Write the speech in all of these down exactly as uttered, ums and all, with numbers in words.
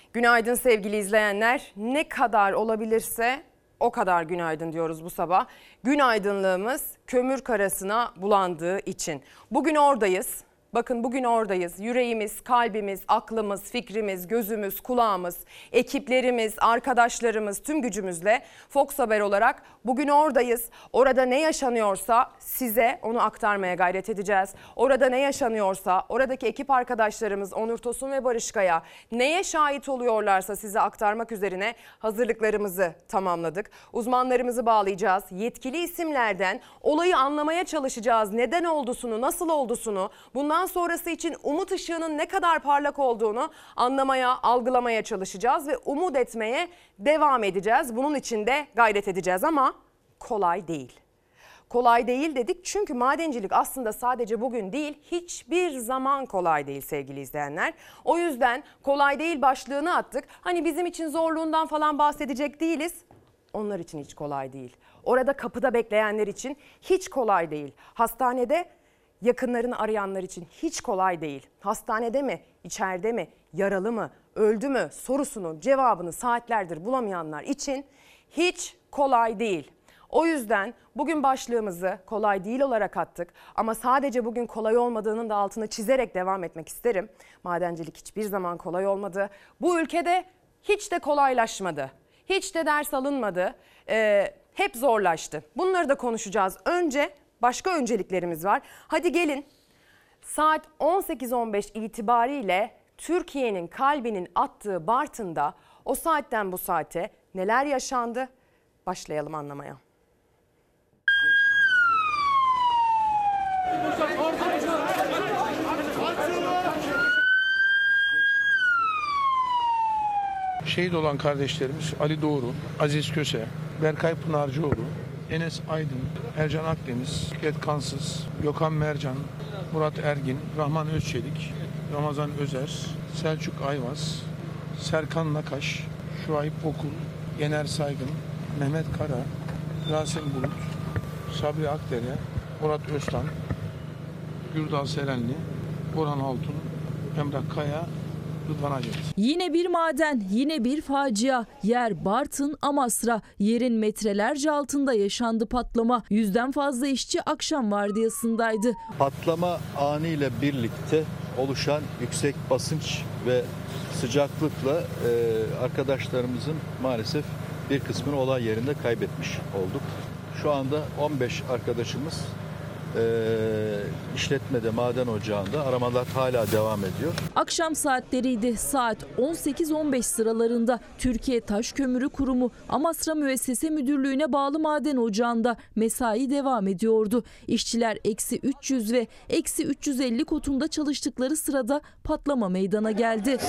Günaydın sevgili izleyenler. Ne kadar olabilirse o kadar günaydın diyoruz bu sabah. Günaydınlığımız kömür karasına bulandığı için. Bugün oradayız. Bakın bugün oradayız. Yüreğimiz, kalbimiz, aklımız, fikrimiz, gözümüz, kulağımız, ekiplerimiz, arkadaşlarımız tüm gücümüzle Fox Haber olarak bugün oradayız. Orada ne yaşanıyorsa size onu aktarmaya gayret edeceğiz. Orada ne yaşanıyorsa oradaki ekip arkadaşlarımız Onur Tosun ve Barış Kaya neye şahit oluyorlarsa size aktarmak üzerine hazırlıklarımızı tamamladık. Uzmanlarımızı bağlayacağız. Yetkili isimlerden olayı anlamaya çalışacağız. Neden oldusunu, nasıl oldusunu, bundan sonrası için umut ışığının ne kadar parlak olduğunu anlamaya, algılamaya çalışacağız ve umut etmeye devam edeceğiz. Bunun için de gayret edeceğiz ama kolay değil. Kolay değil dedik çünkü madencilik aslında sadece bugün değil, hiçbir zaman kolay değil sevgili izleyenler. O yüzden kolay değil başlığını attık. Hani bizim için zorluğundan falan bahsedecek değiliz. Onlar için hiç kolay değil. Orada kapıda bekleyenler için hiç kolay değil. Hastanede yakınlarını arayanlar için hiç kolay değil. Hastanede mi, içeride mi, yaralı mı, öldü mü sorusunun cevabını saatlerdir bulamayanlar için hiç kolay değil. O yüzden bugün başlığımızı kolay değil olarak attık ama sadece bugün kolay olmadığının da altını çizerek devam etmek isterim. Madencilik hiçbir zaman kolay olmadı. Bu ülkede hiç de kolaylaşmadı. Hiç de ders alınmadı. Ee, hep zorlaştı. Bunları da konuşacağız. Önce başka önceliklerimiz var. Hadi gelin saat on sekiz on beş itibariyle Türkiye'nin kalbinin attığı Bartın'da o saatten bu saate neler yaşandı? Başlayalım anlamaya. Şehit olan kardeşlerimiz Ali Doğru, Aziz Köse, Berkay Pınarcıoğlu, Enes Aydın, Ercan Akdeniz, Fikret Kansız, Gökhan Mercan, Murat Ergin, Rahman Özçelik, Ramazan Özer, Selçuk Ayvaz, Serkan Nakaş, Şuayb Okul, Yener Saygın, Mehmet Kara, Rasim Bulut, Sabri Akdere, Murat Öztan, Gürdal Serenli, Orhan Altun, Emrah Kaya, Rıdvan Acet. Yine bir maden, yine bir facia. Yer Bartın, Amasra. Yerin metrelerce altında yaşandı patlama. Yüzden fazla işçi akşam vardiyasındaydı. Patlama anıyla birlikte oluşan yüksek basınç ve sıcaklıkla e, arkadaşlarımızın maalesef bir kısmını olay yerinde kaybetmiş olduk. Şu anda on beş arkadaşımız e, işletmede, maden ocağında, aramalar hala devam ediyor. Akşam saatleriydi. Saat on sekiz on beş sıralarında Türkiye Taş Kömürü Kurumu Amasra Müessese Müdürlüğü'ne bağlı maden ocağında mesai devam ediyordu. İşçiler eksi üç yüz ve eksi üç yüz elli kotunda çalıştıkları sırada patlama meydana geldi.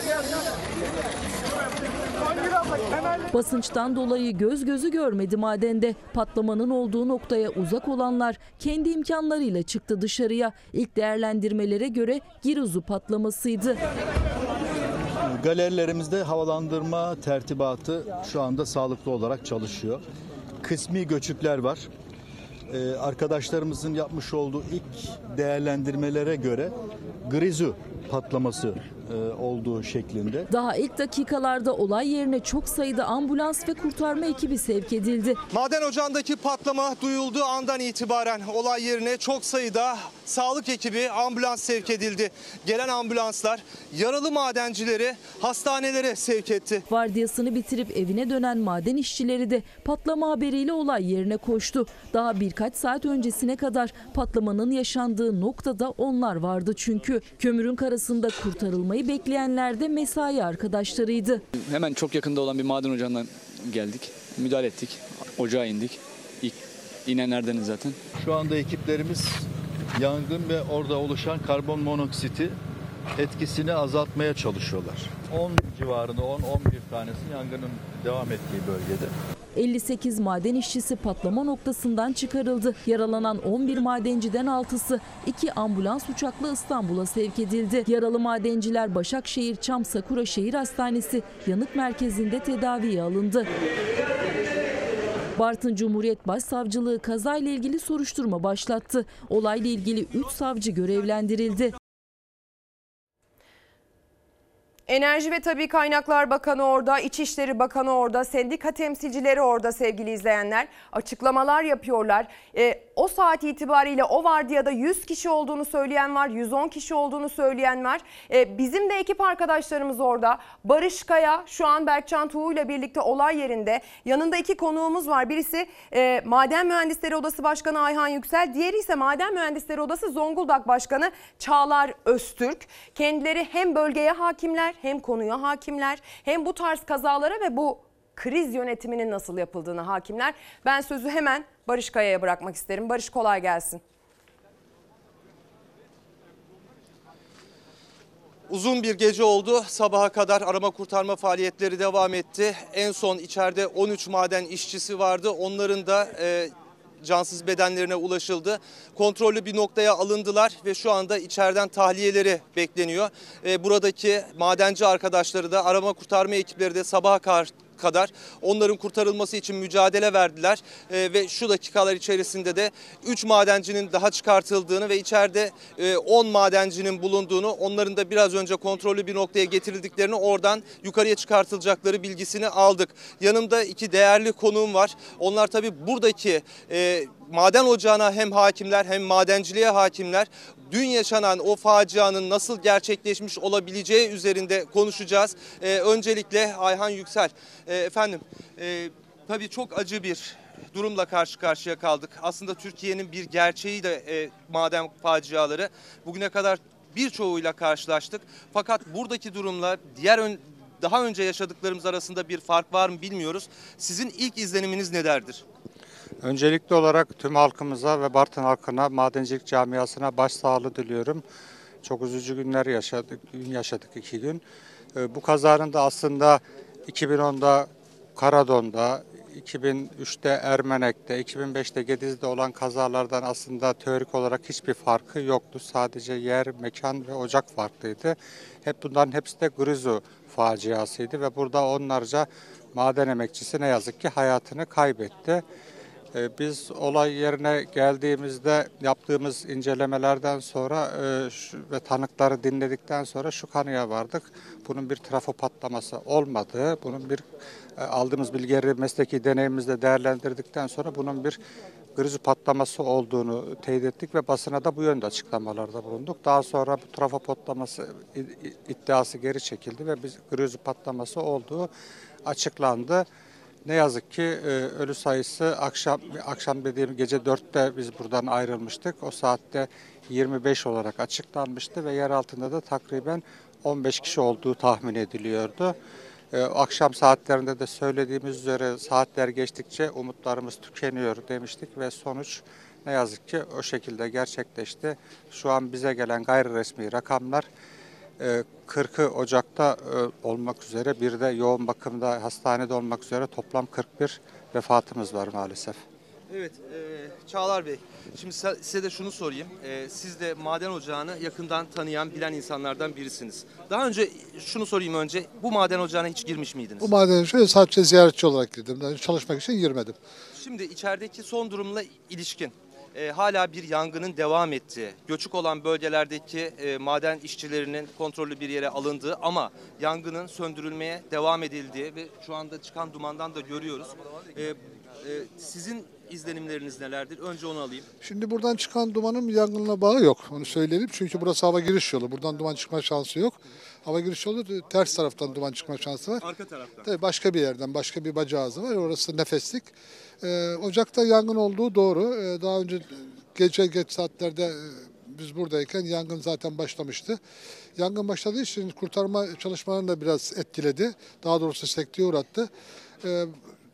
Basınçtan dolayı göz gözü görmedi madende. Patlamanın olduğu noktaya uzak olanlar kendi imkanlarıyla çıktı dışarıya. İlk değerlendirmelere göre giruzu patlamasıydı. Galerilerimizde havalandırma tertibatı şu anda sağlıklı olarak çalışıyor. Kısmi göçükler var. Ee, arkadaşlarımızın yapmış olduğu ilk değerlendirmelere göre grizu patlaması e, olduğu şeklinde. Daha ilk dakikalarda olay yerine çok sayıda ambulans ve kurtarma ekibi sevk edildi. Maden ocağındaki patlama duyulduğu andan itibaren olay yerine çok sayıda sağlık ekibi, ambulans sevk edildi. Gelen ambulanslar yaralı madencileri hastanelere sevk etti. Vardiyasını bitirip evine dönen maden işçileri de patlama haberiyle olay yerine koştu. Daha birkaç saat öncesine kadar patlamanın yaşandığı noktada onlar vardı çünkü. Kömürün karasında kurtarılmayı bekleyenler de mesai arkadaşlarıydı. Hemen çok yakında olan bir maden ocağından geldik. Müdahale ettik. Ocağa indik. İlk inenlerdeniz zaten. Şu anda ekiplerimiz yangın ve orada oluşan karbon monoksiti etkisini azaltmaya çalışıyorlar. on civarında on on bir tanesi yangının devam ettiği bölgede. elli sekiz maden işçisi patlama noktasından çıkarıldı. Yaralanan on bir madenciden altısı iki ambulans uçakla İstanbul'a sevk edildi. Yaralı madenciler Başakşehir Çam Sakura Şehir Hastanesi yanık merkezinde tedaviye alındı. Bartın Cumhuriyet Başsavcılığı kazayla ilgili soruşturma başlattı. Olayla ilgili üç savcı görevlendirildi. Enerji ve Tabii Kaynaklar Bakanı orada, İçişleri Bakanı orada, sendika temsilcileri orada sevgili izleyenler. Açıklamalar yapıyorlar. E, o saat itibariyle o vardiyada yüz kişi olduğunu söyleyen var, yüz on kişi olduğunu söyleyen var. E, bizim de ekip arkadaşlarımız orada. Barış Kaya şu an Berkcan Tuğ ile birlikte olay yerinde. Yanında iki konuğumuz var. Birisi e, Maden Mühendisleri Odası Başkanı Ayhan Yüksel, diğeri ise Maden Mühendisleri Odası Zonguldak Başkanı Çağlar Öztürk. Kendileri hem bölgeye hakimler, hem konuya hakimler, hem bu tarz kazalara ve bu kriz yönetiminin nasıl yapıldığını hakimler. Ben sözü hemen Barış Kaya'ya bırakmak isterim. Barış, kolay gelsin. Uzun bir gece oldu. Sabaha kadar arama kurtarma faaliyetleri devam etti. En son içeride on üç maden işçisi vardı. Onların da e, cansız bedenlerine ulaşıldı. Kontrollü bir noktaya alındılar ve şu anda içeriden tahliyeleri bekleniyor. E, buradaki madenci arkadaşları da, arama kurtarma ekipleri de sabaha kadar kadar onların kurtarılması için mücadele verdiler e, ve şu dakikalar içerisinde de üç madencinin daha çıkartıldığını ve içeride e, on madencinin bulunduğunu, onların da biraz önce kontrollü bir noktaya getirildiklerini, oradan yukarıya çıkartılacakları bilgisini aldık. Yanımda iki değerli konuğum var. Onlar tabii buradaki e, maden ocağına hem hakimler hem madenciliğe hakimler. Dün yaşanan o facianın nasıl gerçekleşmiş olabileceği üzerinde konuşacağız. Ee, öncelikle Ayhan Yüksel. Ee, efendim e, tabii çok acı bir durumla karşı karşıya kaldık. Aslında Türkiye'nin bir gerçeği de e, maden faciaları. Bugüne kadar birçoğuyla karşılaştık. Fakat buradaki durumla diğer ön, daha önce yaşadıklarımız arasında bir fark var mı bilmiyoruz. Sizin ilk izleniminiz nelerdir? Öncelikli olarak tüm halkımıza ve Bartın halkına, madencilik camiasına başsağlığı diliyorum. Çok üzücü günler yaşadık, gün yaşadık iki gün. Bu kazanın da aslında iki bin onda Karadon'da, iki bin üçte Ermenek'te, iki bin beşte Gediz'de olan kazalardan aslında teorik olarak hiçbir farkı yoktu. Sadece yer, mekan ve ocak farklıydı. Hep bunların hepsi de Grizu faciasıydı ve burada onlarca maden emekçisi ne yazık ki hayatını kaybetti. Biz olay yerine geldiğimizde yaptığımız incelemelerden sonra e, şu, ve tanıkları dinledikten sonra şu kanıya vardık. Bunun bir trafo patlaması olmadığı, bunun bir e, aldığımız bilgileri mesleki deneyimimizde değerlendirdikten sonra bunun bir grizu patlaması olduğunu teyit ettik ve basına da bu yönde açıklamalarda bulunduk. Daha sonra bu trafo patlaması iddiası geri çekildi ve biz grizu patlaması olduğu açıklandı. Ne yazık ki e, ölü sayısı akşam akşam dediğim gece dörtte biz buradan ayrılmıştık. O saatte yirmi beş olarak açıklanmıştı ve yer altında da takriben on beş kişi olduğu tahmin ediliyordu. E, akşam saatlerinde de söylediğimiz üzere saatler geçtikçe umutlarımız tükeniyor demiştik ve sonuç ne yazık ki o şekilde gerçekleşti. Şu an bize gelen gayri resmi rakamlar kırkı Ocak'ta olmak üzere, bir de yoğun bakımda hastanede olmak üzere toplam kırk bir vefatımız var maalesef. Evet e, Çağlar Bey, şimdi size de şunu sorayım. E, siz de maden ocağını yakından tanıyan, bilen insanlardan birisiniz. Daha önce şunu sorayım önce, bu maden ocağına hiç girmiş miydiniz? Bu maden ocağına sadece ziyaretçi olarak girdim. Yani çalışmak için girmedim. Şimdi içerideki son durumla ilişkin e, hala bir yangının devam ettiği, göçük olan bölgelerdeki e, maden işçilerinin kontrollü bir yere alındığı ama yangının söndürülmeye devam edildiği ve şu anda çıkan dumandan da görüyoruz. E, e, sizin izlenimleriniz nelerdir? Önce onu alayım. Şimdi buradan çıkan dumanın yangınla bağı yok. Onu söyleyelim. Çünkü burası hava giriş yolu. Buradan duman çıkma şansı yok. Hava giriş yolu ters taraftan duman çıkma şansı var. Arka taraftan. Tabii başka bir yerden, başka bir bacağızı var. Orası nefeslik. Ee, Ocak'ta yangın olduğu doğru. Ee, daha önce gece geç saatlerde e, biz buradayken yangın zaten başlamıştı. Yangın başladığı için kurtarma çalışmalarını da biraz etkiledi. Daha doğrusu sekteye uğrattı. Ee, e,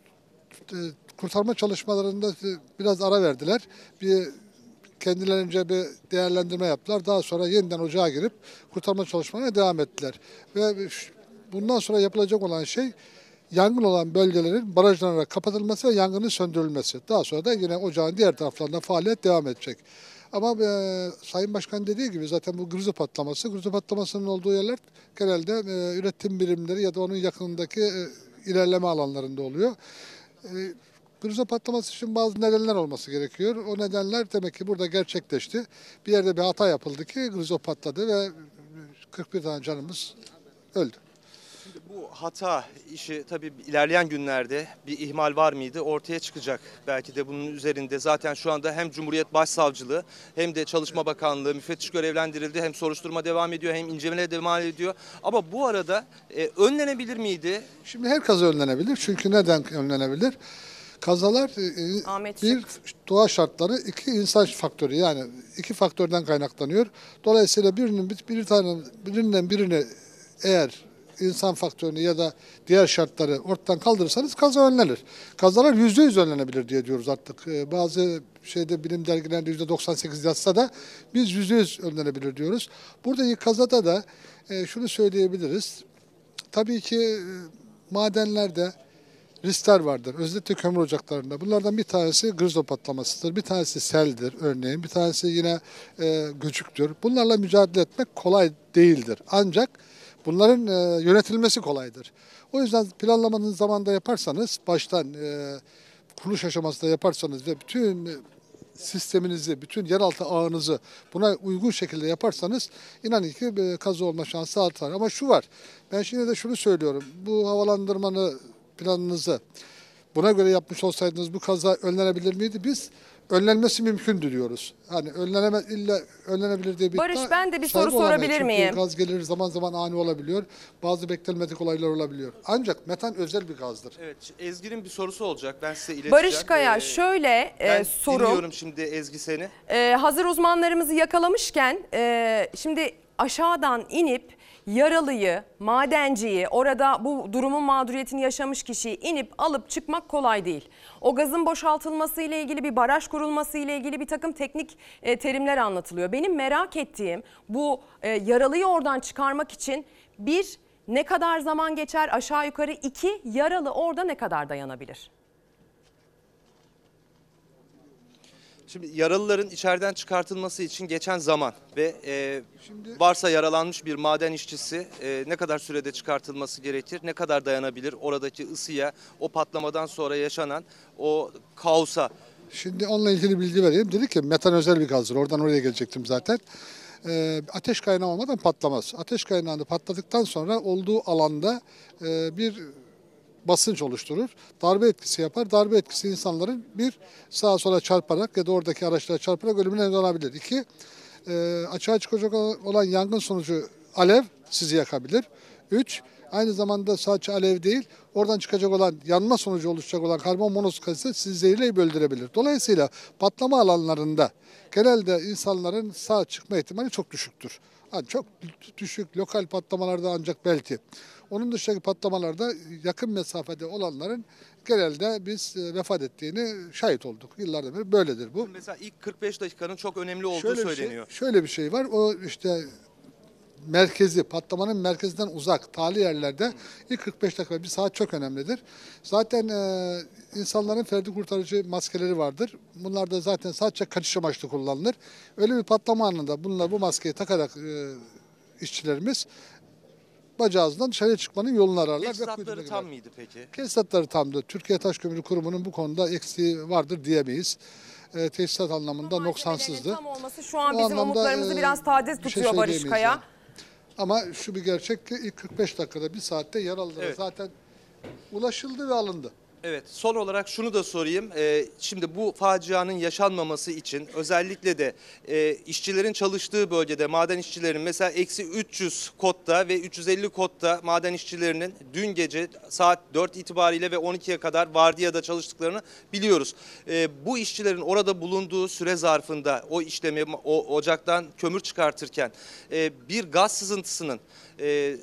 kurtarma çalışmalarında biraz ara verdiler. Bir kendilerince bir değerlendirme yaptılar. Daha sonra yeniden ocağa girip kurtarma çalışmalarına devam ettiler. Ve bundan sonra yapılacak olan şey yangın olan bölgelerin barajlarına kapatılması ve yangının söndürülmesi. Daha sonra da yine ocağın diğer taraflarında faaliyet devam edecek. Ama e, Sayın Başkan dediği gibi zaten bu grizu patlaması, grizu patlamasının olduğu yerler genelde e, üretim birimleri ya da onun yakınındaki e, ilerleme alanlarında oluyor. E, Grizu patlaması için bazı nedenler olması gerekiyor. O nedenler demek ki burada gerçekleşti. Bir yerde bir hata yapıldı ki grizu patladı ve kırk bir tane canımız öldü. Bu hata işi tabii ilerleyen günlerde bir ihmal var mıydı ortaya çıkacak. Belki de bunun üzerinde zaten şu anda hem Cumhuriyet Başsavcılığı hem de Çalışma Bakanlığı müfettiş görevlendirildi. Hem soruşturma devam ediyor hem incelemeler devam ediyor. Ama bu arada e, önlenebilir miydi? Şimdi her kaza önlenebilir. Çünkü neden önlenebilir? Kazalar e, Ahmet bir doğa şartları, iki insan faktörü, yani iki faktörden kaynaklanıyor. Dolayısıyla birinin bir, bir tane birinden birini eğer insan faktörünü ya da diğer şartları ortadan kaldırırsanız kaza önlenir. Kazalar yüzde yüz önlenebilir diye diyoruz artık. Ee, bazı şeyde bilim dergilerinde yüzde doksan sekiz yazsa da biz yüzde yüz önlenebilir diyoruz. Buradaki kazada da e, şunu söyleyebiliriz. Tabii ki e, madenlerde riskler vardır. Özellikle kömür ocaklarında. Bunlardan bir tanesi grizo patlamasıdır. Bir tanesi seldir örneğin. Bir tanesi yine e, göçüktür. Bunlarla mücadele etmek kolay değildir. Ancak bunların e, yönetilmesi kolaydır. O yüzden planlamanın zamanında yaparsanız, baştan e, kuruluş aşamasında yaparsanız ve bütün sisteminizi, bütün yeraltı ağınızı buna uygun şekilde yaparsanız inanın ki e, kaza olma şansı artar. Ama şu var, ben şimdi de şunu söylüyorum. Bu havalandırmanı planınızı buna göre yapmış olsaydınız bu kaza önlenebilir miydi? Biz önlenmesi mümkündür diyoruz. Hani önleneme illa önlenebilir diye bir Barış, iddia ben de bir sahibi soru olamayız. sorabilir Çünkü miyim? gaz gelir, zaman zaman ani olabiliyor. Bazı beklenmedik olaylar olabiliyor. Ancak metan özel bir gazdır. Evet, Ezgi'nin bir sorusu olacak. Ben size ileteceğim. Barış Kaya Ee, şöyle e, ben soru. dinliyorum şimdi Ezgi seni. Ee, hazır uzmanlarımızı yakalamışken e, şimdi aşağıdan inip yaralıyı, madenciyi, orada bu durumun mağduriyetini yaşamış kişiyi inip alıp çıkmak kolay değil. O gazın boşaltılması ile ilgili bir baraj kurulması ile ilgili bir takım teknik e, terimler anlatılıyor. Benim merak ettiğim bu e, yaralıyı oradan çıkarmak için bir, ne kadar zaman geçer, aşağı yukarı iki, yaralı orada ne kadar dayanabilir? Şimdi yaralıların içeriden çıkartılması için geçen zaman ve e, varsa yaralanmış bir maden işçisi e, ne kadar sürede çıkartılması gerekir, ne kadar dayanabilir oradaki ısıya, o patlamadan sonra yaşanan o kaosa? Şimdi onunla ilgili bilgi vereyim. Dedik ki metan özel bir gazdır. Oradan oraya gelecektim zaten. Ee, ateş kaynağı olmadan patlamaz. Ateş kaynağını patladıktan sonra olduğu alanda e, bir basınç oluşturur. Darbe etkisi yapar. Darbe etkisi insanların bir sağa sola çarparak ya da oradaki araçlara çarparak ölümüne neden olabilir. İki, e, açığa çıkacak olan yangın sonucu alev sizi yakabilir. Üç, aynı zamanda sadece alev değil, oradan çıkacak olan yanma sonucu oluşacak olan karbon monoksit sizi zehirleyip öldürebilir. Dolayısıyla patlama alanlarında genelde insanların sağ çıkma ihtimali çok düşüktür. Yani çok düşük lokal patlamalarda ancak belki. Onun dışındaki patlamalarda yakın mesafede olanların genelde biz vefat ettiğini şahit olduk. Yıllardan beri böyledir bu. Mesela ilk kırk beş dakikanın çok önemli olduğu Şöyle bir söyleniyor. Şey, şöyle bir şey var. O işte merkezi, patlamanın merkezinden uzak, tali yerlerde ilk kırk beş dakika, bir saat çok önemlidir. Zaten e, insanların ferdi kurtarıcı maskeleri vardır. Bunlar da zaten sadece kaçış amaçlı kullanılır. Öyle bir patlama anında bunlar bu maskeyi takarak e, işçilerimiz bacağızdan dışarıya çıkmanın yolunu ararlar. Teçhizatları tam mıydı peki? Teçhizatları tamdı. Türkiye Taş Kömürü Kurumu'nun bu konuda eksiği vardır diyemeyiz. E, teçhizat anlamında noksansızdı. Tam olması şu an O bizim anlamda, umutlarımızı e, biraz taze bir şey tutuyor Barış söyleyemeyiz Kaya. yani. Ama şu bir gerçek ki ilk kırk beş dakikada bir saatte yaralılara Evet. zaten ulaşıldı ve alındı. Evet, son olarak şunu da sorayım. Ee, şimdi bu facianın yaşanmaması için özellikle de e, işçilerin çalıştığı bölgede maden işçilerinin mesela eksi üç yüz kodda ve üç yüz elli kodda maden işçilerinin dün gece saat dört itibariyle ve on ikiye kadar vardiyada çalıştıklarını biliyoruz. Ee, bu işçilerin orada bulunduğu süre zarfında o işlemi o ocaktan kömür çıkartırken e, bir gaz sızıntısının e,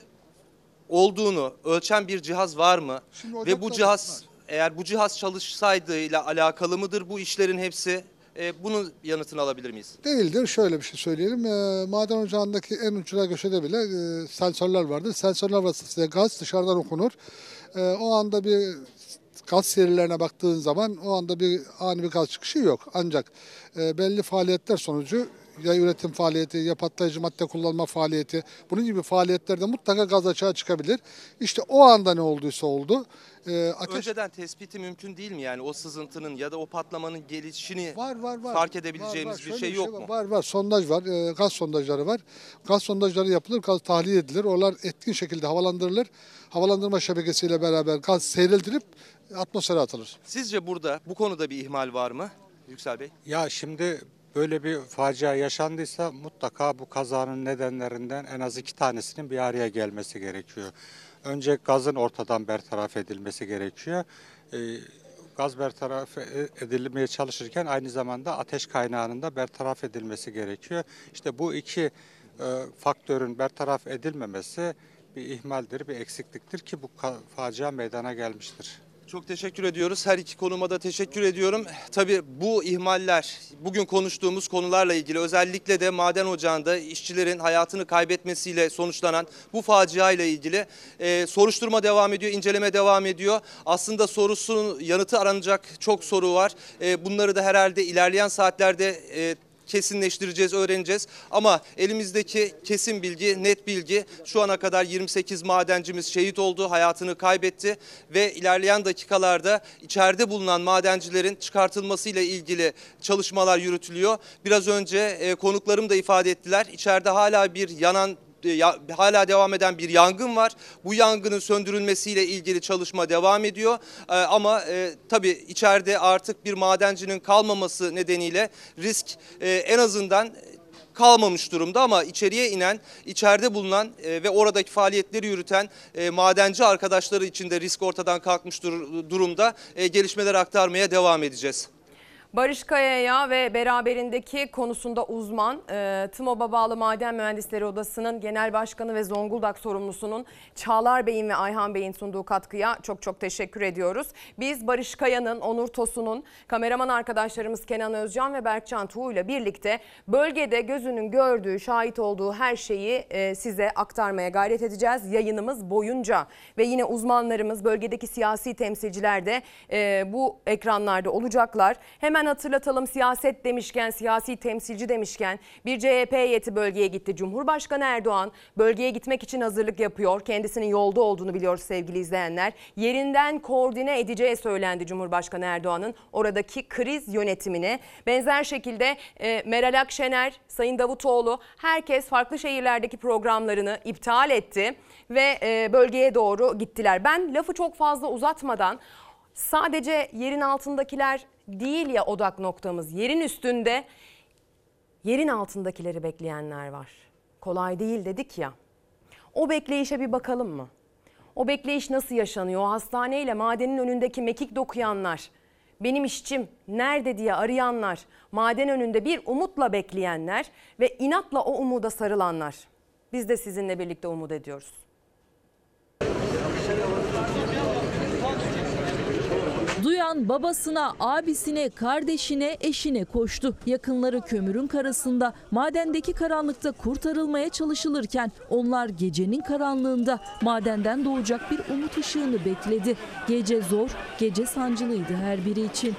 olduğunu ölçen bir cihaz var mı? Şimdi Ve bu ocakta cihaz... var. Eğer bu cihaz çalışsaydı ile alakalı mıdır bu işlerin hepsi? E, bunun yanıtını alabilir miyiz? Değildir. Şöyle bir şey söyleyelim. E, maden ocağındaki en ucuna köşede bile e, sensörler vardır. Sensörler vasıtasıyla gaz dışarıdan okunur. E, o anda bir gaz serilerine baktığın zaman o anda bir ani bir gaz çıkışı yok. Ancak e, belli faaliyetler sonucu ya üretim faaliyeti ya patlayıcı madde kullanma faaliyeti, bunun gibi faaliyetlerde mutlaka gaz açığa çıkabilir. İşte o anda ne olduysa oldu. Ee, ateş... Önceden tespiti mümkün değil mi yani o sızıntının ya da o patlamanın gelişini var, var, var. fark edebileceğimiz var, var. bir Şöyle şey bir yok şey var. mu? Var var sondaj var, e, gaz sondajları var. Gaz sondajları yapılır, gaz tahliye edilir. Oralar etkin şekilde havalandırılır. Havalandırma şebekesiyle beraber gaz seyreltilip atmosfere atılır. Sizce burada bu konuda bir ihmal var mı Yüksel Bey? Ya şimdi böyle bir facia yaşandıysa mutlaka bu kazanın nedenlerinden en az iki tanesinin bir araya gelmesi gerekiyor. Önce gazın ortadan bertaraf edilmesi gerekiyor. Ee, gaz bertaraf edilmeye çalışırken aynı zamanda ateş kaynağının da bertaraf edilmesi gerekiyor. İşte bu iki e, faktörün bertaraf edilmemesi bir ihmaldir, bir eksikliktir ki bu facia meydana gelmiştir. Çok teşekkür ediyoruz. Her iki konuma da teşekkür ediyorum. Tabii bu ihmaller, bugün konuştuğumuz konularla ilgili özellikle de maden ocağında işçilerin hayatını kaybetmesiyle sonuçlanan bu facia ile ilgili e, soruşturma devam ediyor, inceleme devam ediyor. Aslında sorusunun yanıtı aranacak çok soru var. E, bunları da herhalde ilerleyen saatlerde e, kesinleştireceğiz, öğreneceğiz. Ama elimizdeki kesin bilgi, net bilgi şu ana kadar yirmi sekiz madencimiz şehit oldu, hayatını kaybetti ve ilerleyen dakikalarda içeride bulunan madencilerin çıkartılmasıyla ilgili çalışmalar yürütülüyor. Biraz önce e, konuklarım da ifade ettiler. İçeride hala bir yanan hala devam eden bir yangın var. Bu yangının söndürülmesiyle ilgili çalışma devam ediyor. Ee, ama e, tabii içeride artık bir madencinin kalmaması nedeniyle risk e, en azından kalmamış durumda ama içeriye inen, içeride bulunan e, ve oradaki faaliyetleri yürüten e, madenci arkadaşları için de risk ortadan kalkmış dur durumda. E, gelişmeler aktarmaya devam edeceğiz. Barış Kaya'ya ve beraberindeki konusunda uzman, e, TMOB'a bağlı Maden Mühendisleri Odası'nın Genel Başkanı ve Zonguldak sorumlusunun Çağlar Bey'in ve Ayhan Bey'in sunduğu katkıya çok çok teşekkür ediyoruz. Biz Barış Kaya'nın, Onur Tosun'un, kameraman arkadaşlarımız Kenan Özcan ve Berkcan Tuğ ile birlikte bölgede gözünün gördüğü, şahit olduğu her şeyi e, size aktarmaya gayret edeceğiz yayınımız boyunca. Ve yine uzmanlarımız, bölgedeki siyasi temsilciler de e, bu ekranlarda olacaklar. Hemen Hemen hatırlatalım, siyaset demişken, siyasi temsilci demişken bir C H P heyeti bölgeye gitti. Cumhurbaşkanı Erdoğan bölgeye gitmek için hazırlık yapıyor. Kendisinin yolda olduğunu biliyoruz sevgili izleyenler. Yerinden koordine edeceği söylendi Cumhurbaşkanı Erdoğan'ın oradaki kriz yönetimine. Benzer şekilde e, Meral Akşener, Sayın Davutoğlu, herkes farklı şehirlerdeki programlarını iptal etti ve e, bölgeye doğru gittiler. Ben lafı çok fazla uzatmadan, sadece yerin altındakiler değil ya odak noktamız, yerin üstünde yerin altındakileri bekleyenler var. Kolay değil dedik ya. O bekleyişe bir bakalım mı? O bekleyiş nasıl yaşanıyor? O hastaneyle madenin önündeki mekik dokuyanlar, benim işçim nerede diye arayanlar, maden önünde bir umutla bekleyenler ve inatla o umuda sarılanlar. Biz de sizinle birlikte umut ediyoruz. Duyan babasına, abisine, kardeşine, eşine koştu. Yakınları kömürün karasında, madendeki karanlıkta kurtarılmaya çalışılırken onlar gecenin karanlığında madenden doğacak bir umut ışığını bekledi. Gece zor, gece sancılıydı her biri için.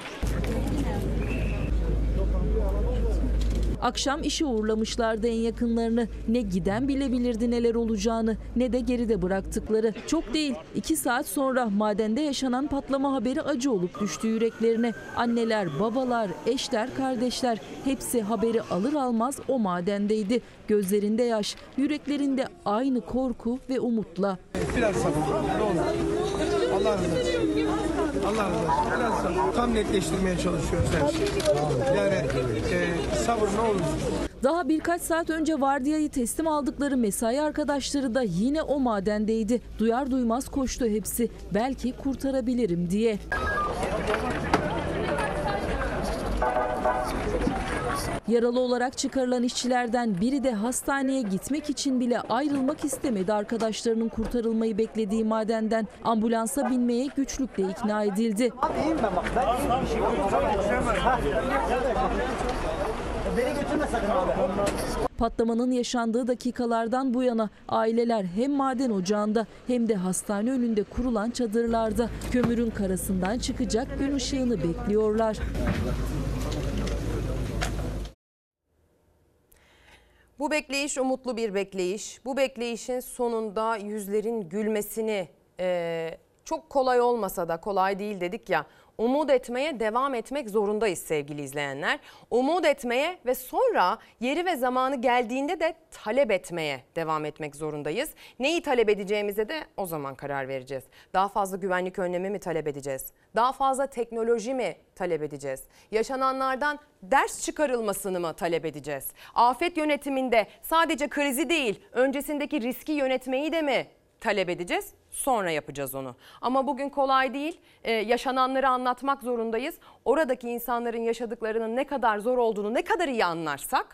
Akşam işe uğurlamışlardı en yakınlarını. Ne giden bilebilirdi neler olacağını, ne de geride bıraktıkları. Çok değil, iki saat sonra madende yaşanan patlama haberi acı olup düştü yüreklerine. Anneler, babalar, eşler, kardeşler hepsi haberi alır almaz o madendeydi. Gözlerinde yaş, yüreklerinde aynı korku ve umutla. Biraz sabır, ne olur. Allah razı olsun. Allah razı olsun. Biraz sabır. Tam netleştirmeye çalışıyoruz her şeyi. Yani e, sabır ne olur. Daha birkaç saat önce vardiyayı teslim aldıkları mesai arkadaşları da yine o madendeydi. Duyar duymaz koştu hepsi. Belki kurtarabilirim diye. Yaralı olarak çıkarılan işçilerden biri de hastaneye gitmek için bile ayrılmak istemedi arkadaşlarının kurtarılmayı beklediği madenden. Ambulansa binmeye güçlükle ikna edildi. Patlamanın yaşandığı dakikalardan bu yana aileler hem maden ocağında hem de hastane önünde kurulan çadırlarda kömürün karasından çıkacak gün ışığını bekliyorlar. Bu bekleyiş umutlu bir bekleyiş. Bu bekleyişin sonunda yüzlerin gülmesini e, çok kolay olmasa da, kolay değil dedik ya, umut etmeye devam etmek zorundayız sevgili izleyenler. Umut etmeye ve sonra yeri ve zamanı geldiğinde de talep etmeye devam etmek zorundayız. Neyi talep edeceğimize de o zaman karar vereceğiz. Daha fazla güvenlik önlemi mi talep edeceğiz? Daha fazla teknoloji mi talep edeceğiz? Yaşananlardan ders çıkarılmasını mı talep edeceğiz? Afet yönetiminde sadece krizi değil, öncesindeki riski yönetmeyi de mi talep edeceğiz? Sonra yapacağız onu. Ama bugün kolay değil. Ee, yaşananları anlatmak zorundayız. Oradaki insanların yaşadıklarının ne kadar zor olduğunu ne kadar iyi anlarsak,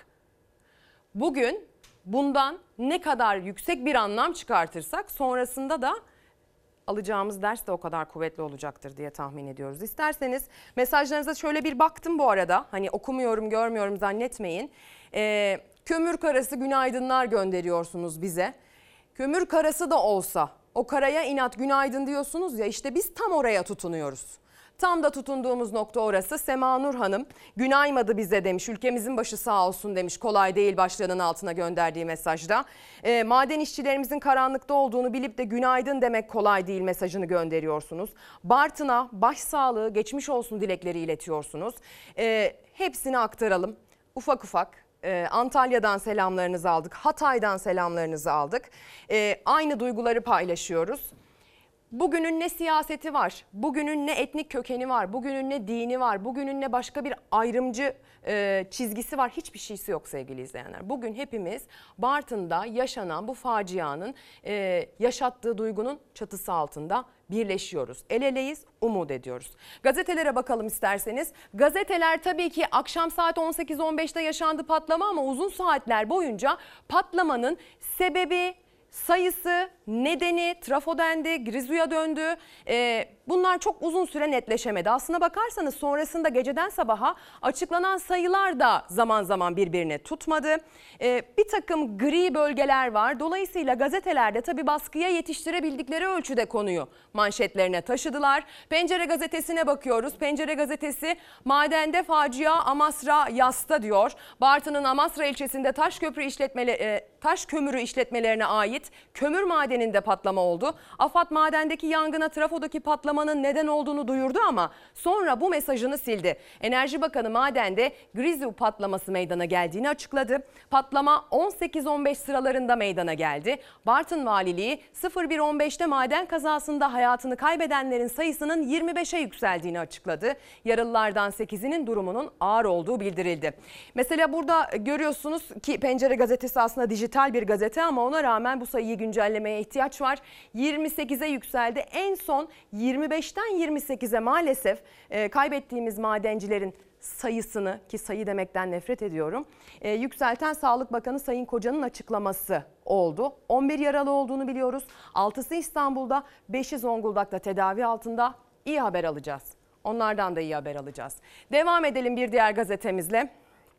bugün bundan ne kadar yüksek bir anlam çıkartırsak sonrasında da alacağımız ders de o kadar kuvvetli olacaktır diye tahmin ediyoruz. İsterseniz mesajlarınıza şöyle bir baktım bu arada. Hani okumuyorum, görmüyorum zannetmeyin. Ee, kömür karası günaydınlar gönderiyorsunuz bize. Kömür karası da olsa o karaya inat günaydın diyorsunuz ya, işte biz tam oraya tutunuyoruz. Tam da tutunduğumuz nokta orası. Sema Nur Hanım günaymadı bize demiş, ülkemizin başı sağ olsun demiş, kolay değil başlığının altına gönderdiği mesajda. E, maden işçilerimizin karanlıkta olduğunu bilip de günaydın demek kolay değil mesajını gönderiyorsunuz. Bartın'a başsağlığı, geçmiş olsun dilekleri iletiyorsunuz. E, hepsini aktaralım ufak ufak. Ee, Antalya'dan selamlarınızı aldık, Hatay'dan selamlarınızı aldık. Ee, aynı duyguları paylaşıyoruz. Bugünün ne siyaseti var, bugünün ne etnik kökeni var, bugünün ne dini var, bugünün ne başka bir ayrımcı e, çizgisi var, hiçbir şeysi yok sevgili izleyenler. Bugün hepimiz Bartın'da yaşanan bu facianın e, yaşattığı duygunun çatısı altında birleşiyoruz. El eleyiz, umut ediyoruz. Gazetelere bakalım isterseniz. Gazeteler tabii ki akşam saat on sekiz on beşte yaşandı patlama ama uzun saatler boyunca patlamanın sebebi, sayısı, nedeni, trafo dendi, Grizu'ya döndü. Ee, bunlar çok uzun süre netleşemedi. Aslına bakarsanız sonrasında geceden sabaha açıklanan sayılar da zaman zaman birbirini tutmadı. Ee, bir takım gri bölgeler var. Dolayısıyla gazetelerde tabii baskıya yetiştirebildikleri ölçüde konuyu manşetlerine taşıdılar. Pencere gazetesine bakıyoruz. Pencere gazetesi madende facia, Amasra yasta diyor. Bartın'ın Amasra ilçesinde taş köprü işletmeleri, e, taş kömürü işletmelerine ait kömür madeninde patlama oldu. AFAD madendeki yangına trafodaki patlamanın neden olduğunu duyurdu ama sonra bu mesajını sildi. Enerji Bakanı madende Grizu patlaması meydana geldiğini açıkladı. Patlama on sekiz on beş sıralarında meydana geldi. Bartın Valiliği sıfır bir on beşte maden kazasında hayatını kaybedenlerin sayısının yirmi beşe yükseldiğini açıkladı. Yaralılardan sekizinin durumunun ağır olduğu bildirildi. Mesela burada görüyorsunuz ki Pencere gazetesi aslında dijital bir gazete ama ona rağmen bu sayıyı güncellemeye ihtiyaç var. yirmi sekize yükseldi. En son yirmi beşten yirmi sekize maalesef e, kaybettiğimiz madencilerin sayısını, ki sayı demekten nefret ediyorum, e, yükselten Sağlık Bakanı Sayın Koca'nın açıklaması oldu. on bir yaralı olduğunu biliyoruz. altısı İstanbul'da, beşi Zonguldak'ta tedavi altında. İyi haber alacağız. Onlardan da iyi haber alacağız. Devam edelim bir diğer gazetemizle.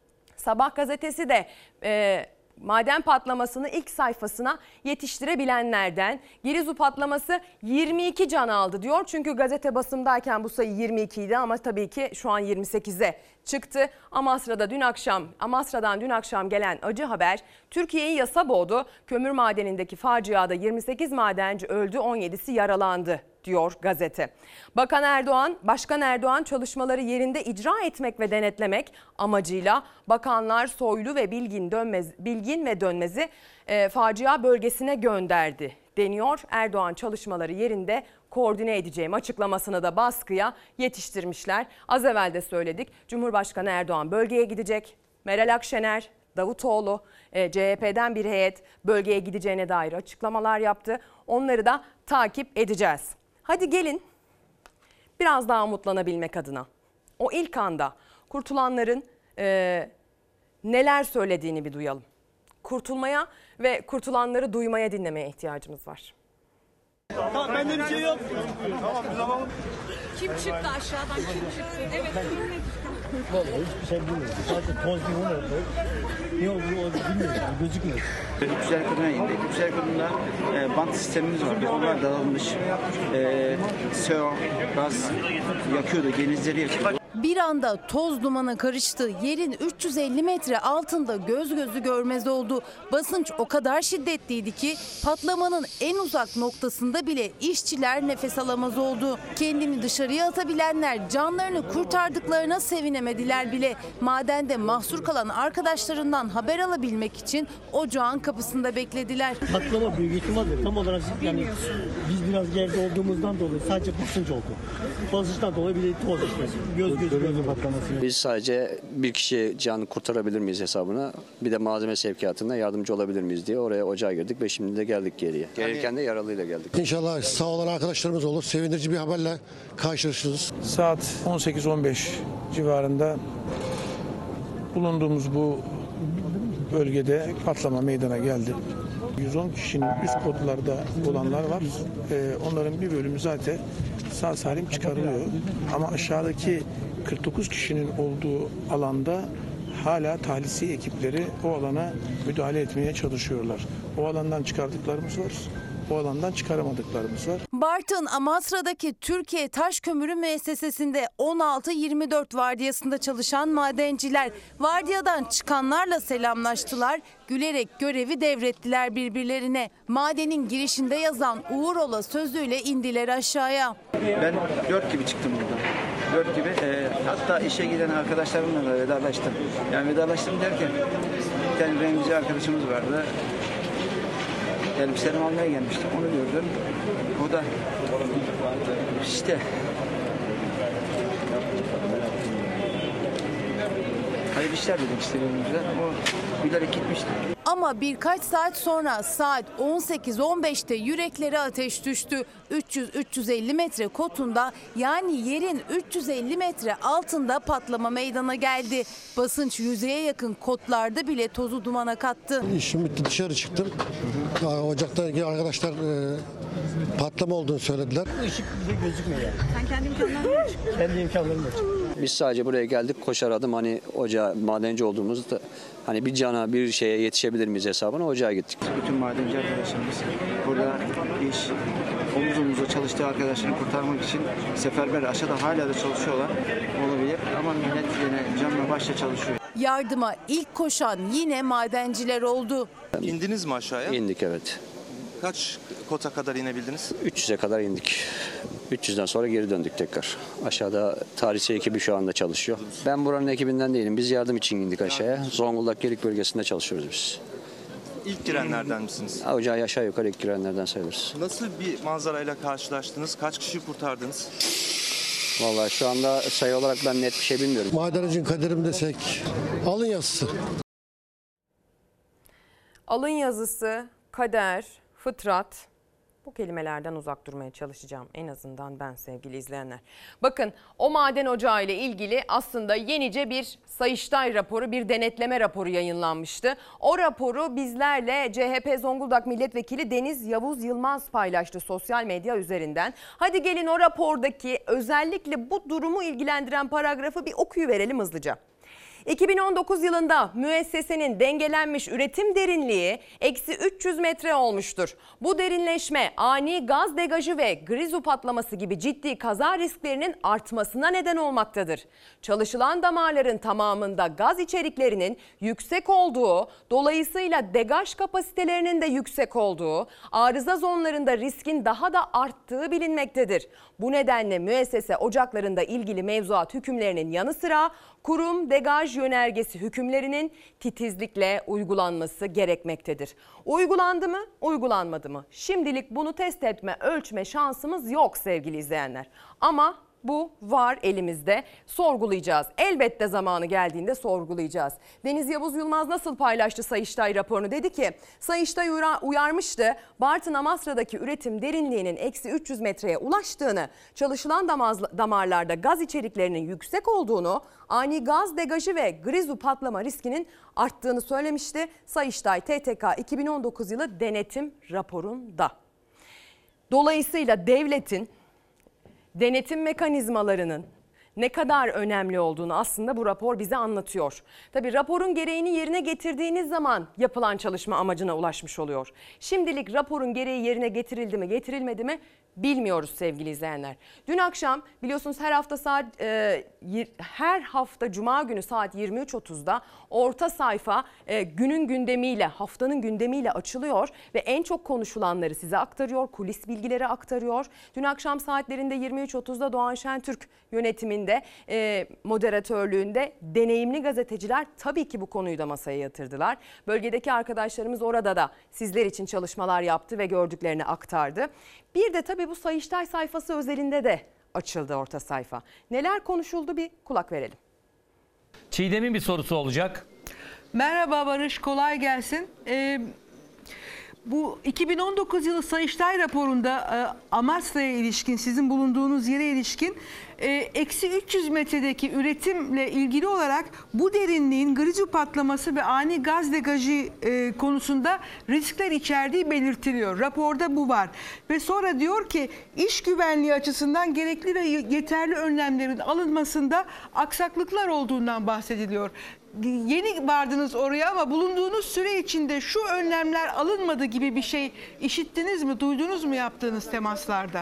Sabah gazetesi de e, maden patlamasını ilk sayfasına yetiştirebilenlerden. Girizu patlaması yirmi iki can aldı diyor. Çünkü gazete basımdayken bu sayı yirmi iki idi ama tabii ki şu an yirmi sekize çıktı. Amasra'da dün akşam, Amasra'dan dün akşam gelen acı haber Türkiye'yi yasa boğdu. Kömür madenindeki faciada yirmi sekiz madenci öldü, on yedisi yaralandı diyor gazete. Bakan Erdoğan, Başkan Erdoğan çalışmaları yerinde icra etmek ve denetlemek amacıyla bakanlar Soylu ve Bilgin, Dönmez, Bilgin ve Dönmez'i e, facia bölgesine gönderdi deniyor. Erdoğan çalışmaları yerinde koordine edeceğim açıklamasını da baskıya yetiştirmişler. Az evvel de söyledik. Cumhurbaşkanı Erdoğan bölgeye gidecek. Meral Akşener, Davutoğlu, e, C H P'den bir heyet bölgeye gideceğine dair açıklamalar yaptı. Onları da takip edeceğiz. Hadi gelin biraz daha umutlanabilmek adına o ilk anda kurtulanların e, neler söylediğini bir duyalım. Kurtulmaya ve kurtulanları duymaya, dinlemeye ihtiyacımız var. Tamam, bende bir şey yok. Tamam, biz alalım. Kim çıktı aşağıdan, kim çıktı? Evet, Vallahi hiçbir şey bilmiyorum. Sadece toz gibi oldu. Ne olduğunu bilmiyoruz, gözükmüyor. Yüksel Kadın'a indik. Yüksel Kadın'da e, bant sistemimiz vardı. Onlar dağılmış. E, S E O, gaz yakıyordu, genizleri yakıyordu. bir anda toz dumana karıştı. Yerin üç yüz elli metre altında göz gözü görmez oldu. Basınç o kadar şiddetliydi ki patlamanın en uzak noktasında bile işçiler nefes alamaz oldu. Kendini dışarıya atabilenler canlarını kurtardıklarına sevinemediler bile. Madende mahsur kalan arkadaşlarından haber alabilmek için ocağın kapısında beklediler. Patlama büyük ihtimalle tam olarak yani biz biraz geride olduğumuzdan dolayı sadece basınç oldu. Basınçtan dolayı bir de toz işte. Göz göz göz patlaması. Biz sadece bir kişi canı kurtarabilir miyiz hesabına, bir de malzeme sevkiyatına yardımcı olabilir miyiz diye oraya ocağa girdik ve şimdi de geldik geriye. Gelirken de yaralıyla geldik. İnşallah sağ olan arkadaşlarımız olur. Sevindirici bir haberle karşılaşırız. Saat on sekiz on beş civarında bulunduğumuz bu bölgede patlama meydana geldi. yüz on kişinin üst kodlarda olanlar var. Ee, onların bir bölümü zaten sağ salim çıkarılıyor. Ama aşağıdaki kırk dokuz kişinin olduğu alanda hala tahliyesi ekipleri o alana müdahale etmeye çalışıyorlar. O alandan çıkardıklarımız var. O alandan çıkaramadıklarımız var. Bartın Amasra'daki Türkiye Taş Kömürü Müessesesi'nde on altı yirmi dört vardiyasında çalışan madenciler vardiyadan çıkanlarla selamlaştılar, gülerek görevi devrettiler birbirlerine. Madenin girişinde yazan Uğur Ola sözüyle indiler aşağıya. Ben dört gibi çıktım buradan. Dört gibi. E, hatta işe giden arkadaşlarımla da vedalaştım. Yani vedalaştım derken bir tane renkci arkadaşımız vardı. Elbiselerimi almaya gelmiştim. Onu gördüm. O da işte hayırlı işler dedik işte önümüzde. O gülerek gitmişti. Ama birkaç saat sonra saat on sekiz on beşte yüreklere ateş düştü. üç yüz üç yüz elli metre kotunda yani yerin üç yüz elli metre altında patlama meydana geldi. Basınç yüzeye yakın kotlarda bile tozu dumana kattı. İşim bitti, dışarı çıktım. Ocaktaki arkadaşlar e, patlama olduğunu söylediler. Işık bize gözükmüyor yani. Sen kendi imkanlarınla mı çıktın? Kendi imkanlarımla çıktım. Biz sadece buraya geldik, koşar adım hani ocağa, madenci olduğumuzda hani bir cana bir şeye yetişebilir miyiz hesabına ocağa gittik. Bütün madenci arkadaşlarımız burada iş omuz omuza çalıştığı arkadaşlarını kurtarmak için seferber, aşağıda hala da çalışıyorlar olabilir ama millet yine canla başla çalışıyor. Yardıma ilk koşan yine madenciler oldu. İndiniz mi aşağıya? İndik evet. Kaç kota kadar inebildiniz? üç yüze kadar indik. üç yüzden sonra geri döndük tekrar. Aşağıda tarihçi ekibi şu anda çalışıyor. Ben buranın ekibinden değilim. Biz yardım için indik aşağıya. Zonguldak Gelik bölgesinde çalışıyoruz biz. İlk girenlerden misiniz? Ocağa aşağı yukarı ilk girenlerden sayılırız. Nasıl bir manzarayla karşılaştınız? Kaç kişi kurtardınız? Vallahi şu anda sayı olarak ben net bir şey bilmiyorum. Madencinin kaderim desek alın yazısı. Alın yazısı, kader, fıtrat, bu kelimelerden uzak durmaya çalışacağım en azından ben sevgili izleyenler. Bakın o maden ocağı ile ilgili aslında yenice bir Sayıştay raporu, bir denetleme raporu yayınlanmıştı. O raporu bizlerle C H P Zonguldak Milletvekili Deniz Yavuz Yılmaz paylaştı sosyal medya üzerinden. Hadi gelin o rapordaki özellikle bu durumu ilgilendiren paragrafı bir okuyuverelim hızlıca. iki bin on dokuz yılında müessesenin dengelenmiş üretim derinliği eksi üç yüz metre olmuştur. Bu derinleşme ani gaz degajı ve grizu patlaması gibi ciddi kaza risklerinin artmasına neden olmaktadır. Çalışılan damarların tamamında gaz içeriklerinin yüksek olduğu, dolayısıyla degaj kapasitelerinin de yüksek olduğu, arıza zonlarında riskin daha da arttığı bilinmektedir. Bu nedenle müessese ocaklarında ilgili mevzuat hükümlerinin yanı sıra kurum degaj yönergesi hükümlerinin titizlikle uygulanması gerekmektedir. Uygulandı mı, uygulanmadı mı? Şimdilik bunu test etme, ölçme şansımız yok sevgili izleyenler. Ama bu var elimizde. Sorgulayacağız. Elbette zamanı geldiğinde sorgulayacağız. Deniz Yavuz Yılmaz nasıl paylaştı Sayıştay raporunu? Dedi ki Sayıştay uyarmıştı. Bartın Amasra'daki üretim derinliğinin eksi üç yüz metreye ulaştığını, çalışılan damarlarda gaz içeriklerinin yüksek olduğunu, ani gaz degajı ve grizu patlama riskinin arttığını söylemişti. Sayıştay T T K iki bin on dokuz yılı denetim raporunda. Dolayısıyla devletin denetim mekanizmalarının ne kadar önemli olduğunu aslında bu rapor bize anlatıyor. Tabii raporun gereğini yerine getirdiğiniz zaman yapılan çalışma amacına ulaşmış oluyor. Şimdilik raporun gereği yerine getirildi mi, getirilmedi mi bilmiyoruz sevgili izleyenler. Dün akşam biliyorsunuz her hafta saat e, her hafta Cuma günü saat yirmi üç otuzda orta sayfa e, günün gündemiyle, haftanın gündemiyle açılıyor ve en çok konuşulanları size aktarıyor, kulis bilgileri aktarıyor. Dün akşam saatlerinde yirmi üç otuzda Doğan Şentürk yönetiminde, e, moderatörlüğünde deneyimli gazeteciler tabii ki bu konuyu da masaya yatırdılar. Bölgedeki arkadaşlarımız orada da sizler için çalışmalar yaptı ve gördüklerini aktardı. Bir de tabii bu Sayıştay sayfası özelinde de açıldı orta sayfa. Neler konuşuldu bir kulak verelim. Çiğdem'in bir sorusu olacak. Merhaba Barış, kolay gelsin. Ee, bu iki bin on dokuz yılı Sayıştay raporunda e, Amasra'ya ilişkin, sizin bulunduğunuz yere ilişkin e, eksi üç yüz metredeki üretimle ilgili olarak bu derinliğin grizu patlaması ve ani gaz degajı e, konusunda riskler içerdiği belirtiliyor. Raporda bu var. Ve sonra diyor ki iş güvenliği açısından gerekli ve yeterli önlemlerin alınmasında aksaklıklar olduğundan bahsediliyor. Yeni vardınız oraya ama bulunduğunuz süre içinde şu önlemler alınmadı gibi bir şey işittiniz mi, duydunuz mu yaptığınız temaslarda?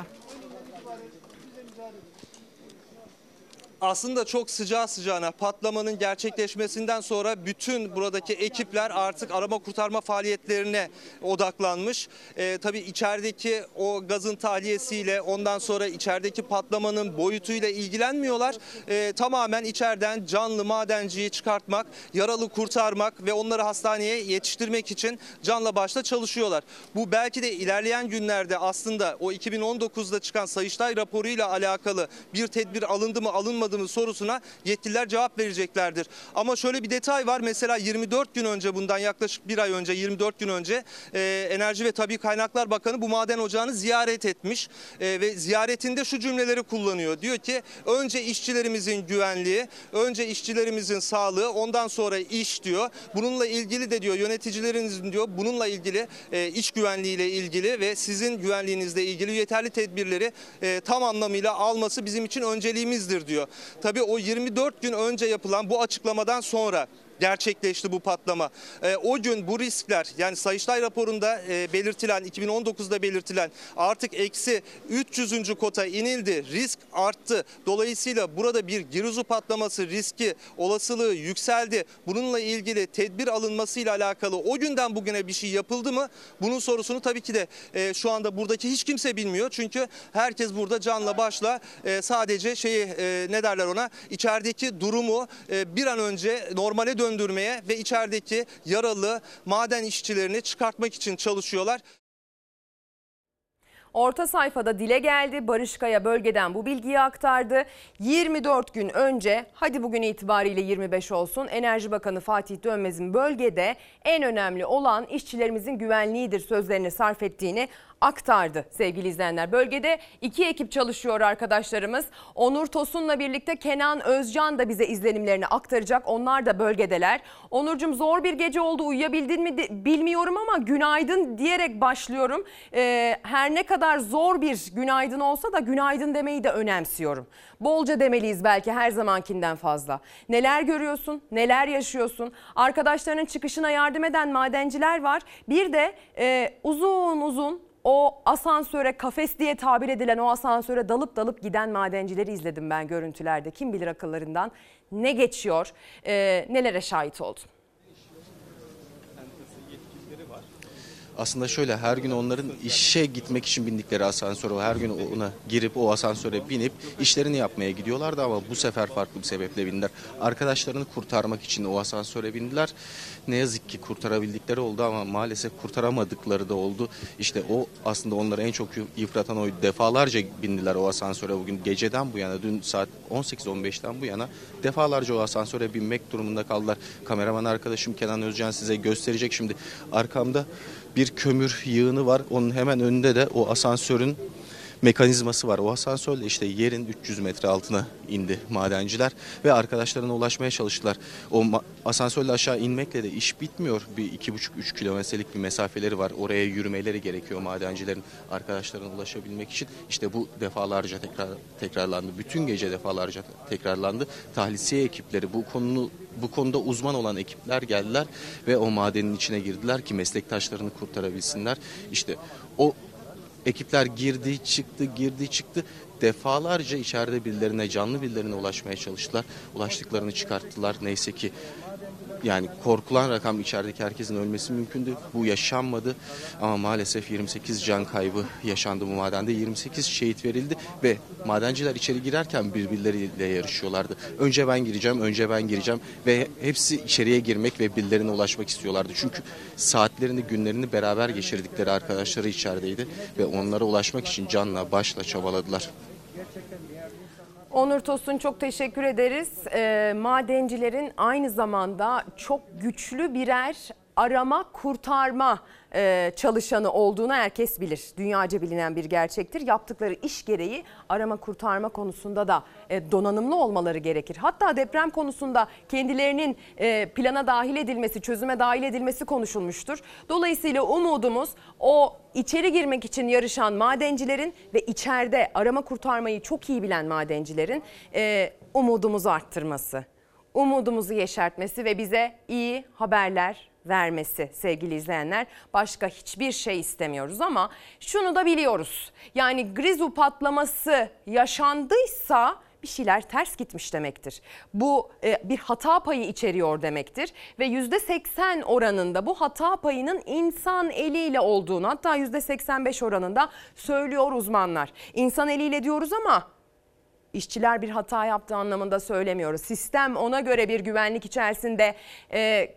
Aslında çok sıcağı sıcağına patlamanın gerçekleşmesinden sonra bütün buradaki ekipler artık arama kurtarma faaliyetlerine odaklanmış. Ee, tabii içerideki o gazın tahliyesiyle, ondan sonra içerideki patlamanın boyutuyla ilgilenmiyorlar. Ee, tamamen içeriden canlı madenciyi çıkartmak, yaralı kurtarmak ve onları hastaneye yetiştirmek için canla başla çalışıyorlar. Bu belki de ilerleyen günlerde aslında o iki bin on dokuzda çıkan Sayıştay raporuyla alakalı bir tedbir alındı mı alınmadı mı sorusuna yetkililer cevap vereceklerdir. Ama şöyle bir detay var. Mesela yirmi dört gün önce, bundan yaklaşık bir ay önce, yirmi dört gün önce e, Enerji ve Tabii Kaynaklar Bakanı bu maden ocağını ziyaret etmiş e, ve ziyaretinde şu cümleleri kullanıyor. Diyor ki önce işçilerimizin güvenliği, önce işçilerimizin sağlığı, ondan sonra iş diyor. Bununla ilgili de diyor yöneticilerinizin diyor bununla ilgili e, iş güvenliğiyle ilgili ve sizin güvenliğinizle ilgili yeterli tedbirleri e, tam anlamıyla alması bizim için önceliğimizdir diyor. Tabii o yirmi dört gün önce yapılan bu açıklamadan sonra gerçekleşti bu patlama. E, o gün bu riskler, yani Sayıştay raporunda e, belirtilen, iki bin on dokuzda belirtilen artık eksi üç yüzüncü kota inildi. Risk arttı. Dolayısıyla burada bir giruzu patlaması riski, olasılığı yükseldi. Bununla ilgili tedbir alınmasıyla alakalı o günden bugüne bir şey yapıldı mı? Bunun sorusunu tabii ki de e, şu anda buradaki hiç kimse bilmiyor. Çünkü herkes burada canla başla e, sadece şeyi e, ne derler ona, içerideki durumu e, bir an önce normale dönüştürüyor. döndürmeye ve içerideki yaralı maden işçilerini çıkartmak için çalışıyorlar. Orta sayfada dile geldi. Barış Kaya bölgeden bu bilgiyi aktardı. yirmi dört gün önce, hadi bugün itibariyle yirmi beş olsun, Enerji Bakanı Fatih Dönmez'in bölgede en önemli olan işçilerimizin güvenliğidir sözlerini sarf ettiğini aktardı sevgili izleyenler. Bölgede iki ekip çalışıyor arkadaşlarımız. Onur Tosun'la birlikte Kenan Özcan da bize izlenimlerini aktaracak. Onlar da bölgedeler. Onurcuğum, zor bir gece oldu, uyuyabildin mi bilmiyorum ama günaydın diyerek başlıyorum. Ee, her ne kadar zor bir günaydın olsa da günaydın demeyi de önemsiyorum. Bolca demeliyiz belki her zamankinden fazla. Neler görüyorsun, neler yaşıyorsun? Arkadaşlarının çıkışına yardım eden madenciler var. Bir de e, uzun uzun o asansöre, kafes diye tabir edilen o asansöre dalıp dalıp giden madencileri izledim ben görüntülerde. Kim bilir akıllarından ne geçiyor, e, nelere şahit oldun? Aslında şöyle, her gün onların işe gitmek için bindikleri asansöre, her gün ona girip o asansöre binip işlerini yapmaya gidiyorlardı ama bu sefer farklı bir sebeple bindiler. Arkadaşlarını kurtarmak için o asansöre bindiler. Ne yazık ki kurtarabildikleri oldu ama maalesef kurtaramadıkları da oldu. İşte o aslında onları en çok yıpratan oydu. Defalarca bindiler o asansöre bugün geceden bu yana, dün saat on sekiz on beşten bu yana defalarca o asansöre binmek durumunda kaldılar. Kameraman arkadaşım Kenan Özcan size gösterecek şimdi. Arkamda bir kömür yığını var. Onun hemen önünde de o asansörün mekanizması var. O asansörle işte yerin üç yüz metre altına indi madenciler ve arkadaşlarına ulaşmaya çalıştılar. O asansörle aşağı inmekle de iş bitmiyor. Bir iki buçuk üç kilometrelik bir mesafeleri var. Oraya yürümeleri gerekiyor madencilerin arkadaşlarına ulaşabilmek için. İşte bu defalarca tekrar tekrarlandı. Bütün gece defalarca tekrarlandı. Tahlisiye ekipleri bu konu bu konuda uzman olan ekipler geldiler ve o madenin içine girdiler ki meslektaşlarını kurtarabilsinler. İşte o ekipler girdi çıktı girdi çıktı defalarca içeride birilerine canlı birilerine ulaşmaya çalıştılar. Ulaştıklarını çıkarttılar. Neyse ki yani korkulan rakam içerideki herkesin ölmesi mümkündü. Bu yaşanmadı ama maalesef yirmi sekiz can kaybı yaşandı bu madende. yirmi sekiz şehit verildi ve madenciler içeri girerken birbirleriyle yarışıyorlardı. Önce ben gireceğim, önce ben gireceğim ve hepsi içeriye girmek ve birilerine ulaşmak istiyorlardı. Çünkü saatlerini, günlerini beraber geçirdikleri arkadaşları içerideydi ve onlara ulaşmak için canla başla çabaladılar. Onur Tosun, çok teşekkür ederiz. E, madencilerin aynı zamanda çok güçlü birer arama kurtarma e, çalışanı olduğunu herkes bilir. Dünyaca bilinen bir gerçektir. Yaptıkları iş gereği arama kurtarma konusunda da e, donanımlı olmaları gerekir. Hatta deprem konusunda kendilerinin e, plana dahil edilmesi, çözüme dahil edilmesi konuşulmuştur. Dolayısıyla umudumuz o içeri girmek için yarışan madencilerin ve içeride arama kurtarmayı çok iyi bilen madencilerin e, umudumuzu arttırması, umudumuzu yeşertmesi ve bize iyi haberler vermesi sevgili izleyenler. Başka hiçbir şey istemiyoruz ama şunu da biliyoruz. Yani Grizu patlaması yaşandıysa bir şeyler ters gitmiş demektir. Bu e, bir hata payı içeriyor demektir ve yüzde seksen oranında bu hata payının insan eliyle olduğunu, hatta yüzde seksen beş oranında söylüyor uzmanlar. İnsan eliyle diyoruz ama işçiler bir hata yaptığı anlamında söylemiyoruz. Sistem ona göre bir güvenlik içerisinde e,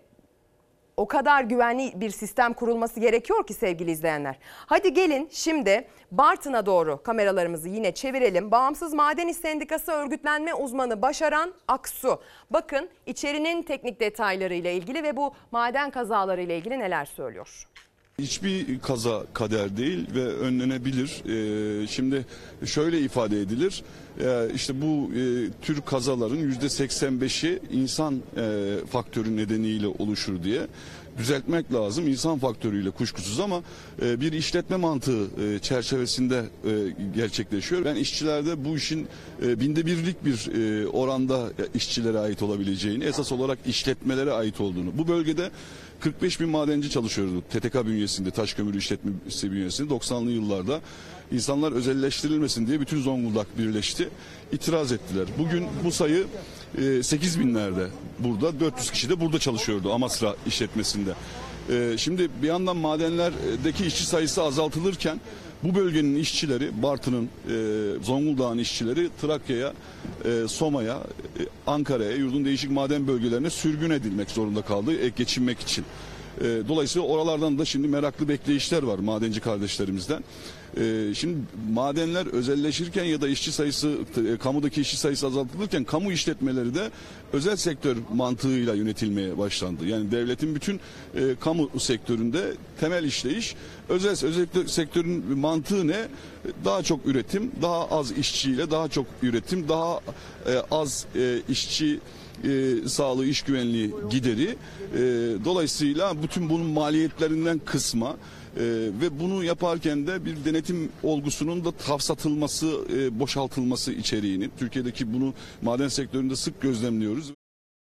o kadar güvenli bir sistem kurulması gerekiyor ki sevgili izleyenler. Hadi gelin şimdi Bartın'a doğru kameralarımızı yine çevirelim. Bağımsız Maden İş Sendikası örgütlenme uzmanı Başaran Aksu. Bakın içerinin teknik detaylarıyla ilgili ve bu maden kazaları ile ilgili neler söylüyor. Hiçbir kaza kader değil ve önlenebilir. Ee, şimdi şöyle ifade edilir. Ee, işte bu e, tür kazaların yüzde seksen beşi insan e, faktörü nedeniyle oluşur diye düzeltmek lazım. İnsan faktörüyle kuşkusuz ama e, bir işletme mantığı e, çerçevesinde e, gerçekleşiyor. Ben işçilerde bu işin e, binde birlik bir e, oranda işçilere ait olabileceğini, esas olarak işletmelere ait olduğunu, bu bölgede kırk beş bin madenci çalışıyordu T T K bünyesinde, taş kömürü işletmesi bünyesinde doksanlı yıllarda. İnsanlar özelleştirilmesin diye bütün Zonguldak birleşti, itiraz ettiler. Bugün bu sayı sekiz binlerde, burada dört yüz kişi de burada çalışıyordu Amasra işletmesinde. Şimdi bir yandan madenlerdeki işçi sayısı azaltılırken bu bölgenin işçileri, Bartın'ın, Zonguldak'ın işçileri Trakya'ya, Soma'ya, Ankara'ya, yurdun değişik maden bölgelerine sürgün edilmek zorunda kaldı geçinmek için. Dolayısıyla oralardan da şimdi meraklı bekleyişler var madenci kardeşlerimizden. Şimdi madenler özelleşirken ya da işçi sayısı, kamudaki işçi sayısı azaltılırken kamu işletmeleri de özel sektör mantığıyla yönetilmeye başlandı. Yani devletin bütün kamu sektöründe temel işleyiş özel, özel sektörün mantığı ne? Daha çok üretim, daha az işçiyle daha çok üretim, daha az işçi E, sağlığı, iş güvenliği gideri. E, dolayısıyla bütün bunun maliyetlerinden kısma e, ve bunu yaparken de bir denetim olgusunun da tavsatılması, e, boşaltılması içeriğini, Türkiye'deki bunu maden sektöründe sık gözlemliyoruz.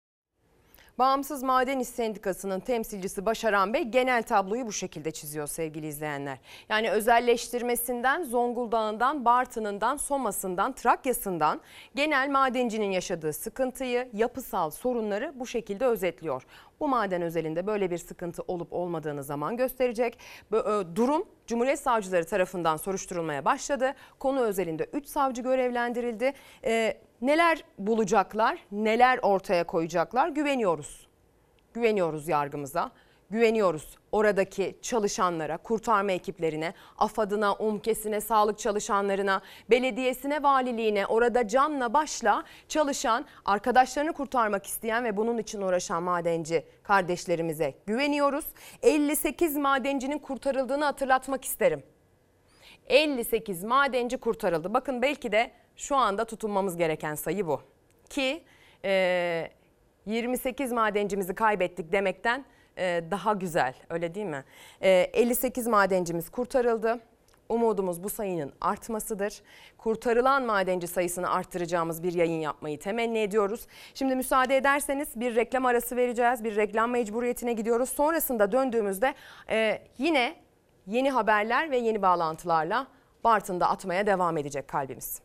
Bağımsız Maden İş Sendikası'nın temsilcisi Başaran Bey genel tabloyu bu şekilde çiziyor sevgili izleyenler. Yani özelleştirmesinden, Zonguldak'ından, Bartın'ından, Soma'sından, Trakya'sından genel madencinin yaşadığı sıkıntıyı, yapısal sorunları bu şekilde özetliyor. Bu maden özelinde böyle bir sıkıntı olup olmadığını zaman gösterecek. Durum Cumhuriyet Savcıları tarafından soruşturulmaya başladı. Konu özelinde üç savcı görevlendirildi. Ee, neler bulacaklar, neler ortaya koyacaklar güveniyoruz. Güveniyoruz yargımıza. Güveniyoruz oradaki çalışanlara, kurtarma ekiplerine, AFAD'ına, UMKES'ine, sağlık çalışanlarına, belediyesine, valiliğine, orada canla başla çalışan, arkadaşlarını kurtarmak isteyen ve bunun için uğraşan madenci kardeşlerimize güveniyoruz. elli sekiz madencinin kurtarıldığını hatırlatmak isterim. elli sekiz madenci kurtarıldı. Bakın belki de şu anda tutunmamız gereken sayı bu. Ki e, yirmi sekiz madencimizi kaybettik demekten e, daha güzel, öyle değil mi? E, elli sekiz madencimiz kurtarıldı. Umudumuz bu sayının artmasıdır. Kurtarılan madenci sayısını arttıracağımız bir yayın yapmayı temenni ediyoruz. Şimdi müsaade ederseniz bir reklam arası vereceğiz. Bir reklam mecburiyetine gidiyoruz. Sonrasında döndüğümüzde e, yine yeni haberler ve yeni bağlantılarla Bartın'da atmaya devam edecek kalbimiz.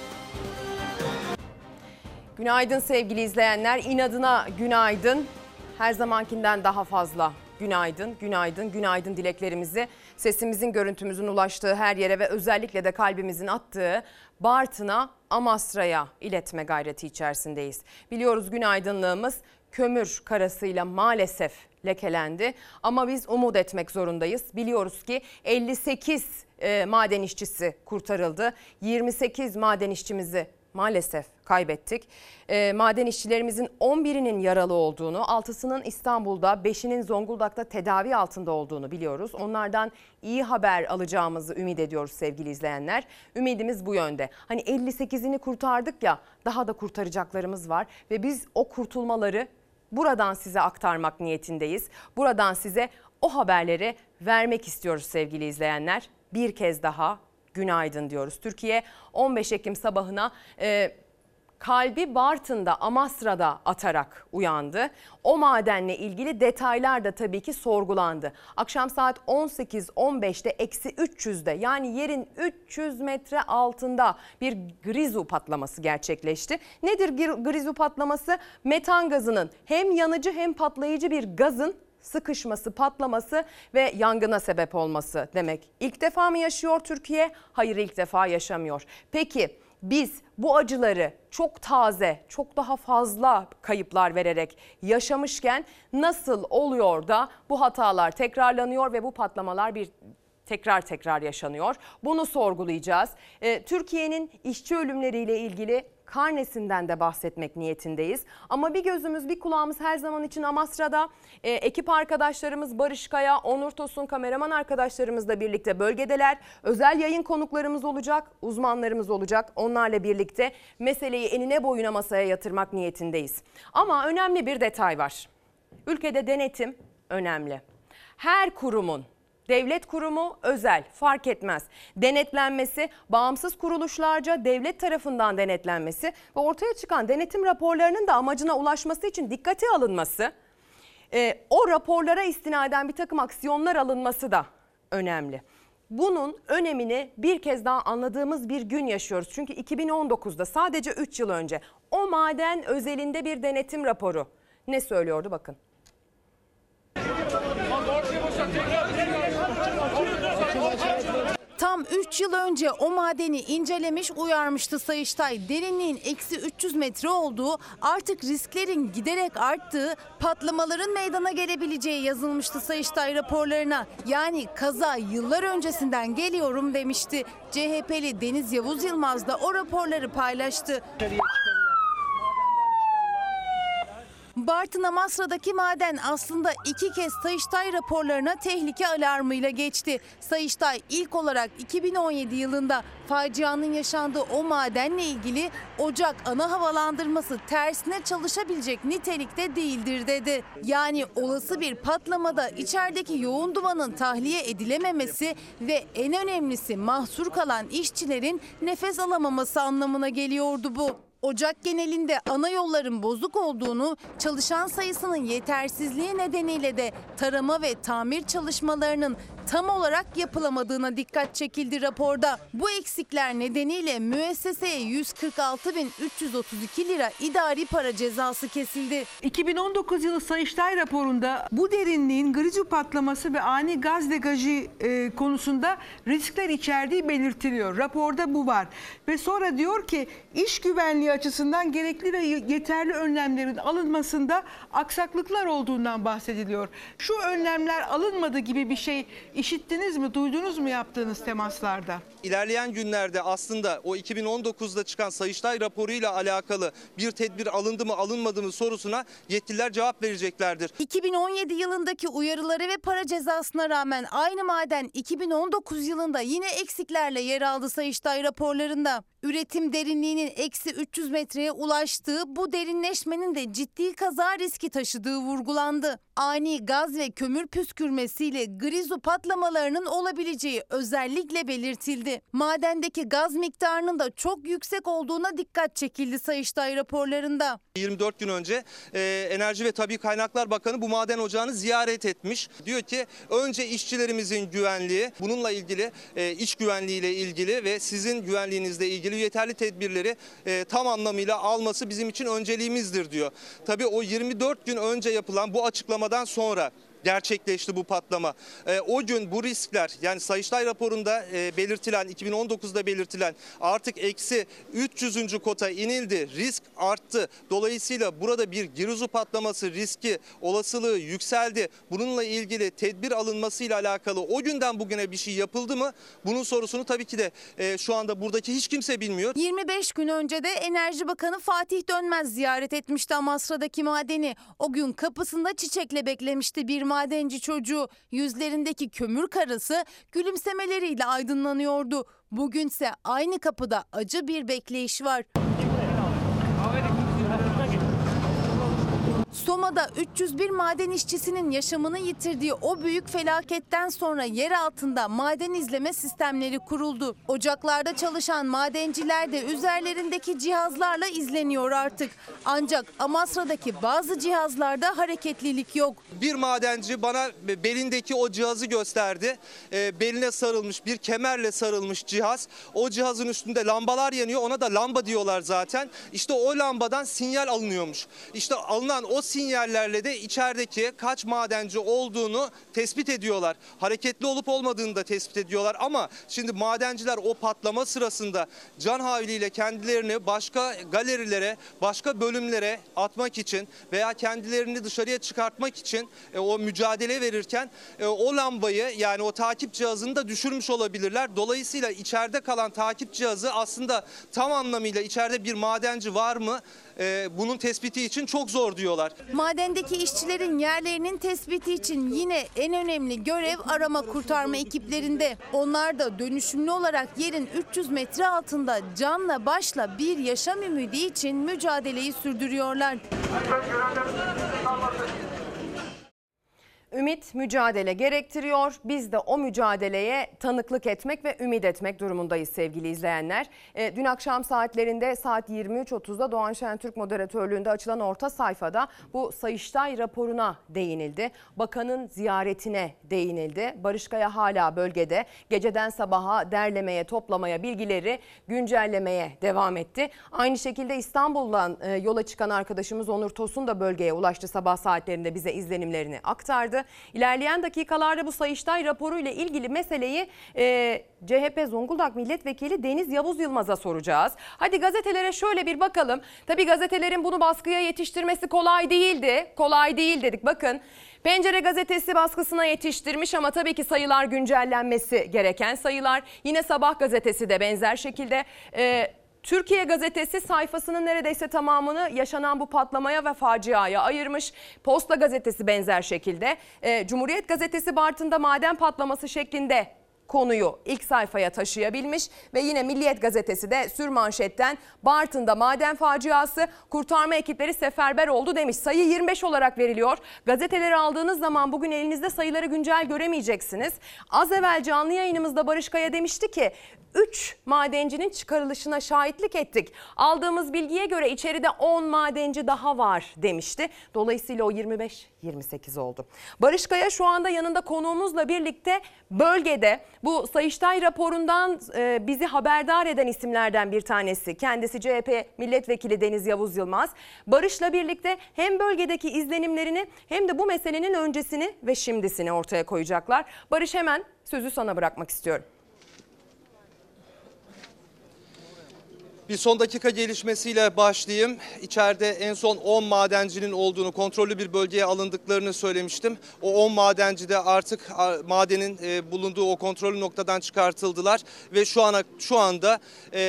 Günaydın sevgili izleyenler. İnadına günaydın. Her zamankinden daha fazla günaydın, günaydın, günaydın dileklerimizi sesimizin, görüntümüzün ulaştığı her yere ve özellikle de kalbimizin attığı Bartın'a, Amasra'ya iletme gayreti içerisindeyiz. Biliyoruz günaydınlığımız kömür karasıyla maalesef lekelendi ama biz umut etmek zorundayız. Biliyoruz ki elli sekiz e, maden işçisi kurtarıldı. yirmi sekiz maden işçimizi maalesef kaybettik. E, maden işçilerimizin on birinin yaralı olduğunu, altısının İstanbul'da, beşinin Zonguldak'ta tedavi altında olduğunu biliyoruz. Onlardan iyi haber alacağımızı ümit ediyoruz sevgili izleyenler. Ümidimiz bu yönde. Hani elli sekizini kurtardık ya, daha da kurtaracaklarımız var ve biz o kurtulmaları buradan size aktarmak niyetindeyiz. Buradan size o haberleri vermek istiyoruz sevgili izleyenler. Bir kez daha günaydın diyoruz. Türkiye on beş Ekim sabahına e, kalbi Bartın'da, Amasra'da atarak uyandı. O madenle ilgili detaylar da tabii ki sorgulandı. Akşam saat on sekiz on beşte eksi üç yüzde yani yerin üç yüz metre altında bir grizu patlaması gerçekleşti. Nedir grizu patlaması? Metan gazının hem yanıcı hem patlayıcı bir gazın sıkışması, patlaması ve yangına sebep olması demek. İlk defa mı yaşıyor Türkiye? Hayır, ilk defa yaşamıyor. Peki biz bu acıları çok taze, çok daha fazla kayıplar vererek yaşamışken nasıl oluyor da bu hatalar tekrarlanıyor ve bu patlamalar bir tekrar tekrar yaşanıyor? Bunu sorgulayacağız. Ee, Türkiye'nin işçi ölümleriyle ilgili karnesinden de bahsetmek niyetindeyiz. Ama bir gözümüz bir kulağımız her zaman için Amasra'da. Ee, ekip arkadaşlarımız Barış Kaya, Onur Tosun, kameraman arkadaşlarımızla birlikte bölgedeler. Özel yayın konuklarımız olacak, uzmanlarımız olacak. Onlarla birlikte meseleyi enine boyuna masaya yatırmak niyetindeyiz. Ama önemli bir detay var. Ülkede denetim önemli. Her kurumun, devlet kurumu, özel fark etmez, denetlenmesi, bağımsız kuruluşlarca devlet tarafından denetlenmesi ve ortaya çıkan denetim raporlarının da amacına ulaşması için dikkate alınması, e, o raporlara istinaden bir takım aksiyonlar alınması da önemli. Bunun önemini bir kez daha anladığımız bir gün yaşıyoruz. Çünkü iki bin on dokuzda sadece üç yıl önce o maden özelinde bir denetim raporu ne söylüyordu bakın. Tam üç yıl önce o madeni incelemiş, uyarmıştı Sayıştay. Derinliğin eksi üç yüz metre olduğu, artık risklerin giderek arttığı, patlamaların meydana gelebileceği yazılmıştı Sayıştay raporlarına. Yani kaza yıllar öncesinden geliyorum demişti. C H P'li Deniz Yavuz Yılmaz da o raporları paylaştı. Bartın Amasra'daki maden aslında iki kez Sayıştay raporlarına tehlike alarmıyla geçti. Sayıştay ilk olarak iki bin on yedi yılında facianın yaşandığı o madenle ilgili ocak ana havalandırması tersine çalışabilecek nitelikte değildir dedi. Yani olası bir patlamada içerideki yoğun dumanın tahliye edilememesi ve en önemlisi mahsur kalan işçilerin nefes alamaması anlamına geliyordu bu. Ocak genelinde ana yolların bozuk olduğunu, çalışan sayısının yetersizliği nedeniyle de tarama ve tamir çalışmalarının tam olarak yapılamadığına dikkat çekildi raporda. Bu eksikler nedeniyle müesseseye yüz kırk altı bin üç yüz otuz iki lira idari para cezası kesildi. iki bin on dokuz yılı Sayıştay raporunda bu derinliğin grizu patlaması ve ani gaz degajı e, konusunda riskler içerdiği belirtiliyor. Raporda bu var. Ve sonra diyor ki iş güvenliği açısından gerekli ve yeterli önlemlerin alınmasında aksaklıklar olduğundan bahsediliyor. Şu önlemler alınmadı gibi bir şey işittiniz mi, duydunuz mu yaptığınız temaslarda? İlerleyen günlerde aslında o iki bin on dokuzda çıkan Sayıştay raporuyla alakalı bir tedbir alındı mı alınmadı mı sorusuna yetkililer cevap vereceklerdir. iki bin on yedi yılındaki uyarıları ve para cezasına rağmen aynı maden iki bin on dokuz yılında yine eksiklerle yer aldı Sayıştay raporlarında. Üretim derinliğinin eksi üç yüz metreye ulaştığı, bu derinleşmenin de ciddi kaza riski taşıdığı vurgulandı. Ani gaz ve kömür püskürmesiyle grizu patlamalarının olabileceği özellikle belirtildi. Madendeki gaz miktarının da çok yüksek olduğuna dikkat çekildi Sayıştay raporlarında. yirmi dört gün önce e, Enerji ve Tabii Kaynaklar Bakanı bu maden ocağını ziyaret etmiş. Diyor ki önce işçilerimizin güvenliği, bununla ilgili e, iç güvenliğiyle ilgili ve sizin güvenliğinizle ilgili yeterli tedbirleri e, tam anlamıyla alması bizim için önceliğimizdir diyor. Tabii o yirmi dört gün önce yapılan bu açıklamadan sonra gerçekleşti bu patlama. E, o gün bu riskler, yani Sayıştay raporunda e, belirtilen, iki bin on dokuzda belirtilen artık eksi üç yüzüncü kota inildi. Risk arttı. Dolayısıyla burada bir giruzu patlaması riski, olasılığı yükseldi. Bununla ilgili tedbir alınmasıyla alakalı o günden bugüne bir şey yapıldı mı? Bunun sorusunu tabii ki de e, şu anda buradaki hiç kimse bilmiyor. yirmi beş gün önce de Enerji Bakanı Fatih Dönmez ziyaret etmişti Amasra'daki madeni. O gün kapısında çiçekle beklemişti bir madenci çocuğu. Yüzlerindeki kömür karası gülümsemeleriyle aydınlanıyordu. Bugünse aynı kapıda acı bir bekleyiş var. Soma'da üç yüz bir maden işçisinin yaşamını yitirdiği o büyük felaketten sonra yer altında maden izleme sistemleri kuruldu. Ocaklarda çalışan madenciler de üzerlerindeki cihazlarla izleniyor artık. Ancak Amasra'daki bazı cihazlarda hareketlilik yok. Bir madenci bana belindeki o cihazı gösterdi. E, beline sarılmış, bir kemerle sarılmış cihaz. O cihazın üstünde lambalar yanıyor. Ona da lamba diyorlar zaten. İşte o lambadan sinyal alınıyormuş. İşte alınan o sinyallerle de içerideki kaç madenci olduğunu tespit ediyorlar. Hareketli olup olmadığını da tespit ediyorlar. Ama şimdi madenciler o patlama sırasında can havliyle kendilerini başka galerilere, başka bölümlere atmak için veya kendilerini dışarıya çıkartmak için e, o mücadele verirken e, o lambayı, yani o takip cihazını da düşürmüş olabilirler. Dolayısıyla içeride kalan takip cihazı aslında tam anlamıyla içeride bir madenci var mı? E, bunun tespiti için çok zor diyorlar. Madendeki işçilerin yerlerinin tespiti için yine en önemli görev arama kurtarma ekiplerinde. Onlar da dönüşümlü olarak yerin üç yüz metre altında canla başla bir yaşam ümidi için mücadeleyi sürdürüyorlar. Ümit mücadele gerektiriyor. Biz de o mücadeleye tanıklık etmek ve ümit etmek durumundayız sevgili izleyenler. E, dün akşam saatlerinde saat yirmi üç otuzda Doğan Şentürk moderatörlüğünde açılan orta sayfada bu Sayıştay raporuna değinildi. Bakanın ziyaretine değinildi. Barış Kaya hala bölgede. Geceden sabaha derlemeye, toplamaya, bilgileri güncellemeye devam etti. Aynı şekilde İstanbul'dan e, yola çıkan arkadaşımız Onur Tosun da bölgeye ulaştı. Sabah saatlerinde bize izlenimlerini aktardı. İlerleyen dakikalarda bu Sayıştay raporuyla ilgili meseleyi e, C H P Zonguldak Milletvekili Deniz Yavuz Yılmaz'a soracağız. Hadi gazetelere şöyle bir bakalım. Tabii gazetelerin bunu baskıya yetiştirmesi kolay değildi. Kolay değil dedik. Bakın, Pencere gazetesi baskısına yetiştirmiş ama tabii ki sayılar güncellenmesi gereken sayılar. Yine Sabah gazetesi de benzer şekilde... E, Türkiye gazetesi sayfasının neredeyse tamamını yaşanan bu patlamaya ve faciaya ayırmış. Posta gazetesi benzer şekilde. E, Cumhuriyet gazetesi Bartın'da maden patlaması şeklinde konuyu ilk sayfaya taşıyabilmiş ve yine Milliyet gazetesi de sürmanşetten Bartın'da maden faciası, kurtarma ekipleri seferber oldu demiş. Sayı yirmi beş olarak veriliyor. Gazeteleri aldığınız zaman bugün elinizde sayıları güncel göremeyeceksiniz. Az evvel canlı yayınımızda Barış Kaya demişti ki üç madencinin çıkarılışına şahitlik ettik. Aldığımız bilgiye göre içeride on madenci daha var demişti. Dolayısıyla o yirmi beş yirmi sekiz oldu. Barış Kaya şu anda yanında konuğumuzla birlikte bölgede. Bu Sayıştay raporundan e, bizi haberdar eden isimlerden bir tanesi. Kendisi C H P Milletvekili Deniz Yavuz Yılmaz. Barış'la birlikte hem bölgedeki izlenimlerini hem de bu meselenin öncesini ve şimdisini ortaya koyacaklar. Barış, hemen sözü sana bırakmak istiyorum. Bir son dakika gelişmesiyle başlayayım. İçeride en son on madencinin olduğunu, kontrollü bir bölgeye alındıklarını söylemiştim. O on madenci de artık madenin bulunduğu o kontrollü noktadan çıkartıldılar ve şu ana şu anda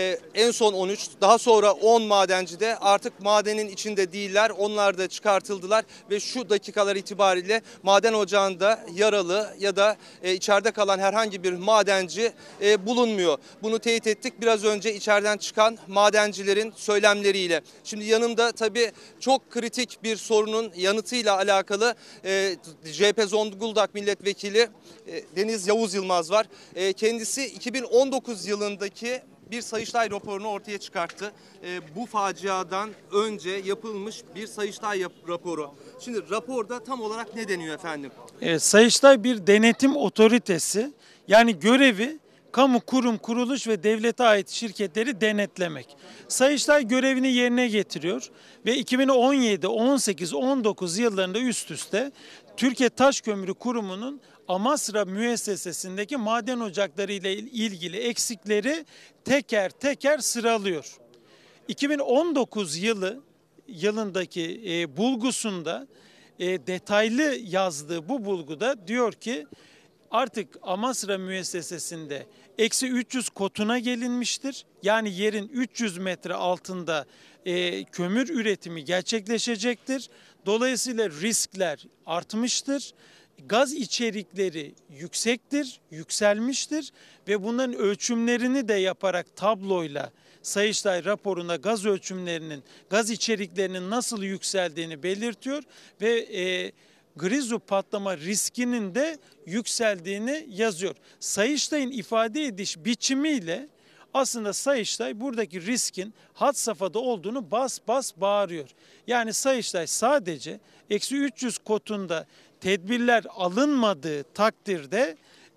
en son on üç, daha sonra on madenci de artık madenin içinde değiller. Onlar da çıkartıldılar ve şu dakikalar itibariyle maden ocağında yaralı ya da içeride kalan herhangi bir madenci bulunmuyor. Bunu teyit ettik biraz önce içeriden çıkan madencilerin söylemleriyle. Şimdi yanımda tabii çok kritik bir sorunun yanıtıyla alakalı e, C H P Zonguldak Milletvekili e, Deniz Yavuz Yılmaz var. E, kendisi iki bin on dokuz yılındaki bir Sayıştay raporunu ortaya çıkarttı. E, bu faciadan önce yapılmış bir Sayıştay raporu. Şimdi raporda tam olarak ne deniyor efendim? Evet, Sayıştay bir denetim otoritesi. Yani görevi kamu kurum, kuruluş ve devlete ait şirketleri denetlemek. Sayıştay görevini yerine getiriyor ve iki bin on yedi, on sekiz, on dokuz yıllarında üst üste Türkiye Taş Kömürü Kurumu'nun Amasra müessesesindeki maden ocakları ile ilgili eksikleri teker teker sıralıyor. iki bin on dokuz yılı yılındaki e, bulgusunda e, detaylı yazdığı bu bulguda diyor ki artık Amasra müessesesinde eksi üç yüz kotuna gelinmiştir. Yani yerin üç yüz metre altında e, kömür üretimi gerçekleşecektir. Dolayısıyla riskler artmıştır. Gaz içerikleri yüksektir, yükselmiştir ve bunların ölçümlerini de yaparak tabloyla Sayıştay raporunda gaz ölçümlerinin, gaz içeriklerinin nasıl yükseldiğini belirtiyor ve e, Grizu patlama riskinin de yükseldiğini yazıyor. Sayıştay'ın ifade ediş biçimiyle aslında Sayıştay buradaki riskin had safhada olduğunu bas bas bağırıyor. Yani Sayıştay sadece eksi üç yüz kotunda tedbirler alınmadığı takdirde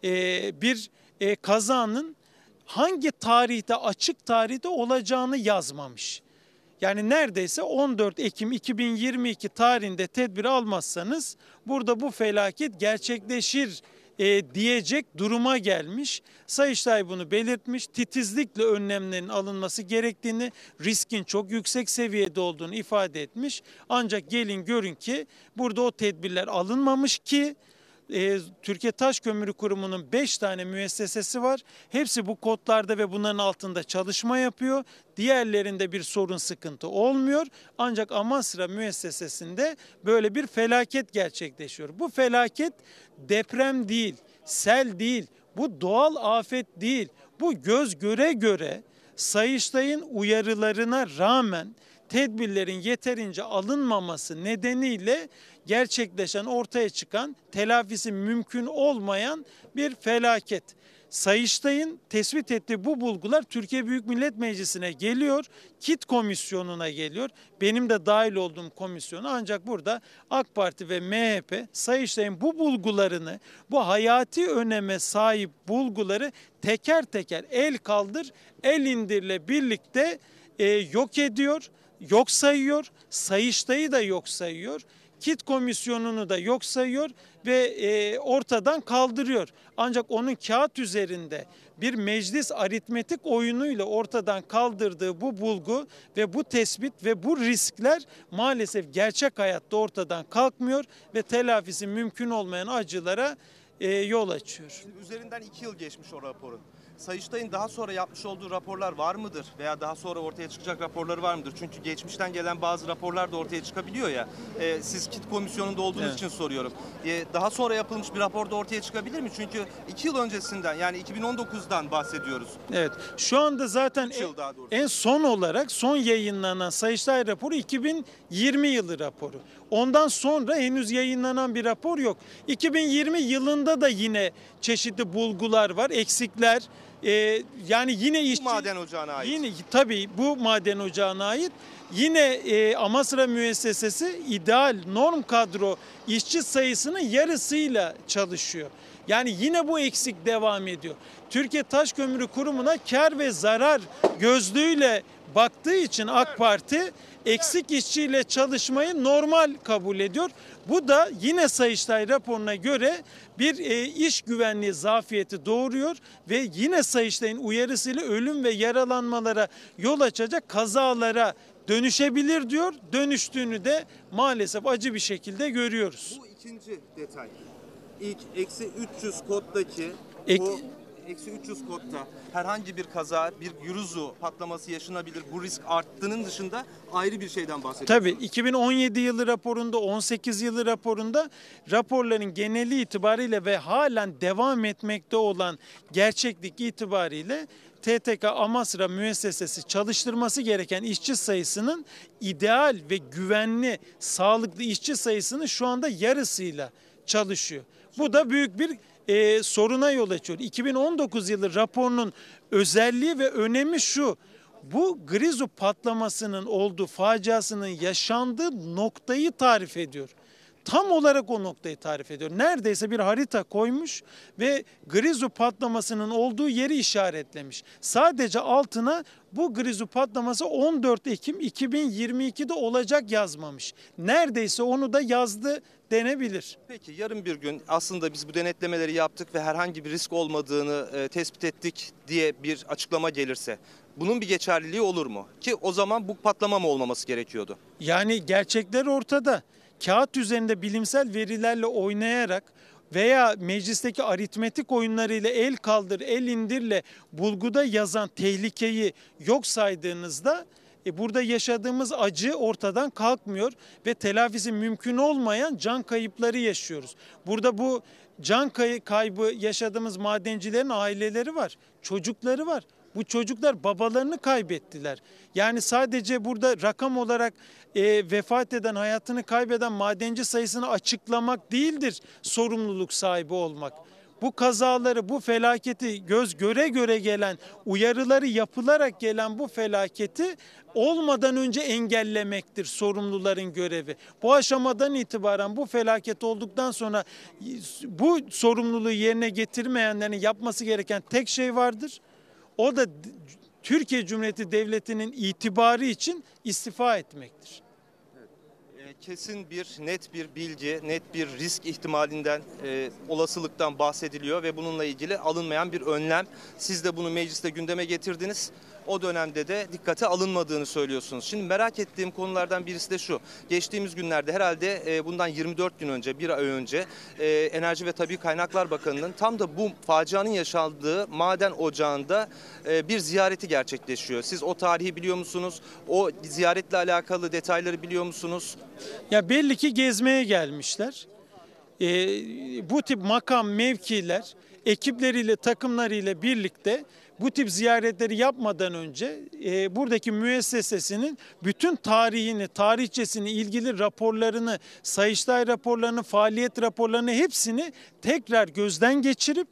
e, bir e, kazanın hangi tarihte, açık tarihte olacağını yazmamış. Yani neredeyse on dört Ekim iki bin yirmi iki tarihinde tedbir almazsanız burada bu felaket gerçekleşir e, diyecek duruma gelmiş. Sayıştay bunu belirtmiş. Titizlikle önlemlerin alınması gerektiğini, riskin çok yüksek seviyede olduğunu ifade etmiş. Ancak gelin görün ki burada o tedbirler alınmamış ki e, Türkiye Taş Kömürü Kurumu'nun beş tane müessesesi var. Hepsi bu kodlarda ve bunların altında çalışma yapıyor. Diğerlerinde bir sorun, sıkıntı olmuyor. Ancak Amasra müessesesinde böyle bir felaket gerçekleşiyor. Bu felaket deprem değil, sel değil, bu doğal afet değil. Bu göz göre göre Sayıştay'ın uyarılarına rağmen tedbirlerin yeterince alınmaması nedeniyle gerçekleşen, ortaya çıkan, telafisi mümkün olmayan bir felaket. Sayıştay'ın tespit ettiği bu bulgular Türkiye Büyük Millet Meclisi'ne geliyor, KİT komisyonuna geliyor. Benim de dahil olduğum komisyona, ancak burada AK Parti ve M H P Sayıştay'ın bu bulgularını, bu hayati öneme sahip bulguları teker teker el kaldır, el indirle birlikte e, yok ediyor, yok sayıyor, Sayıştay'ı da yok sayıyor. KİT komisyonunu da yok sayıyor ve e, ortadan kaldırıyor. Ancak onun kağıt üzerinde bir meclis aritmetik oyunuyla ortadan kaldırdığı bu bulgu ve bu tespit ve bu riskler maalesef gerçek hayatta ortadan kalkmıyor ve telafisi mümkün olmayan acılara e, yol açıyor. Şimdi üzerinden iki yıl geçmiş o raporun. Sayıştay'ın daha sonra yapmış olduğu raporlar var mıdır? Veya daha sonra ortaya çıkacak raporları var mıdır? Çünkü geçmişten gelen bazı raporlar da ortaya çıkabiliyor ya. E, siz KİT komisyonunda olduğunuz evet. için soruyorum. E, daha sonra yapılmış bir rapor da ortaya çıkabilir mi? Çünkü iki yıl öncesinden, yani iki bin on dokuzdan bahsediyoruz. Evet. Şu anda zaten en, en son olarak son yayınlanan Sayıştay raporu iki bin yirmi yılı raporu. Ondan sonra henüz yayınlanan bir rapor yok. iki bin yirmi yılında da yine çeşitli bulgular var, eksikler. Ee, yani yine işçi, bu maden ocağına ait. Yine tabii bu maden ocağına ait. Yine e, Amasra müessesesi ideal norm kadro işçi sayısının yarısıyla çalışıyor. Yani yine bu eksik devam ediyor. Türkiye Taş Kömürü Kurumu'na kar ve zarar gözlüğüyle baktığı için AK Parti eksik işçiyle çalışmayı normal kabul ediyor. Bu da yine Sayıştay raporuna göre bir e, iş güvenliği zafiyeti doğuruyor ve yine Sayıştay'ın uyarısıyla ölüm ve yaralanmalara yol açacak kazalara dönüşebilir diyor. Dönüştüğünü de maalesef acı bir şekilde görüyoruz. Bu ikinci detay. İlk eksi üç yüz koddaki Ek- bu eksi üç yüz kodda herhangi bir kaza, bir Gruzo patlaması yaşanabilir. Bu risk arttığının dışında ayrı bir şeyden bahsediyorsunuz. Tabii iki bin on yedi yılı raporunda, on sekiz yılı raporunda raporların geneli itibariyle ve halen devam etmekte olan gerçeklik itibariyle T T K Amasra müessesesi çalıştırması gereken işçi sayısının ideal ve güvenli, sağlıklı işçi sayısının şu anda yarısıyla çalışıyor. Bu da büyük bir e, soruna yol açıyor. iki bin on dokuz yılı raporunun özelliği ve önemi şu: bu Grizu patlamasının olduğu, faciasının yaşandığı noktayı tarif ediyor. Tam olarak o noktayı tarif ediyor. Neredeyse bir harita koymuş ve Grizu patlamasının olduğu yeri işaretlemiş. Sadece altına bu Grizu patlaması on dört Ekim iki bin yirmi iki'de olacak yazmamış. Neredeyse onu da yazdı denebilir. Peki yarın bir gün aslında biz bu denetlemeleri yaptık ve herhangi bir risk olmadığını e, tespit ettik diye bir açıklama gelirse bunun bir geçerliliği olur mu? Ki o zaman bu patlama mı olmaması gerekiyordu? Yani gerçekler ortada. Kağıt üzerinde bilimsel verilerle oynayarak veya meclisteki aritmetik oyunlarıyla el kaldır, el indirle bulguda yazan tehlikeyi yok saydığınızda e, burada yaşadığımız acı ortadan kalkmıyor ve telafisi mümkün olmayan can kayıpları yaşıyoruz. Burada bu can kay- kaybı yaşadığımız madencilerin aileleri var, çocukları var. Bu çocuklar babalarını kaybettiler. Yani sadece burada rakam olarak e, vefat eden, hayatını kaybeden madenci sayısını açıklamak değildir sorumluluk sahibi olmak. Bu kazaları, bu felaketi göz göre göre gelen, uyarıları yapılarak gelen bu felaketi olmadan önce engellemektir sorumluların görevi. Bu aşamadan itibaren bu felaket olduktan sonra bu sorumluluğu yerine getirmeyenlerin yapması gereken tek şey vardır. O da Türkiye Cumhuriyeti Devleti'nin itibarı için istifa etmektir. Kesin bir, net bir bilgi, net bir risk ihtimalinden, e, olasılıktan bahsediliyor ve bununla ilgili alınmayan bir önlem. Siz de bunu mecliste gündeme getirdiniz. O dönemde de dikkate alınmadığını söylüyorsunuz. Şimdi merak ettiğim konulardan birisi de şu. Geçtiğimiz günlerde herhalde e, bundan yirmi dört gün önce, bir ay önce e, Enerji ve Tabii Kaynaklar Bakanı'nın tam da bu facianın yaşandığı maden ocağında e, bir ziyareti gerçekleşiyor. Siz o tarihi biliyor musunuz? O ziyaretle alakalı detayları biliyor musunuz? Ya belli ki gezmeye gelmişler. Ee, bu tip makam, mevkiler ekipleriyle, takımlarıyla birlikte bu tip ziyaretleri yapmadan önce e, buradaki müessesesinin bütün tarihini, tarihçesini, ilgili raporlarını, Sayıştay raporlarını, faaliyet raporlarını hepsini tekrar gözden geçirip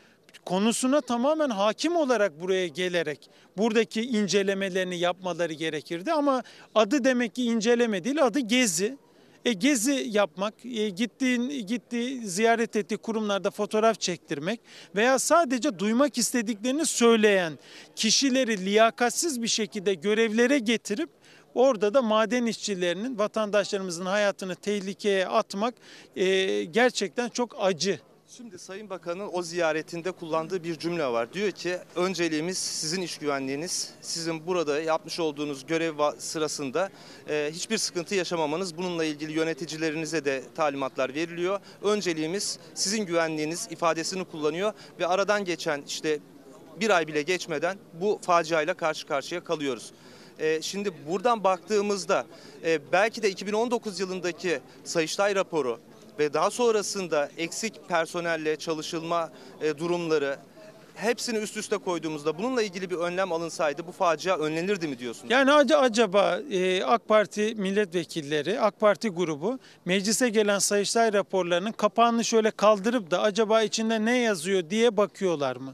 konusuna tamamen hakim olarak buraya gelerek buradaki incelemelerini yapmaları gerekirdi. Ama adı demek ki inceleme değil, adı gezi. E, gezi yapmak, e, gittiğin, gittiği, ziyaret ettiği kurumlarda fotoğraf çektirmek veya sadece duymak istediklerini söyleyen kişileri liyakatsiz bir şekilde görevlere getirip orada da maden işçilerinin, vatandaşlarımızın hayatını tehlikeye atmak e, gerçekten çok acı. Şimdi Sayın Bakan'ın o ziyaretinde kullandığı bir cümle var. Diyor ki önceliğimiz sizin iş güvenliğiniz. Sizin burada yapmış olduğunuz görev sırasında e, hiçbir sıkıntı yaşamamanız. Bununla ilgili yöneticilerinize de talimatlar veriliyor. Önceliğimiz sizin güvenliğiniz ifadesini kullanıyor ve aradan geçen işte bir ay bile geçmeden bu faciayla karşı karşıya kalıyoruz. E, şimdi buradan baktığımızda e, belki de iki bin on dokuz yılındaki Sayıştay raporu ve daha sonrasında eksik personelle çalışılma e, durumları hepsini üst üste koyduğumuzda bununla ilgili bir önlem alınsaydı bu facia önlenirdi mi diyorsunuz? Yani acaba e, AK Parti milletvekilleri, AK Parti grubu meclise gelen Sayıştay raporlarının kapağını şöyle kaldırıp da acaba içinde ne yazıyor diye bakıyorlar mı?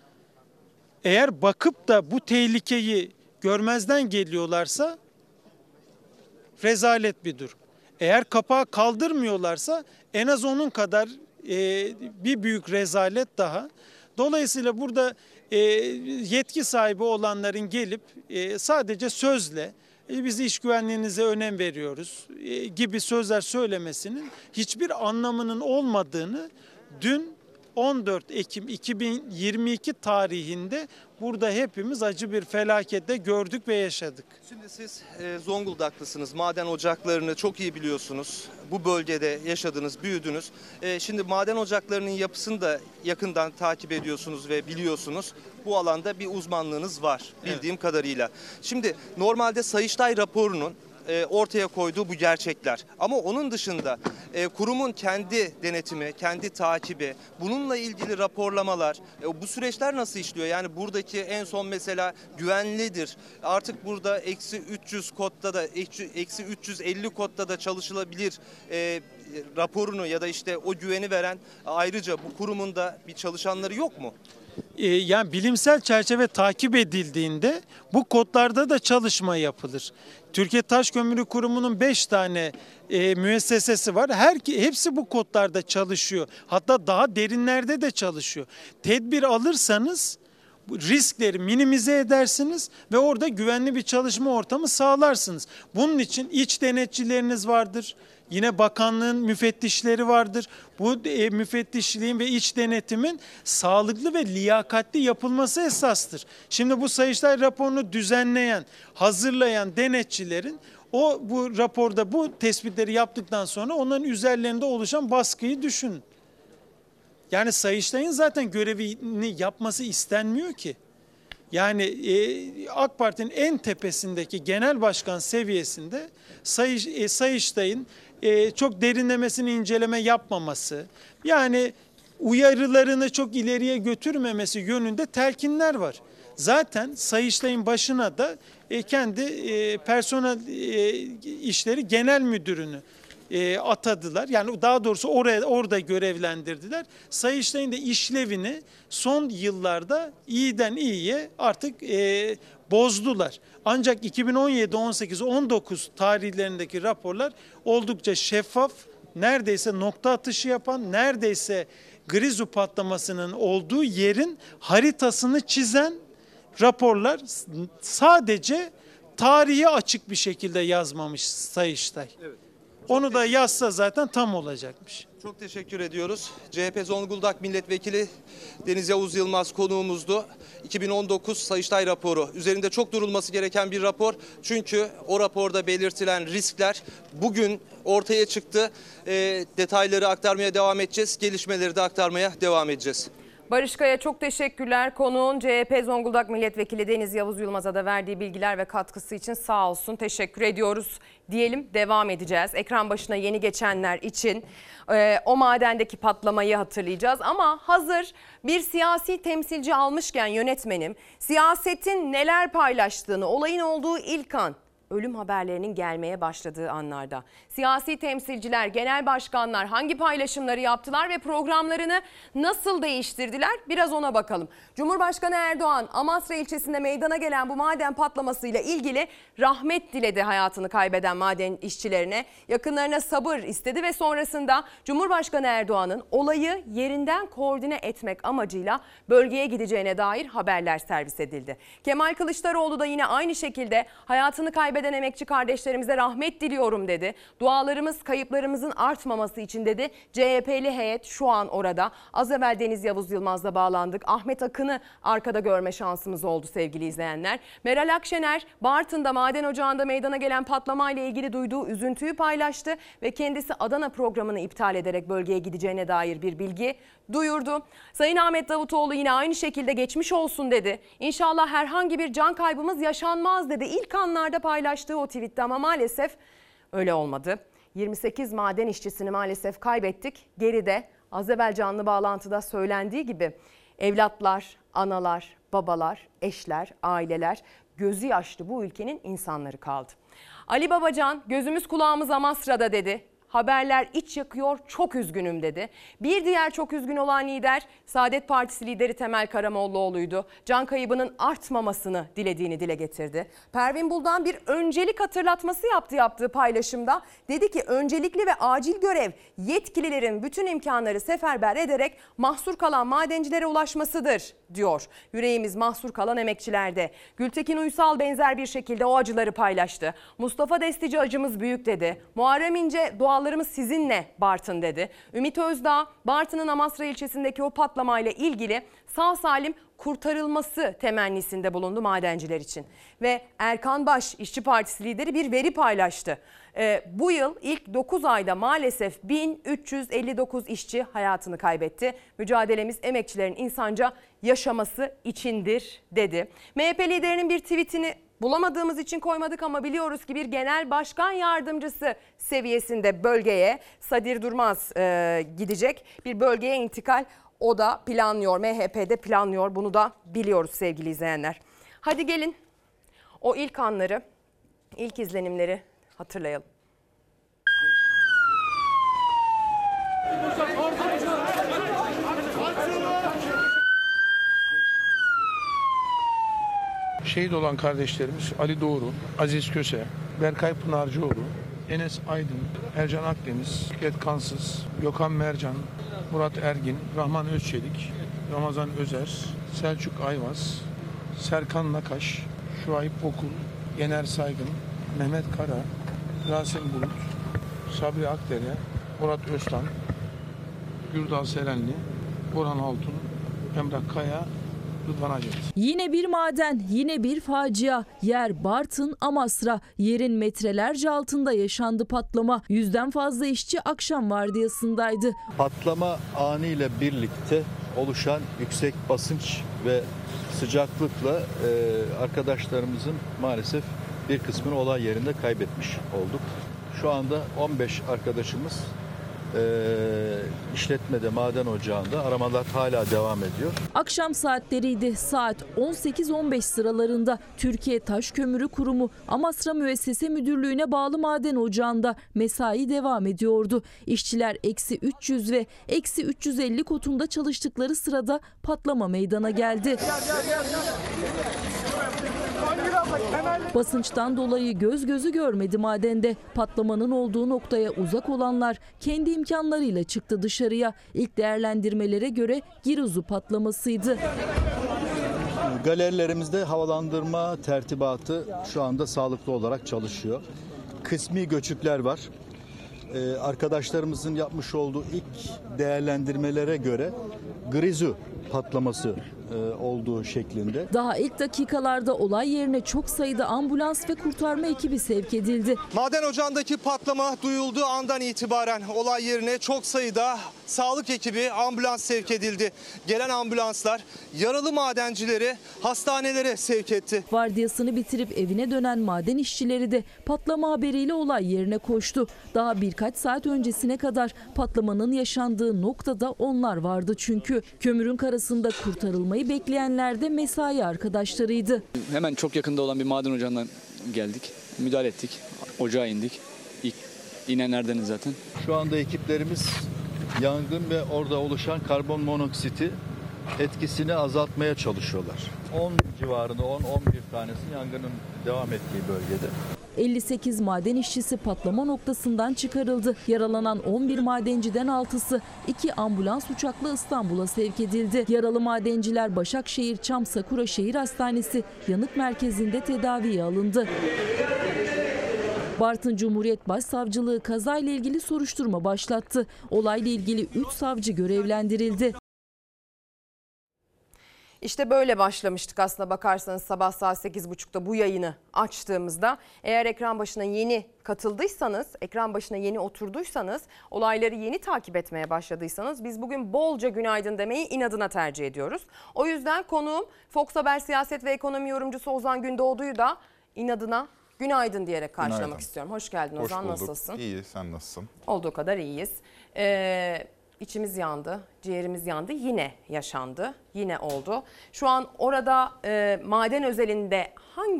Eğer bakıp da bu tehlikeyi görmezden geliyorlarsa rezalet bir durum. Eğer kapağı kaldırmıyorlarsa en az onun kadar e, bir büyük rezalet daha. Dolayısıyla burada e, yetki sahibi olanların gelip e, sadece sözle e, biz iş güvenliğinize önem veriyoruz e, gibi sözler söylemesinin hiçbir anlamının olmadığını dün on dört Ekim iki bin yirmi iki tarihinde burada hepimiz acı bir felakette gördük ve yaşadık. Şimdi siz e, Zonguldaklısınız. Maden ocaklarını çok iyi biliyorsunuz. Bu bölgede yaşadınız, büyüdünüz. E, şimdi maden ocaklarının yapısını da yakından takip ediyorsunuz ve biliyorsunuz. Bu alanda bir uzmanlığınız var bildiğim evet. kadarıyla. Şimdi normalde Sayıştay raporunun ortaya koyduğu bu gerçekler. Ama onun dışında e, kurumun kendi denetimi, kendi takibi, bununla ilgili raporlamalar, e, bu süreçler nasıl işliyor? Yani buradaki en son mesela güvenlidir. Artık burada eksi üç yüz kodda da, eksi üç yüz elli kodda da çalışılabilir e, raporunu ya da işte o güveni veren ayrıca bu kurumun da bir çalışanları yok mu? Yani bilimsel çerçeve takip edildiğinde bu kodlarda da çalışma yapılır. Türkiye Taş Kömürü Kurumu'nun beş tane e, müessesesi var. Her hepsi bu kodlarda çalışıyor. Hatta daha derinlerde de çalışıyor. Tedbir alırsanız riskleri minimize edersiniz ve orada güvenli bir çalışma ortamı sağlarsınız. Bunun için iç denetçileriniz vardır. Yine bakanlığın müfettişleri vardır. Bu e, müfettişliğin ve iç denetimin sağlıklı ve liyakatli yapılması esastır. Şimdi bu Sayıştay raporunu düzenleyen, hazırlayan denetçilerin o bu raporda bu tespitleri yaptıktan sonra onların üzerlerinde oluşan baskıyı düşünün. Yani Sayıştay'ın zaten görevini yapması istenmiyor ki. Yani e, AK Parti'nin en tepesindeki genel başkan seviyesinde Sayış, e, Sayıştay'ın e, çok derinlemesine inceleme yapmaması, yani uyarılarını çok ileriye götürmemesi yönünde telkinler var. Zaten Sayıştay'ın başına da e, kendi e, personel e, işleri genel müdürünü E, atadılar. Yani daha doğrusu oraya orada görevlendirdiler. Sayıştay'ın da işlevini son yıllarda iyiden iyiye artık e, bozdular. Ancak iki bin on yedi, on sekiz, on dokuz tarihlerindeki raporlar oldukça şeffaf, neredeyse nokta atışı yapan, neredeyse Grizu patlamasının olduğu yerin haritasını çizen raporlar, sadece tarihi açık bir şekilde yazmamış Sayıştay. Evet. Onu da yazsa zaten tam olacakmış. Çok teşekkür ediyoruz. C H P Zonguldak Milletvekili Deniz Yavuz Yılmaz konuğumuzdu. iki bin on dokuz Sayıştay raporu. Üzerinde çok durulması gereken bir rapor. Çünkü o raporda belirtilen riskler bugün ortaya çıktı. E, detayları aktarmaya devam edeceğiz. Gelişmeleri de aktarmaya devam edeceğiz. Barış Kaya çok teşekkürler. Konuğun C H P Zonguldak Milletvekili Deniz Yavuz Yılmaz'a da verdiği bilgiler ve katkısı için sağ olsun. Teşekkür ediyoruz diyelim, devam edeceğiz. Ekran başına yeni geçenler için e, o madendeki patlamayı hatırlayacağız. Ama hazır bir siyasi temsilci almışken yönetmenim, siyasetin neler paylaştığını, olayın olduğu ilk an, ölüm haberlerinin gelmeye başladığı anlarda siyasi temsilciler, genel başkanlar hangi paylaşımları yaptılar ve programlarını nasıl değiştirdiler? Biraz ona bakalım. Cumhurbaşkanı Erdoğan Amasra ilçesinde meydana gelen bu maden patlamasıyla ilgili rahmet diledi hayatını kaybeden maden işçilerine, yakınlarına sabır istedi ve sonrasında Cumhurbaşkanı Erdoğan'ın olayı yerinden koordine etmek amacıyla bölgeye gideceğine dair haberler servis edildi. Kemal Kılıçdaroğlu da yine aynı şekilde hayatını kaybeden emekçi kardeşlerimize rahmet diliyorum dedi. Dualarımız kayıplarımızın artmaması için dedi. C H P'li heyet şu an orada. Az evvel Deniz Yavuz Yılmaz'la bağlandık. Ahmet Akın'ı arkada görme şansımız oldu sevgili izleyenler. Meral Akşener Bartın'da maden ocağında meydana gelen patlamayla ilgili duyduğu üzüntüyü paylaştı ve kendisi Adana programını iptal ederek bölgeye gideceğine dair bir bilgi duyurdu. Sayın Ahmet Davutoğlu yine aynı şekilde geçmiş olsun dedi. İnşallah herhangi bir can kaybımız yaşanmaz dedi. İlk anlarda paylaştığı o tweette ama maalesef öyle olmadı. yirmi sekiz maden işçisini maalesef kaybettik. Geride az evvel canlı bağlantıda söylendiği gibi evlatlar, analar, babalar, eşler, aileler, gözü yaşlı bu ülkenin insanları kaldı. Ali Babacan gözümüz kulağımız Amasra'da dedi. Haberler iç yakıyor, çok üzgünüm dedi. Bir diğer çok üzgün olan lider Saadet Partisi lideri Temel Karamollaoğlu'ydu. Can kaybının artmamasını dilediğini dile getirdi. Pervin Buldan bir öncelik hatırlatması yaptı yaptığı paylaşımda. Dedi ki öncelikli ve acil görev yetkililerin bütün imkanları seferber ederek mahsur kalan madencilere ulaşmasıdır diyor. Yüreğimiz mahsur kalan emekçilerde. Gültekin Uysal benzer bir şekilde o acıları paylaştı. Mustafa Destici acımız büyük dedi. Muharrem İnce dualarımız sizinle Bartın dedi. Ümit Özdağ Bartın'ın Amasra ilçesindeki o patlamayla ilgili sağ salim kurtarılması temennisinde bulundu madenciler için. Ve Erkan Baş İşçi Partisi lideri bir veri paylaştı. Ee, bu yıl ilk dokuz ayda maalesef bin üç yüz elli dokuz işçi hayatını kaybetti. Mücadelemiz emekçilerin insanca yaşaması içindir dedi. M H P liderinin bir tweetini bulamadığımız için koymadık ama biliyoruz ki bir genel başkan yardımcısı seviyesinde bölgeye Sadir Durmaz e, gidecek. Bir bölgeye intikal o da planlıyor. M H P'de planlıyor. Bunu da biliyoruz sevgili izleyenler. Hadi gelin o ilk anları, ilk izlenimleri hatırlayalım. Şehit olan kardeşlerimiz Ali Doğru, Aziz Köse, Berkay Pınarcıoğlu, Enes Aydın, Ercan Akdeniz, Fikret Kansız, Gökhan Mercan, Murat Ergin, Rahman Özçelik, Ramazan Özer, Selçuk Ayvaz, Serkan Nakaş, Şuayb Okul, Yener Saygın, Mehmet Kara, Rasim Bulut, Sabri Akdere, Murat Öztan, Gürdal Serenli, Orhan Altun, Emrah Kaya, Rıdvan Acet. Yine bir maden, yine bir facia. Yer Bartın, Amasra. Yerin metrelerce altında yaşandı patlama. Yüzden fazla işçi akşam vardiyasındaydı. Patlama anıyla birlikte oluşan yüksek basınç ve sıcaklıkla e, arkadaşlarımızın maalesef bir kısmını olay yerinde kaybetmiş olduk. Şu anda on beş arkadaşımız e, işletmede, maden ocağında, aramalar hala devam ediyor. Akşam saatleriydi. Saat on sekiz on beş sıralarında Türkiye Taş Kömürü Kurumu Amasra Müessese Müdürlüğü'ne bağlı maden ocağında mesai devam ediyordu. İşçiler eksi üç yüz ve eksi üç yüz elli kotunda çalıştıkları sırada patlama meydana geldi. Basınçtan dolayı göz gözü görmedi madende. Patlamanın olduğu noktaya uzak olanlar kendi imkanlarıyla çıktı dışarıya. İlk değerlendirmelere göre giruzu patlamasıydı. Galerilerimizde havalandırma tertibatı şu anda sağlıklı olarak çalışıyor. Kısmi göçükler var. Ee, arkadaşlarımızın yapmış olduğu ilk değerlendirmelere göre grizu patlaması e, olduğu şeklinde. Daha ilk dakikalarda olay yerine çok sayıda ambulans ve kurtarma ekibi sevk edildi. Maden ocağındaki patlama duyulduğu andan itibaren olay yerine çok sayıda sağlık ekibi, ambulans sevk edildi. Gelen ambulanslar yaralı madencileri hastanelere sevk etti. Vardiyasını bitirip evine dönen maden işçileri de patlama haberiyle olay yerine koştu. Daha birkaç saat öncesine kadar patlamanın yaşandığı noktada onlar vardı çünkü. Kömürün karasında kurtarılmayı bekleyenler de mesai arkadaşlarıydı. Hemen çok yakında olan bir maden ocağından geldik. Müdahale ettik. Ocağa indik. İlk inenlerdeniz zaten. Şu anda ekiplerimiz yangın ve orada oluşan karbon monoksiti etkisini azaltmaya çalışıyorlar. on civarında on on bir tanesi yangının devam ettiği bölgede. elli sekiz maden işçisi patlama noktasından çıkarıldı. Yaralanan on bir madenciden altısı iki ambulans uçakla İstanbul'a sevk edildi. Yaralı madenciler Başakşehir Çam Sakura Şehir Hastanesi yanık merkezinde tedaviye alındı. Bartın Cumhuriyet Başsavcılığı kazayla ilgili soruşturma başlattı. Olayla ilgili üç savcı görevlendirildi. İşte böyle başlamıştık aslına bakarsanız sabah saat sekiz buçukta bu yayını açtığımızda. Eğer ekran başına yeni katıldıysanız, ekran başına yeni oturduysanız, olayları yeni takip etmeye başladıysanız biz bugün bolca günaydın demeyi inadına tercih ediyoruz. O yüzden konuğum Fox Haber siyaset ve ekonomi yorumcusu Ozan Gündoğdu'yu da inadına günaydın diyerek karşılamak Günaydın. istiyorum. Hoş geldin Hoş Ozan, bulduk. nasılsın? İyi, sen nasılsın? Olduğu kadar iyiyiz. Ee, içimiz yandı, ciğerimiz yandı. Yine yaşandı, yine oldu. Şu an orada e, maden özelinde hangi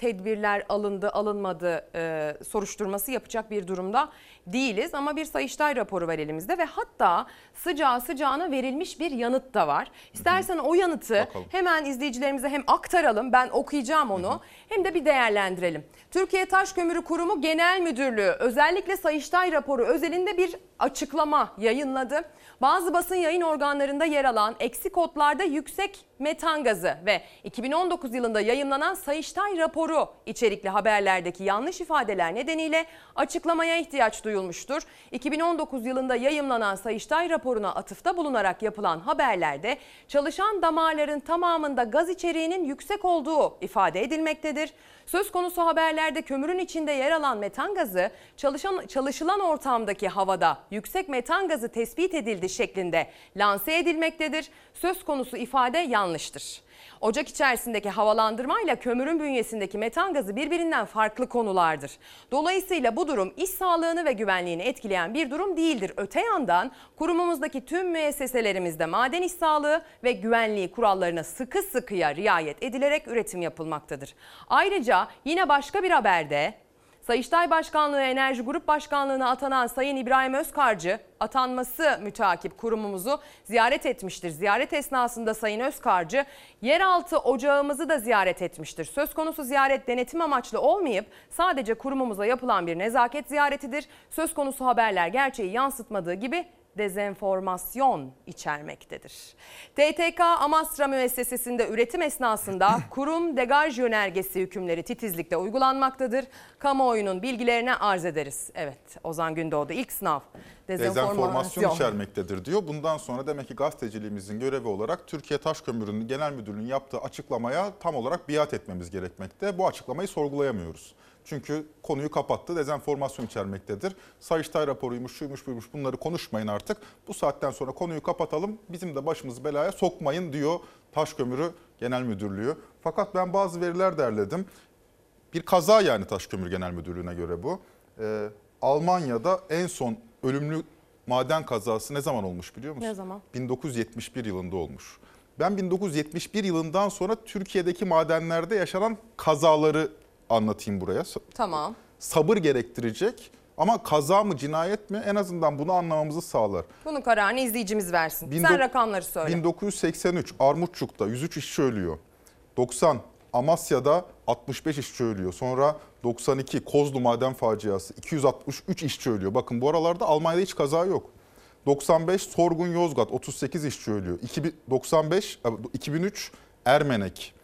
tedbirler alındı alınmadı e, soruşturması yapacak bir durumda değiliz. Ama bir Sayıştay raporu var elimizde ve hatta sıcağı sıcağına verilmiş bir yanıt da var. İstersen o yanıtı Bakalım. hemen izleyicilerimize hem aktaralım, ben okuyacağım onu, hı hı. hem de bir değerlendirelim. Türkiye Taş Kömürü Kurumu Genel Müdürlüğü özellikle Sayıştay raporu özelinde bir açıklama yayınladı. Bazı basın yayın organlarında yer alan eksi kodlarda yüksek metan gazı ve iki bin on dokuz yılında yayımlanan Sayıştay raporu içerikli haberlerdeki yanlış ifadeler nedeniyle açıklamaya ihtiyaç duyulmuştur. iki bin on dokuz yılında yayımlanan Sayıştay raporuna atıfta bulunarak yapılan haberlerde çalışan damarların tamamında gaz içeriğinin yüksek olduğu ifade edilmektedir. Söz konusu haberlerde kömürün içinde yer alan metan gazı çalışan, çalışılan ortamdaki havada yüksek metan gazı tespit edildi şeklinde lanse edilmektedir. Söz konusu ifade yanlıştır. Ocak içerisindeki havalandırmayla kömürün bünyesindeki metan gazı birbirinden farklı konulardır. Dolayısıyla bu durum iş sağlığını ve güvenliğini etkileyen bir durum değildir. Öte yandan kurumumuzdaki tüm müesseselerimizde maden iş sağlığı ve güvenliği kurallarına sıkı sıkıya riayet edilerek üretim yapılmaktadır. Ayrıca yine başka bir haberde Sayıştay Başkanlığı Enerji Grup Başkanlığı'na atanan Sayın İbrahim Özkarcı atanması mütakip kurumumuzu ziyaret etmiştir. Ziyaret esnasında Sayın Özkarcı yeraltı ocağımızı da ziyaret etmiştir. Söz konusu ziyaret denetim amaçlı olmayıp sadece kurumumuza yapılan bir nezaket ziyaretidir. Söz konusu haberler gerçeği yansıtmadığı gibi dezenformasyon içermektedir. T T K Amasra müessesesinde üretim esnasında kurum degaj yönergesi hükümleri titizlikle uygulanmaktadır. Kamuoyunun bilgilerine arz ederiz. Evet, Ozan Gündoğdu ilk sınav dezenformasyon. dezenformasyon içermektedir diyor. Bundan sonra demek ki gazeteciliğimizin görevi olarak Türkiye Taş Kömürü'nün genel müdürlüğünün yaptığı açıklamaya tam olarak biat etmemiz gerekmekte. Bu açıklamayı sorgulayamıyoruz. Çünkü konuyu kapattı, dezenformasyon içermektedir. Sayıştay raporuymuş, şuymuş, buymuş, bunları konuşmayın artık. Bu saatten sonra konuyu kapatalım, bizim de başımızı belaya sokmayın diyor Taş Kömürü Genel Müdürlüğü. Fakat ben bazı veriler derledim. Bir kaza, yani Taş Kömürü Genel Müdürlüğü'ne göre bu. Ee, Almanya'da en son ölümlü maden kazası ne zaman olmuş biliyor musun? Ne zaman? bin dokuz yüz yetmiş bir yılında olmuş. Ben bin dokuz yüz yetmiş bir yılından sonra Türkiye'deki madenlerde yaşanan kazaları anlatayım buraya. Tamam. Sabır gerektirecek ama kaza mı cinayet mi, en azından bunu anlamamızı sağlar. Bunun kararını izleyicimiz versin. bin Sen rakamları söyle. bin dokuz yüz seksen üç Armutçuk'ta yüz üç işçi ölüyor. doksan Amasya'da altmış beş işçi ölüyor. Sonra doksan iki Kozlu maden faciası, iki yüz altmış üç işçi ölüyor. Bakın bu aralarda Almanya'da hiç kaza yok. doksan beş Sorgun Yozgat, otuz sekiz işçi ölüyor. doksan beş iki bin üç Ermenek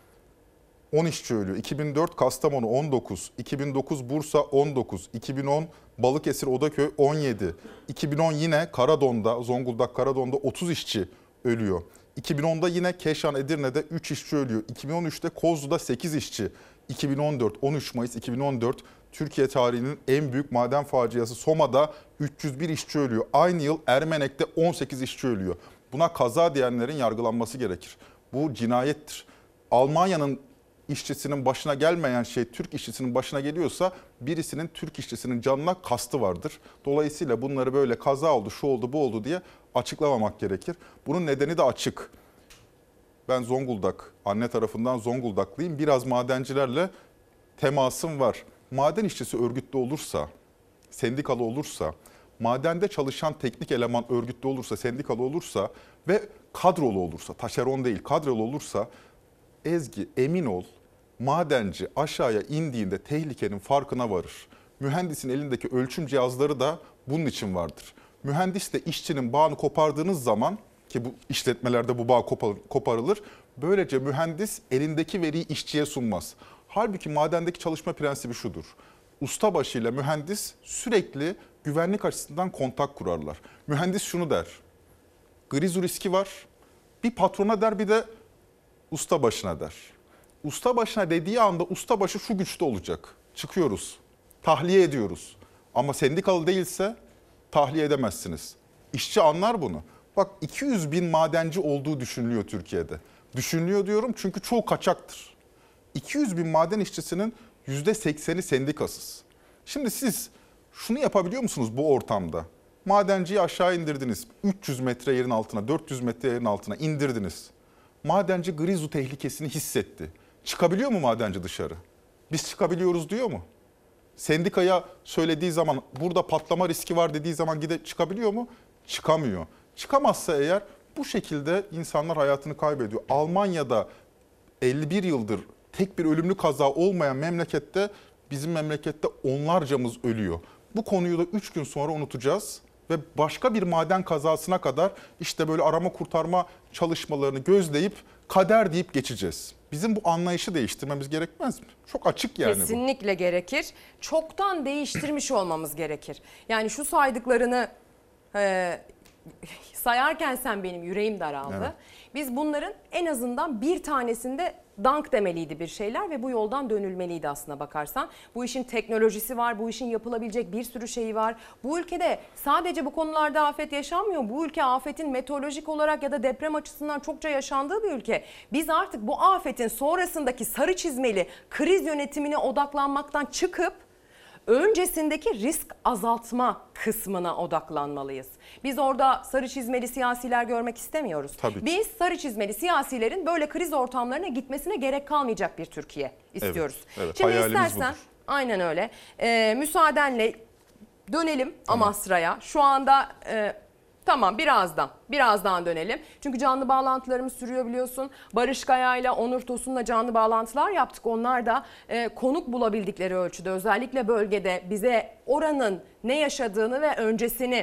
on işçi ölüyor. iki bin dört Kastamonu on dokuz, iki bin dokuz Bursa on dokuz, iki bin on Balıkesir Odaköy on yedi, iki bin on yine Karadon'da, Zonguldak Karadon'da otuz işçi ölüyor. iki bin onda yine Keşan Edirne'de üç işçi ölüyor. iki bin on üçte Kozlu'da sekiz işçi. iki bin on dört on üç Mayıs iki bin on dört Türkiye tarihinin en büyük maden faciası Soma'da üç yüz bir işçi ölüyor. Aynı yıl Ermenek'te on sekiz işçi ölüyor. Buna kaza diyenlerin yargılanması gerekir. Bu cinayettir. Almanya'nın işçisinin başına gelmeyen şey Türk işçisinin başına geliyorsa birisinin Türk işçisinin canına kastı vardır. Dolayısıyla bunları böyle kaza oldu, şu oldu, bu oldu diye açıklamamak gerekir. Bunun nedeni de açık. Ben Zonguldak, anne tarafından Zonguldaklıyım. Biraz madencilerle temasım var. Maden işçisi örgütlü olursa, sendikalı olursa, madende çalışan teknik eleman örgütlü olursa, sendikalı olursa ve kadrolu olursa, taşeron değil kadrolu olursa, Ezgi emin ol, madenci aşağıya indiğinde tehlikenin farkına varır. Mühendisin elindeki ölçüm cihazları da bunun için vardır. Mühendis de işçinin bağını kopardığınız zaman, ki bu işletmelerde bu bağ koparılır, böylece mühendis elindeki veriyi işçiye sunmaz. Halbuki madendeki çalışma prensibi şudur. Ustabaşı ile mühendis sürekli güvenlik açısından kontak kurarlar. Mühendis şunu der, grizu riski var, bir patrona der, bir de usta başına der. Usta başına dediği anda ustabaşı şu güçte olacak. Çıkıyoruz, tahliye ediyoruz. Ama sendikalı değilse tahliye edemezsiniz. İşçi anlar bunu. Bak iki yüz bin madenci olduğu düşünülüyor Türkiye'de. Düşünülüyor diyorum çünkü çoğu kaçaktır. iki yüz bin maden işçisinin yüzde sekseni sendikasız. Şimdi siz şunu yapabiliyor musunuz bu ortamda? Madenciyi aşağı indirdiniz. üç yüz metre yerin altına, dört yüz metre yerin altına indirdiniz. Madenci grizu tehlikesini hissetti. Çıkabiliyor mu madenci dışarı? biz çıkabiliyoruz diyor mu? Sendikaya söylediği zaman burada patlama riski var dediği zaman gide çıkabiliyor mu? Çıkamıyor. Çıkamazsa eğer bu şekilde insanlar hayatını kaybediyor. Almanya'da elli bir yıldır tek bir ölümlü kaza olmayan memlekette bizim memlekette onlarcamız ölüyor. Bu konuyu da üç gün sonra unutacağız ve başka bir maden kazasına kadar işte böyle arama kurtarma çalışmalarını gözleyip kader deyip geçeceğiz. Bizim bu anlayışı değiştirmemiz gerekmez mi? Çok açık yani bu. Kesinlikle gerekir. Çoktan değiştirmiş olmamız gerekir. Yani şu saydıklarını e, sayarken sen benim yüreğim daraldı. Evet. Biz bunların en azından bir tanesinde dank demeliydi bir şeyler ve bu yoldan dönülmeliydi aslına bakarsan. Bu işin teknolojisi var, bu işin yapılabilecek bir sürü şeyi var. Bu ülkede sadece bu konularda afet yaşanmıyor. Bu ülke afetin meteorolojik olarak ya da deprem açısından çokça yaşandığı bir ülke. Biz artık bu afetin sonrasındaki sarı çizmeli kriz yönetimine odaklanmaktan çıkıp öncesindeki risk azaltma kısmına odaklanmalıyız. Biz orada sarı çizmeli siyasiler görmek istemiyoruz. Tabii. Biz sarı çizmeli siyasilerin böyle kriz ortamlarına gitmesine gerek kalmayacak bir Türkiye istiyoruz. Evet, evet, Şimdi hayalimiz istersen budur. aynen öyle. Ee, müsaadenle dönelim Amasra'ya. Şu anda e, tamam birazdan birazdan dönelim. Çünkü canlı bağlantılarımız sürüyor biliyorsun. Barış Kaya ile Onur Tosun'la canlı bağlantılar yaptık. Onlar da e, konuk bulabildikleri ölçüde özellikle bölgede bize oranın ne yaşadığını ve öncesini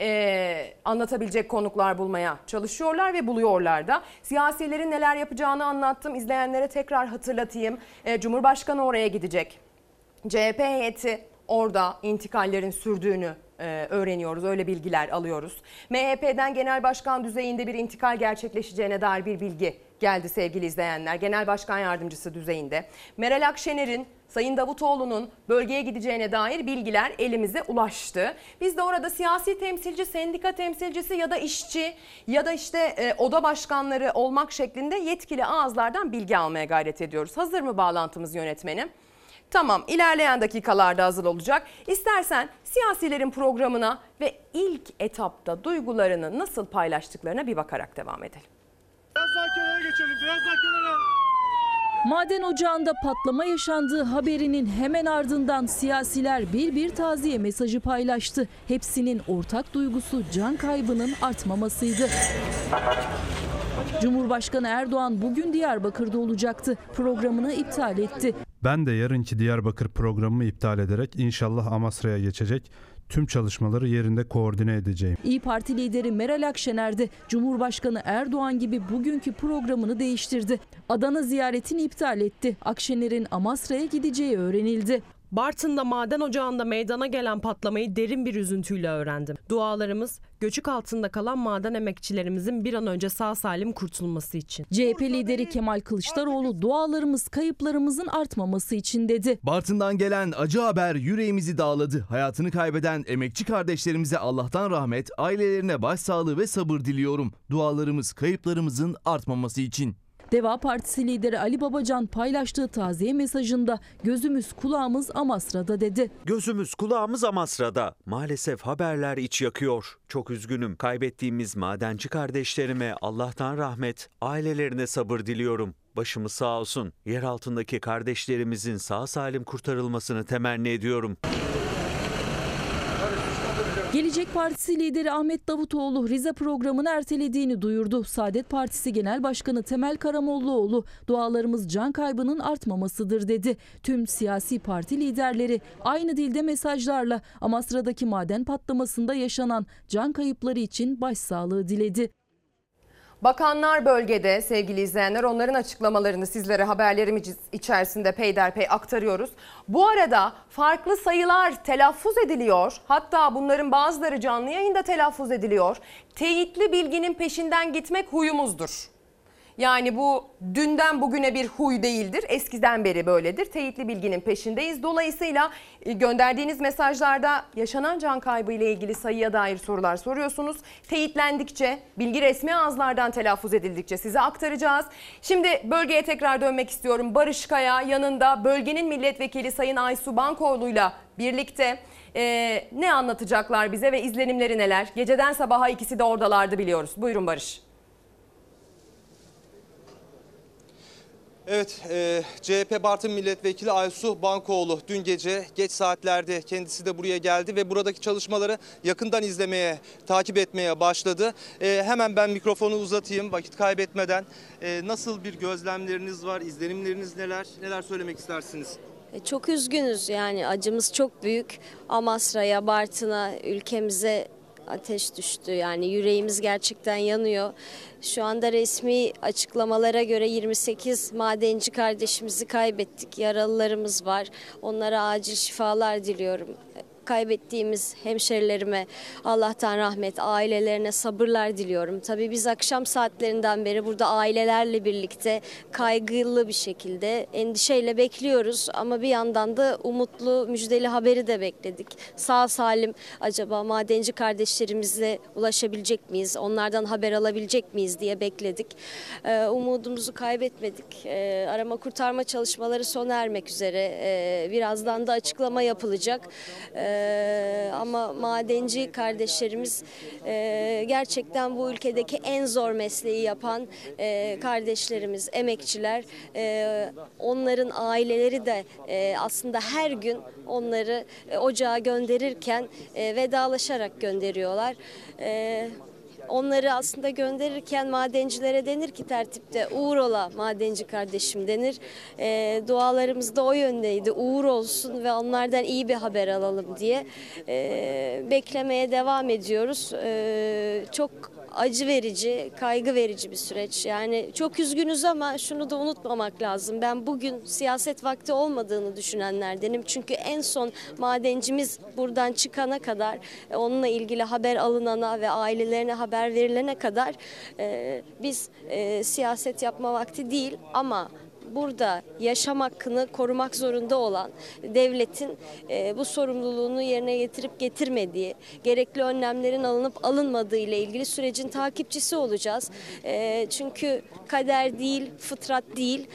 e, anlatabilecek konuklar bulmaya çalışıyorlar ve buluyorlar da. Siyasilerin neler yapacağını anlattım. İzleyenlere tekrar hatırlatayım. E, Cumhurbaşkanı oraya gidecek. C H P heyeti orada intikallerin sürdüğünü e, öğreniyoruz. Öyle bilgiler alıyoruz. M H P'den genel başkan düzeyinde bir intikal gerçekleşeceğine dair bir bilgi geldi sevgili izleyenler. Genel başkan yardımcısı düzeyinde. Meral Akşener'in, Sayın Davutoğlu'nun bölgeye gideceğine dair bilgiler elimize ulaştı. Biz de orada siyasi temsilci, sendika temsilcisi ya da işçi ya da işte e, oda başkanları olmak şeklinde yetkili ağızlardan bilgi almaya gayret ediyoruz. Hazır mı bağlantımız yönetmenim? Tamam, ilerleyen dakikalarda hazır olacak. İstersen siyasilerin programına ve ilk etapta duygularını nasıl paylaştıklarına bir bakarak devam edelim. Biraz daha kenara geçelim, biraz daha kenara. Maden ocağında patlama yaşandığı haberinin hemen ardından siyasiler bir bir taziye mesajı paylaştı. Hepsinin ortak duygusu can kaybının artmamasıydı. Cumhurbaşkanı Erdoğan bugün Diyarbakır'da olacaktı. Programını iptal etti. Ben de yarınki Diyarbakır programımı iptal ederek inşallah Amasra'ya geçecek, tüm çalışmaları yerinde koordine edeceğim. İYİ Parti lideri Meral Akşener de Cumhurbaşkanı Erdoğan gibi bugünkü programını değiştirdi. Adana ziyaretini iptal etti. Akşener'in Amasra'ya gideceği öğrenildi. Bartın'da maden ocağında meydana gelen patlamayı derin bir üzüntüyle öğrendim. Dualarımız göçük altında kalan maden emekçilerimizin bir an önce sağ salim kurtulması için. C H P lideri Kemal Kılıçdaroğlu dualarımız kayıplarımızın artmaması için dedi. Bartın'dan gelen acı haber yüreğimizi dağladı. Hayatını kaybeden emekçi kardeşlerimize Allah'tan rahmet, ailelerine başsağlığı ve sabır diliyorum. Dualarımız kayıplarımızın artmaması için. Deva Partisi lideri Ali Babacan paylaştığı taziye mesajında gözümüz kulağımız Amasra'da dedi. Gözümüz kulağımız Amasra'da. Maalesef haberler iç yakıyor. Çok üzgünüm. Kaybettiğimiz madenci kardeşlerime Allah'tan rahmet, ailelerine sabır diliyorum. Başımız sağ olsun. Yer altındaki kardeşlerimizin sağ salim kurtarılmasını temenni ediyorum. Gelecek Partisi lideri Ahmet Davutoğlu Rize programını ertelediğini duyurdu. Saadet Partisi Genel Başkanı Temel Karamollaoğlu dualarımız can kaybının artmamasıdır dedi. Tüm siyasi parti liderleri aynı dilde mesajlarla Amasra'daki maden patlamasında yaşanan can kayıpları için başsağlığı diledi. Bakanlar bölgede sevgili izleyenler, onların açıklamalarını sizlere haberlerimiz içerisinde peyderpey aktarıyoruz. Bu arada farklı sayılar telaffuz ediliyor. Hatta bunların bazıları canlı yayında telaffuz ediliyor. Teyitli bilginin peşinden gitmek huyumuzdur. Yani bu dünden bugüne bir huy değildir. Eskiden beri böyledir. Teyitli bilginin peşindeyiz. Dolayısıyla gönderdiğiniz mesajlarda yaşanan can kaybı ile ilgili sayıya dair sorular soruyorsunuz. Teyitlendikçe, bilgi resmi ağızlardan telaffuz edildikçe size aktaracağız. Şimdi bölgeye tekrar dönmek istiyorum. Barış Kaya yanında bölgenin milletvekili Sayın Aysu Bankoğlu'yla birlikte ee, ne anlatacaklar bize ve izlenimleri neler? Geceden sabaha ikisi de oradalardı biliyoruz. Buyurun Barış. Evet, e, C H P Bartın Milletvekili Aysu Bankoğlu dün gece geç saatlerde kendisi de buraya geldi ve buradaki çalışmaları yakından izlemeye, takip etmeye başladı. E, hemen ben mikrofonu uzatayım vakit kaybetmeden. E, nasıl bir gözlemleriniz var, izlenimleriniz neler, neler söylemek istersiniz? Çok üzgünüz, yani acımız çok büyük. Amasra'ya, Bartın'a, ülkemize ateş düştü. Yani yüreğimiz gerçekten yanıyor. Şu anda resmi açıklamalara göre yirmi sekiz madenci kardeşimizi kaybettik. Yaralılarımız var. Onlara acil şifalar diliyorum. Kaybettiğimiz hemşerilerime Allah'tan rahmet, ailelerine sabırlar diliyorum. Tabii biz akşam saatlerinden beri burada ailelerle birlikte kaygılı bir şekilde, endişeyle bekliyoruz. Ama bir yandan da umutlu, müjdeli haberi de bekledik. Sağ salim acaba madenci kardeşlerimize ulaşabilecek miyiz? Onlardan haber alabilecek miyiz diye bekledik. Ee, umudumuzu kaybetmedik. Ee, arama kurtarma çalışmaları sona ermek üzere. Ee, birazdan da açıklama yapılacak. Ee, Ee, ama madenci kardeşlerimiz e, gerçekten bu ülkedeki en zor mesleği yapan e, kardeşlerimiz, emekçiler. E, onların aileleri de e, aslında her gün onları e, ocağa gönderirken e, vedalaşarak gönderiyorlar. E, Onları aslında gönderirken madencilere denir ki tertipte uğur ola madenci kardeşim denir. E, dualarımız da o yöndeydi. Uğur olsun ve onlardan iyi bir haber alalım diye e, beklemeye devam ediyoruz. E, çok acı verici, kaygı verici bir süreç. Yani çok üzgünüz ama şunu da unutmamak lazım. Ben bugün siyaset vakti olmadığını düşünenlerdenim. Çünkü en son madencimiz buradan çıkana kadar, onunla ilgili haber alınana ve ailelerine haber verilene kadar e, biz e, siyaset yapma vakti değil ama burada yaşam hakkını korumak zorunda olan devletin e, bu sorumluluğunu yerine getirip getirmediği, gerekli önlemlerin alınıp alınmadığı ile ilgili sürecin takipçisi olacağız. E, çünkü kader değil, fıtrat değil,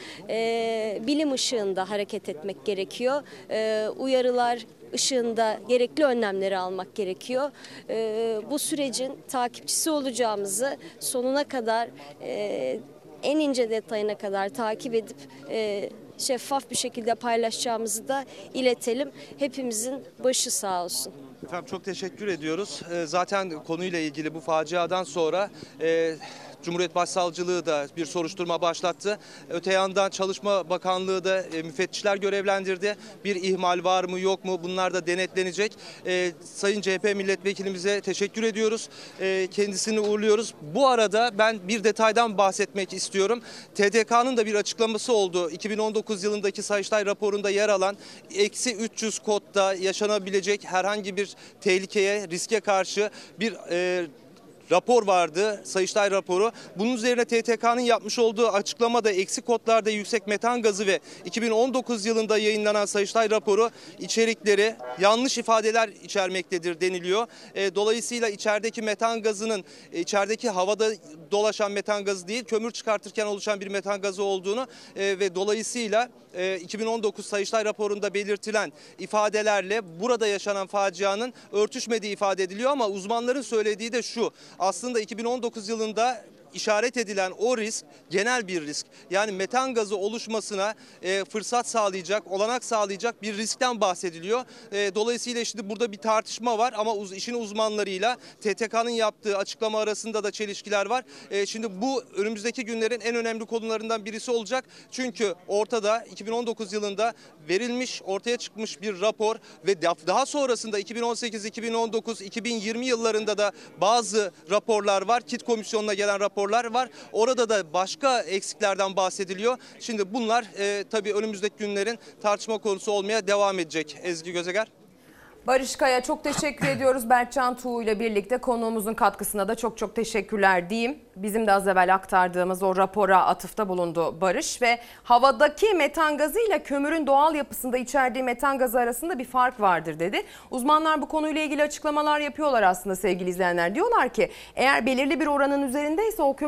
e, bilim ışığında hareket etmek gerekiyor. E, uyarılar ışığında gerekli önlemleri almak gerekiyor. E, bu sürecin takipçisi olacağımızı sonuna kadar e, en ince detayına kadar takip edip e, şeffaf bir şekilde paylaşacağımızı da iletelim. Hepimizin başı sağ olsun. Efendim çok teşekkür ediyoruz. E, zaten konuyla ilgili bu faciadan sonra E, Cumhuriyet Başsavcılığı da bir soruşturma başlattı. Öte yandan Çalışma Bakanlığı da e, müfettişler görevlendirdi. Bir ihmal var mı yok mu bunlar da denetlenecek. E, Sayın C H P milletvekilimize teşekkür ediyoruz. E, kendisini uğurluyoruz. Bu arada ben bir detaydan bahsetmek istiyorum. T D K'nın da bir açıklaması oldu. iki bin on dokuz yılındaki Sayıştay raporunda yer alan eksi üç yüz kodda yaşanabilecek herhangi bir tehlikeye, riske karşı bir e, rapor vardı, Sayıştay raporu. Bunun üzerine T T K'nın yapmış olduğu açıklamada eksi kodlarda yüksek metan gazı ve iki bin on dokuz yılında yayınlanan Sayıştay raporu içerikleri yanlış ifadeler içermektedir deniliyor. E, dolayısıyla içerideki metan gazının e, içerideki havada dolaşan metan gazı değil, kömür çıkartırken oluşan bir metan gazı olduğunu e, ve dolayısıyla e, iki bin on dokuz Sayıştay raporunda belirtilen ifadelerle burada yaşanan facianın örtüşmediği ifade ediliyor ama uzmanların söylediği de şu. Aslında iki bin on dokuz yılında işaret edilen o risk genel bir risk. Yani metan gazı oluşmasına e, fırsat sağlayacak, olanak sağlayacak bir riskten bahsediliyor. E, dolayısıyla şimdi burada bir tartışma var ama uz, işin uzmanlarıyla T T K'nın yaptığı açıklama arasında da çelişkiler var. E, şimdi bu önümüzdeki günlerin en önemli konularından birisi olacak. Çünkü ortada iki bin on dokuz yılında verilmiş, ortaya çıkmış bir rapor ve daha sonrasında iki bin on sekiz, iki bin on dokuz, iki bin yirmi yıllarında da bazı raporlar var. KİT komisyonuna gelen rapor var. Orada da başka eksiklerden bahsediliyor. Şimdi bunlar e, tabii önümüzdeki günlerin tartışma konusu olmaya devam edecek. Ezgi Gözeger. Barış Kaya çok teşekkür ediyoruz. Berkcan Tuğ ile birlikte konuğumuzun katkısına da çok çok teşekkürler diyeyim. Bizim de az evvel aktardığımız o rapora atıfta bulundu Barış ve havadaki metan gazı ile kömürün doğal yapısında içerdiği metan gazı arasında bir fark vardır dedi. Uzmanlar bu konuyla ilgili açıklamalar yapıyorlar aslında sevgili izleyenler. Diyorlar ki eğer belirli bir oranın üzerindeyse o kömür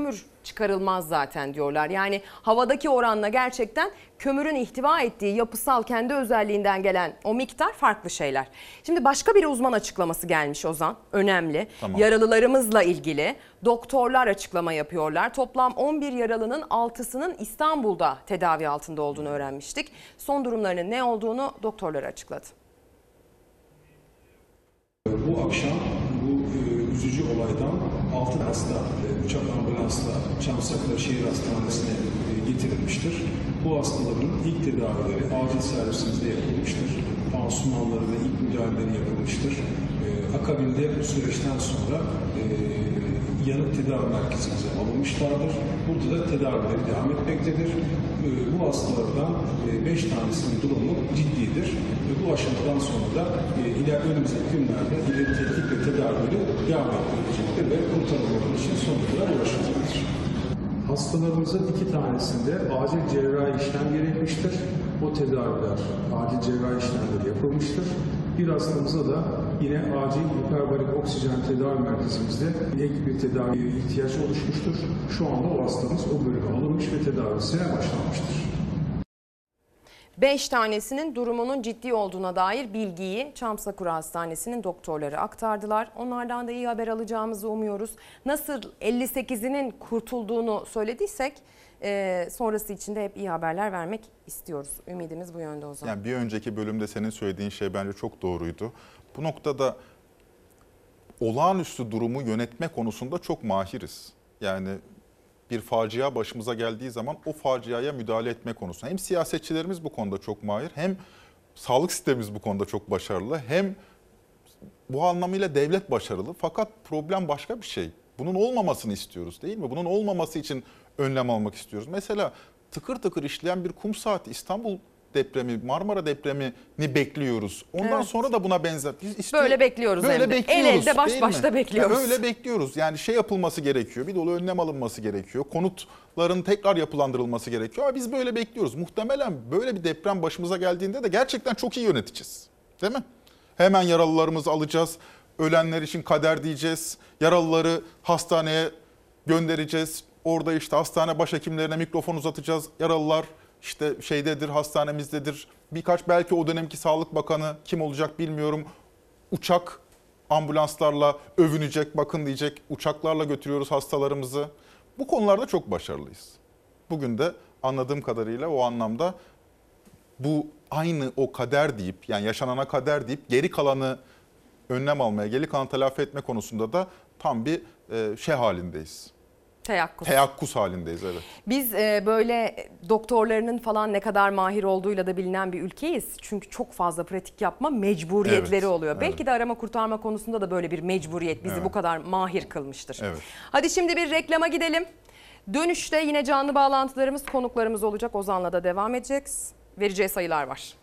çıkarılmaz zaten diyorlar. Yani havadaki oranla gerçekten kömürün ihtiva ettiği yapısal kendi özelliğinden gelen o miktar farklı şeyler. Şimdi başka bir uzman açıklaması gelmiş Ozan. Önemli. Tamam. Yaralılarımızla ilgili doktorlar açıklama yapıyorlar. Toplam on bir yaralının altısının İstanbul'da tedavi altında olduğunu öğrenmiştik. Son durumlarının ne olduğunu doktorlar açıkladı. Bu akşam bu e, üzücü olaydan altı hasta e, uçak ambulansla Çamsaklar Şehir Hastanesi'ne e, getirilmiştir. Bu hastaların ilk tedavileri acil servisimizde yapılmıştır. Pansumanları ve ilk müdahaleleri yapılmıştır. E, akabinde bu süreçten sonra e, yanık tedavi merkezimize alınmışlardır. Burada da tedavileri devam etmektedir. E, bu hastalardan beş tanesinin durumu ciddidir. Ve bu aşamadan sonra da e, ileride önümüzdeki günlerde ileri tetkik ve tedavileri devam edilecektir ve kurtarılmaları için sonuçlara ulaşılacaktır. Hastalarımızın iki tanesinde acil cerrahi işlem gerekmiştir. O tedaviler, acil cerrahi işlemleri yapılmıştır. Bir hastamıza da yine acil hiperbarik oksijen tedavi merkezimizde ek bir tedaviye ihtiyaç oluşmuştur. Şu anda o hastamız o bölüme alınmış ve tedavisine başlanmıştır. beş tanesinin durumunun ciddi olduğuna dair bilgiyi Çamsakur Hastanesi'nin doktorları aktardılar. Onlardan da iyi haber alacağımızı umuyoruz. Nasıl elli sekizinin kurtulduğunu söylediysek e, sonrası için de hep iyi haberler vermek istiyoruz. Ümidimiz bu yönde o zaman. Yani bir önceki bölümde senin söylediğin şey bence çok doğruydu. Bu noktada olağanüstü durumu yönetme konusunda çok mahiriz. Yani bir facia başımıza geldiği zaman o faciaya müdahale etme konusunda. Hem siyasetçilerimiz bu konuda çok mahir, hem sağlık sistemimiz bu konuda çok başarılı, hem bu anlamıyla devlet başarılı. Fakat problem başka bir şey. Bunun olmamasını istiyoruz değil mi? Bunun olmaması için önlem almak istiyoruz. Mesela tıkır tıkır işleyen bir kum saati İstanbul depremi, Marmara depremini bekliyoruz. Ondan evet. sonra da buna benzer. İstiyor, böyle bekliyoruz böyle hem de. Bekliyoruz, el elde baş başta bekliyoruz. Yani öyle bekliyoruz. Yani şey yapılması gerekiyor. Bir dolu önlem alınması gerekiyor. Konutların tekrar yapılandırılması gerekiyor. Ama biz böyle bekliyoruz. Muhtemelen böyle bir deprem başımıza geldiğinde de gerçekten çok iyi yöneteceğiz. Değil mi? Hemen yaralılarımızı alacağız. Ölenler için kader diyeceğiz. Yaralıları hastaneye göndereceğiz. Orada işte hastane başhekimlerine mikrofon uzatacağız. Yaralılar işte şeydedir, hastanemizdedir. Birkaç belki o dönemki Sağlık Bakanı kim olacak bilmiyorum. Uçak ambulanslarla övünecek, bakın diyecek. Uçaklarla götürüyoruz hastalarımızı. Bu konularda çok başarılıyız. Bugün de anladığım kadarıyla o anlamda bu aynı o kader deyip, yani yaşanana kader deyip geri kalanı önlem almaya, geri kalanı telafi etme konusunda da tam bir şey halindeyiz. Teyakkuz. Teyakkuz halindeyiz, evet. Biz e, böyle doktorlarının falan ne kadar mahir olduğuyla da bilinen bir ülkeyiz. Çünkü çok fazla pratik yapma mecburiyetleri evet, oluyor. Evet. Belki de arama kurtarma konusunda da böyle bir mecburiyet bizi evet. bu kadar mahir kılmıştır. Evet. Hadi şimdi bir reklama gidelim. Dönüşte yine canlı bağlantılarımız, konuklarımız olacak. Ozan'la da devam edeceğiz. Vereceği sayılar var.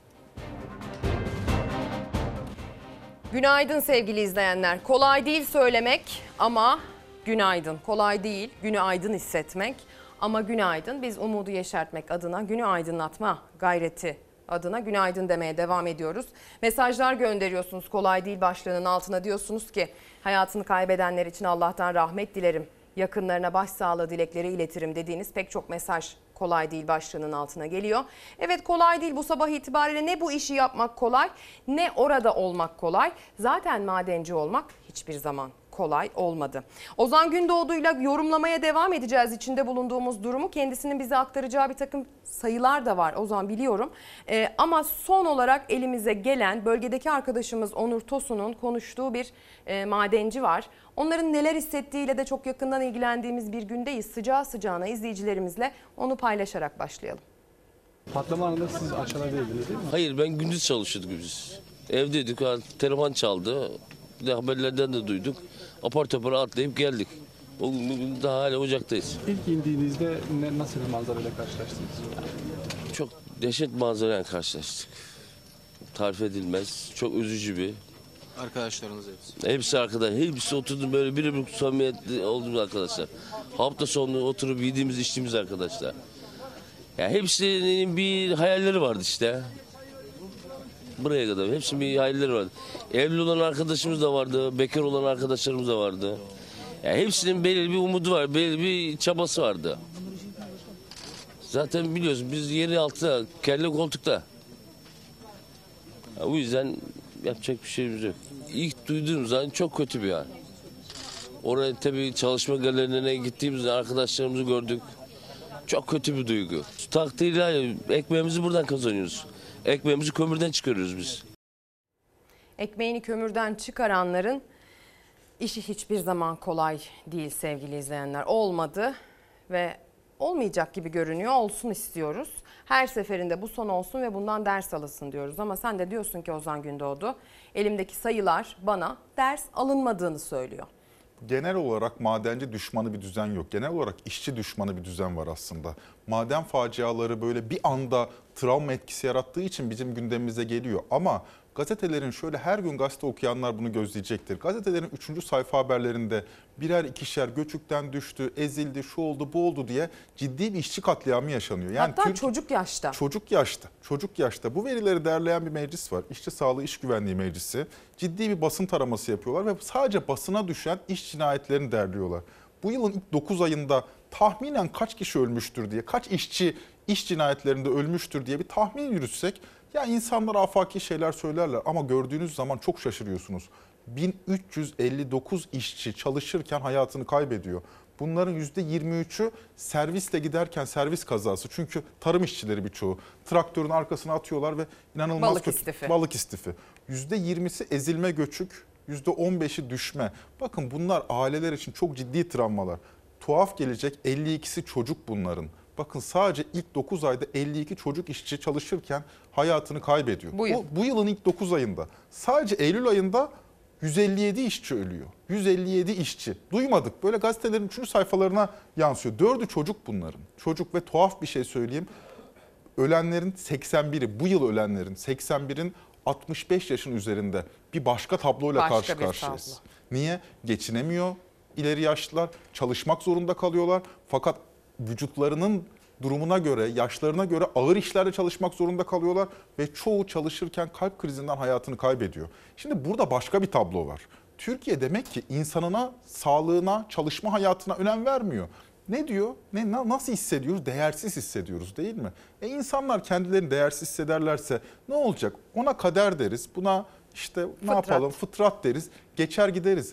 Günaydın sevgili izleyenler. Kolay değil söylemek ama günaydın. Kolay değil, günü aydın hissetmek ama günaydın. Biz umudu yeşertmek adına, günü aydınlatma gayreti adına günaydın demeye devam ediyoruz. Mesajlar gönderiyorsunuz, kolay değil başlığının altına, diyorsunuz ki hayatını kaybedenler için Allah'tan rahmet dilerim, yakınlarına başsağlığı dilekleri iletirim dediğiniz pek çok mesaj kolay değil başlığının altına geliyor. Evet, kolay değil, bu sabah itibariyle ne bu işi yapmak kolay ne orada olmak kolay. Zaten madenci olmak hiçbir zaman kolay olmadı. Ozan Gündoğdu'yla yorumlamaya devam edeceğiz içinde bulunduğumuz durumu. Kendisinin bize aktaracağı bir takım sayılar da var Ozan, biliyorum. Ee, ama son olarak elimize gelen bölgedeki arkadaşımız Onur Tosun'un konuştuğu bir e, madenci var. Onların neler hissettiğiyle de çok yakından ilgilendiğimiz bir gündeyiz. Sıcağı sıcağına izleyicilerimizle onu paylaşarak başlayalım. Patlama anında siz aşağıda değildiniz değil mi? Hayır, ben gündüz çalışıyorduk biz. Evdeydik, telefon çaldı. Bir de haberlerden de duyduk. Apar topar atlayıp geldik. Bugün daha hala ocaktayız. İlk indiğinizde ne, nasıl bir manzarayla karşılaştınız? Çok dehşet manzarayla karşılaştık. Tarif edilmez. Çok üzücü bir. Arkadaşlarınız hepsi. Hepsi arkadaş. Hepsi oturdu böyle bir bir samimiyetli olduğumuz arkadaşlar. Hafta sonu oturup yediğimiz içtiğimiz arkadaşlar. Ya hepsinin bir hayalleri vardı işte. Buraya kadar hepsinin bir hayalleri vardı. Evli olan arkadaşımız da vardı, bekar olan arkadaşlarımız da vardı. Yani hepsinin belirli bir umudu var, belirli bir çabası vardı. Zaten biliyorsun biz yerin altında, kelle koltukta. O yüzden yapacak bir şeyimiz yok. İlk duyduğum zaman çok kötü bir an. Oraya tabii çalışma galerilerine gittiğimizde arkadaşlarımızı gördük. Çok kötü bir duygu. Takdirle ekmeğimizi buradan kazanıyoruz. Ekmeğimizi kömürden çıkarıyoruz biz. Ekmeğini kömürden çıkaranların işi hiçbir zaman kolay değil sevgili izleyenler. Olmadı ve olmayacak gibi görünüyor, olsun istiyoruz. Her seferinde bu son olsun ve bundan ders alınsın diyoruz. Ama sen de diyorsun ki Ozan Gündoğdu, elimdeki sayılar bana ders alınmadığını söylüyor. Genel olarak madenci düşmanı bir düzen yok. Genel olarak işçi düşmanı bir düzen var aslında. Maden faciaları böyle bir anda travma etkisi yarattığı için bizim gündemimize geliyor. Ama gazetelerin şöyle her gün gazete okuyanlar bunu gözleyecektir. Gazetelerin üçüncü sayfa haberlerinde birer ikişer göçükten düştü, ezildi, şu oldu, bu oldu diye ciddi bir işçi katliamı yaşanıyor. Yani Hatta Türk, çocuk yaşta. Çocuk yaşta. Çocuk yaşta. Bu verileri derleyen bir meclis var. İşçi Sağlığı İş Güvenliği Meclisi. Ciddi bir basın taraması yapıyorlar ve sadece basına düşen iş cinayetlerini derliyorlar. Bu yılın ilk dokuz ayında tahminen kaç kişi ölmüştür diye, kaç işçi iş cinayetlerinde ölmüştür diye bir tahmin yürütsek, ya insanlar afaki şeyler söylerler ama gördüğünüz zaman çok şaşırıyorsunuz. bin üç yüz elli dokuz işçi çalışırken hayatını kaybediyor. Bunların yüzde yirmi üçü servisle giderken servis kazası. Çünkü tarım işçileri birçoğu. Traktörün arkasına atıyorlar ve inanılmaz balık kötü. istifi. Balık istifi. yüzde yirmisi ezilme göçük, yüzde on beşi düşme. Bakın bunlar aileler için çok ciddi travmalar. Tuhaf gelecek, elli ikisi çocuk bunların. Bakın sadece ilk dokuz ayda elli iki çocuk işçi çalışırken hayatını kaybediyor. Bu, yıl. bu, bu yılın ilk dokuz ayında. Sadece Eylül ayında yüz elli yedi işçi ölüyor. yüz elli yedi işçi. Duymadık. Böyle gazetelerin üçüncü sayfalarına yansıyor. Dördü çocuk bunların. Çocuk ve tuhaf bir şey söyleyeyim. Ölenlerin seksen biri, bu yıl ölenlerin seksen birin altmış beş yaşın üzerinde bir başka tabloyla Başka karşı bir karşıyayız. tablo. Niye? Geçinemiyor ileri yaşlılar, çalışmak zorunda kalıyorlar. Fakat vücutlarının durumuna göre, yaşlarına göre ağır işlerde çalışmak zorunda kalıyorlar ve çoğu çalışırken kalp krizinden hayatını kaybediyor. Şimdi burada başka bir tablo var. Türkiye demek ki insanına, sağlığına, çalışma hayatına önem vermiyor. Ne diyor? Ne nasıl hissediyoruz? Değersiz hissediyoruz değil mi? E insanlar kendilerini değersiz hissederlerse ne olacak? Ona kader deriz. Buna işte ne Fıtrat. yapalım? Fıtrat deriz. Geçer gideriz.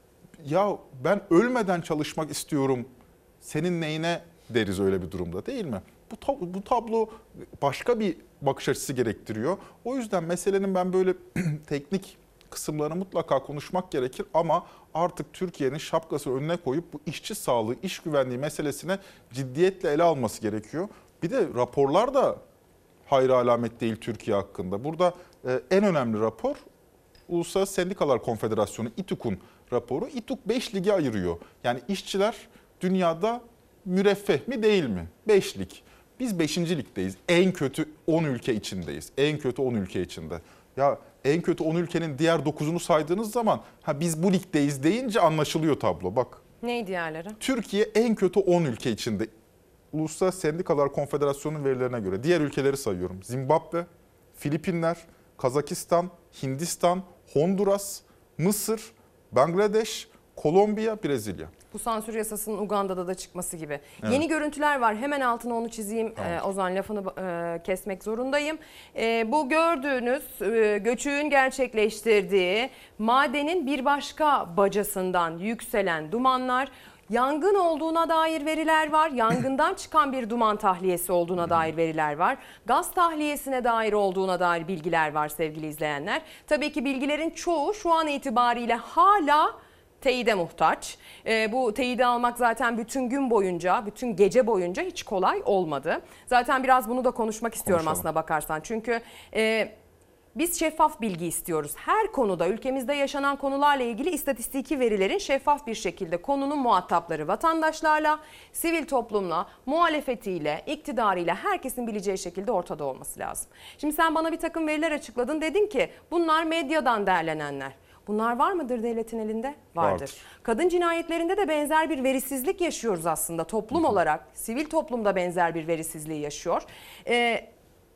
Ya ben ölmeden çalışmak istiyorum. Senin neyine deriz öyle bir durumda değil mi? Bu tablo, bu tablo başka bir bakış açısı gerektiriyor. O yüzden meselenin ben böyle teknik kısımlarını mutlaka konuşmak gerekir ama artık Türkiye'nin şapkası önüne koyup bu işçi sağlığı, iş güvenliği meselesine ciddiyetle ele alması gerekiyor. Bir de raporlar da hayra alamet değil Türkiye hakkında. Burada e, en önemli rapor Uluslararası Sendikalar Konfederasyonu İTÜK'un raporu. İTÜK beş ligi ayırıyor. Yani işçiler dünyada müreffeh mi değil mi? beş lig. Biz beşinci ligdeyiz. En kötü on ülke içindeyiz. En kötü on ülke içinde. Ya en kötü on ülkenin diğer dokuzunu saydığınız zaman ha biz bu ligdeyiz deyince anlaşılıyor tablo. Bak. Neydi diğerleri? Türkiye en kötü on ülke içinde. Uluslararası Sendikalar Konfederasyonu'nun verilerine göre diğer ülkeleri sayıyorum. Zimbabwe, Filipinler, Kazakistan, Hindistan, Honduras, Mısır, Bangladeş, Kolombiya, Brezilya. Bu sansür yasasının Uganda'da da çıkması gibi. Evet. Yeni görüntüler var. Hemen altına onu çizeyim. Tamam. Ee, Ozan lafını e, kesmek zorundayım. E, bu gördüğünüz e, göçüğün gerçekleştirdiği madenin bir başka bacasından yükselen dumanlar. Yangın olduğuna dair veriler var. Yangından çıkan bir duman tahliyesi olduğuna dair veriler var. Gaz tahliyesine dair olduğuna dair bilgiler var sevgili izleyenler. Tabii ki bilgilerin çoğu şu an itibariyle hala teyide muhtaç. E, bu teyidi almak zaten bütün gün boyunca, bütün gece boyunca hiç kolay olmadı. Zaten biraz bunu da konuşmak istiyorum Konuşalım. aslına bakarsan. Çünkü e, biz şeffaf bilgi istiyoruz. Her konuda ülkemizde yaşanan konularla ilgili istatistiki verilerin şeffaf bir şekilde konunun muhatapları vatandaşlarla, sivil toplumla, muhalefetiyle, iktidarıyla herkesin bileceği şekilde ortada olması lazım. Şimdi sen bana bir takım veriler açıkladın. Dedin ki bunlar medyadan derlenenler. Bunlar var mıdır devletin elinde? Vardır. Vardır. Kadın cinayetlerinde de benzer bir verisizlik yaşıyoruz aslında. Toplum olarak, sivil toplumda benzer bir verisizliği yaşıyor. Ee,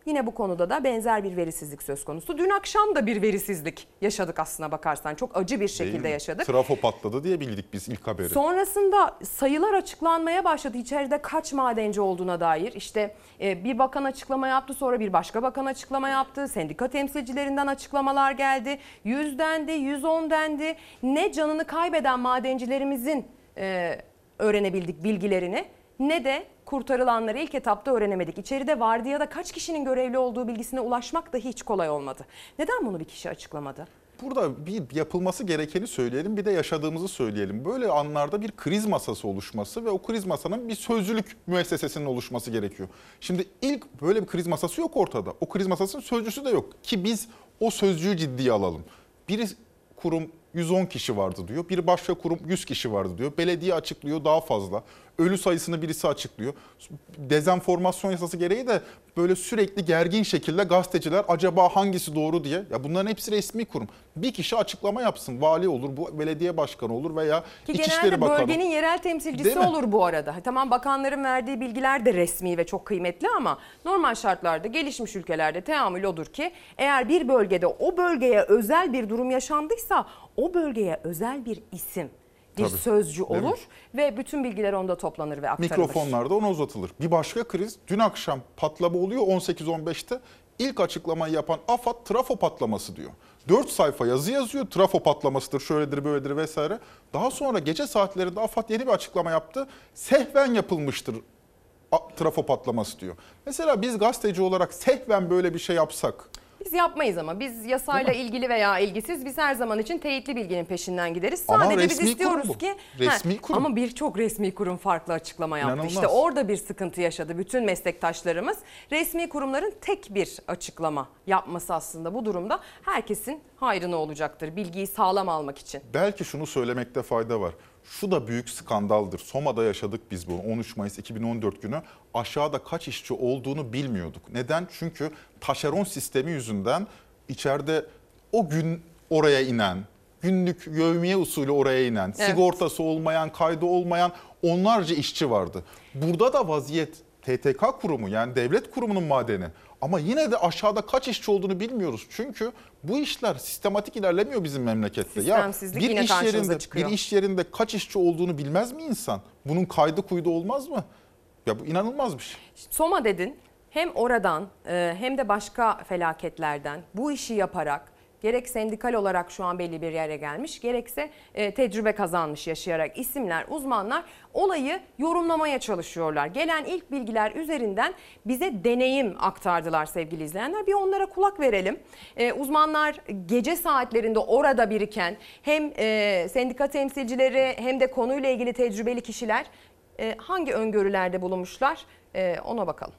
Yine bu konuda da benzer bir verisizlik söz konusu. Dün akşam da bir verisizlik yaşadık aslına bakarsan. Çok acı bir şekilde yaşadık. Trafo patladı diye bildik biz ilk haberi. Sonrasında sayılar açıklanmaya başladı. İçeride kaç madenci olduğuna dair. İşte bir bakan açıklama yaptı, sonra bir başka bakan açıklama yaptı. Sendika temsilcilerinden açıklamalar geldi. yüz dendi, yüz on dendi. Ne canını kaybeden madencilerimizin e, öğrenebildik bilgilerini, ne de kurtarılanları ilk etapta öğrenemedik. İçeride vardiyada kaç kişinin görevli olduğu bilgisine ulaşmak da hiç kolay olmadı. Neden bunu bir kişi açıklamadı? Burada bir yapılması gerekeni söyleyelim, bir de yaşadığımızı söyleyelim. Böyle anlarda bir kriz masası oluşması ve o kriz masanın bir sözcülük müessesesinin oluşması gerekiyor. Şimdi ilk böyle bir kriz masası yok ortada. O kriz masasının sözcüsü de yok ki biz o sözcüğü ciddiye alalım. Bir kurum yüz on kişi vardı diyor. Bir başka kurum yüz kişi vardı diyor. Belediye açıklıyor daha fazla. Ölü sayısını birisi açıklıyor. Dezenformasyon yasası gereği de böyle sürekli gergin şekilde gazeteciler acaba hangisi doğru diye. Ya bunların hepsi resmi kurum. Bir kişi açıklama yapsın. Vali olur, bu belediye başkanı olur veya Ki İçişleri Bakanı. Genelde bölgenin yerel temsilcisi olur bu arada. Tamam, bakanların verdiği bilgiler de resmi ve çok kıymetli ama normal şartlarda gelişmiş ülkelerde teamül odur ki eğer bir bölgede o bölgeye özel bir durum yaşandıysa o bölgeye özel bir isim, bir Tabii, sözcü olur ve bütün bilgiler onda toplanır ve aktarılır. Mikrofonlarda ona uzatılır. Bir başka kriz dün akşam patlama oluyor on sekiz on beşte. İlk açıklamayı yapan AFAD trafo patlaması diyor. dört sayfa yazı yazıyor. Trafo patlamasıdır, şöyledir, böyledir vesaire. Daha sonra gece saatlerinde AFAD yeni bir açıklama yaptı. Sehven yapılmıştır trafo patlaması diyor. Mesela biz gazeteci olarak sehven böyle bir şey yapsak... Biz yapmayız ama biz yasayla ilgili veya ilgisiz biz her zaman için teyitli bilginin peşinden gideriz. Ama Sadece biz resmi istiyoruz kurum bu. ki Resmi he, kurum. ama birçok resmi kurum farklı açıklama yaptı. İnanılmaz. İşte orada bir sıkıntı yaşadı bütün meslektaşlarımız. Resmi kurumların tek bir açıklama yapması aslında bu durumda herkesin hayrına olacaktır bilgiyi sağlam almak için. Belki şunu söylemekte fayda var. Şu da büyük skandaldır. Soma'da yaşadık biz bunu on üç Mayıs iki bin on dört günü. Aşağıda kaç işçi olduğunu bilmiyorduk. Neden? Çünkü taşeron sistemi yüzünden içeride o gün oraya inen, günlük yevmiye usulü oraya inen, evet, sigortası olmayan, kaydı olmayan onlarca işçi vardı. Burada da vaziyet T T K kurumu, yani devlet kurumunun madeni. Ama yine de aşağıda kaç işçi olduğunu bilmiyoruz. Çünkü bu işler sistematik ilerlemiyor bizim memlekette. Ya bir iş yerinde çıkıyor. Bir iş yerinde kaç işçi olduğunu bilmez mi insan? Bunun kaydı kuydu olmaz mı? Ya bu inanılmaz bir şey. Soma dedin. Hem oradan hem de başka felaketlerden bu işi yaparak gerek sendikal olarak şu an belli bir yere gelmiş, gerekse e, tecrübe kazanmış yaşayarak isimler, uzmanlar olayı yorumlamaya çalışıyorlar. Gelen ilk bilgiler üzerinden bize deneyim aktardılar sevgili izleyenler. Bir onlara kulak verelim. E, uzmanlar gece saatlerinde orada biriken hem e, sendika temsilcileri hem de konuyla ilgili tecrübeli kişiler e, hangi öngörülerde bulunmuşlar e, ona bakalım.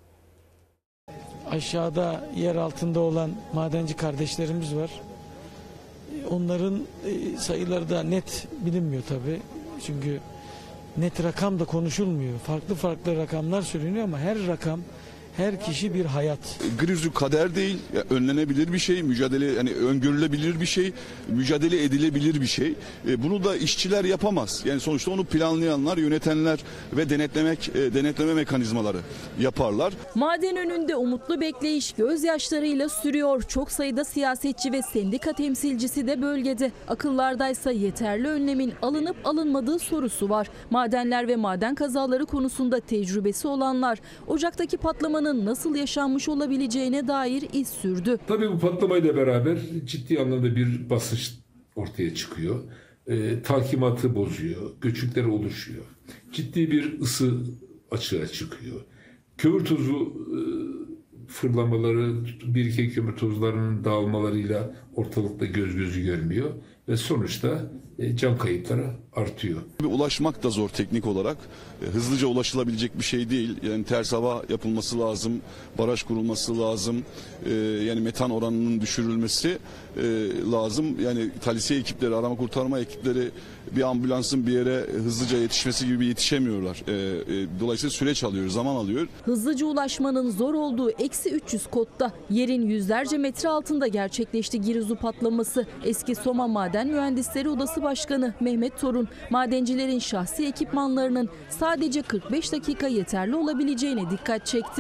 Aşağıda yer altında olan madenci kardeşlerimiz var. Onların sayıları da net bilinmiyor tabii. Çünkü net rakam da konuşulmuyor. Farklı farklı rakamlar söyleniyor ama her rakam, her kişi bir hayat. Kriz kader değil, önlenebilir bir şey, mücadele yani öngörülebilir bir şey, mücadele edilebilir bir şey. Bunu da işçiler yapamaz. Yani sonuçta onu planlayanlar, yönetenler ve denetlemek denetleme mekanizmaları yaparlar. Maden önünde umutlu bekleyiş gözyaşlarıyla sürüyor. Çok sayıda siyasetçi ve sendika temsilcisi de bölgede. Akıllardaysa yeterli önlemin alınıp alınmadığı sorusu var. Madenler ve maden kazaları konusunda tecrübesi olanlar Ocak'taki patlamanın nasıl yaşanmış olabileceğine dair iz sürdü. Tabii bu patlamayla beraber ciddi anlamda bir basınç ortaya çıkıyor. E, takimatı bozuyor, göçükler oluşuyor. Ciddi bir ısı açığa çıkıyor. Kömür tozu e, fırlamaları, biriken kömür tozlarının dağılmalarıyla ortalıkta göz gözü görmüyor. Ve sonuçta e, can kayıpları artıyor. Ulaşmak da zor teknik olarak. E, hızlıca ulaşılabilecek bir şey değil. Yani ters hava yapılması lazım, baraj kurulması lazım. E, yani metan oranının düşürülmesi e, lazım. Yani talisiye ekipleri, arama kurtarma ekipleri bir ambulansın bir yere hızlıca yetişmesi gibi yetişemiyorlar. E, e, dolayısıyla süreç alıyor, zaman alıyor. Hızlıca ulaşmanın zor olduğu eksi üç yüz kodda yerin yüzlerce metre altında gerçekleşti Girezu patlaması. Eski Soma Maden Mühendisleri Odası Başkanı Mehmet Torun, madencilerin şahsi ekipmanlarının sadece kırk beş dakika yeterli olabileceğine dikkat çekti.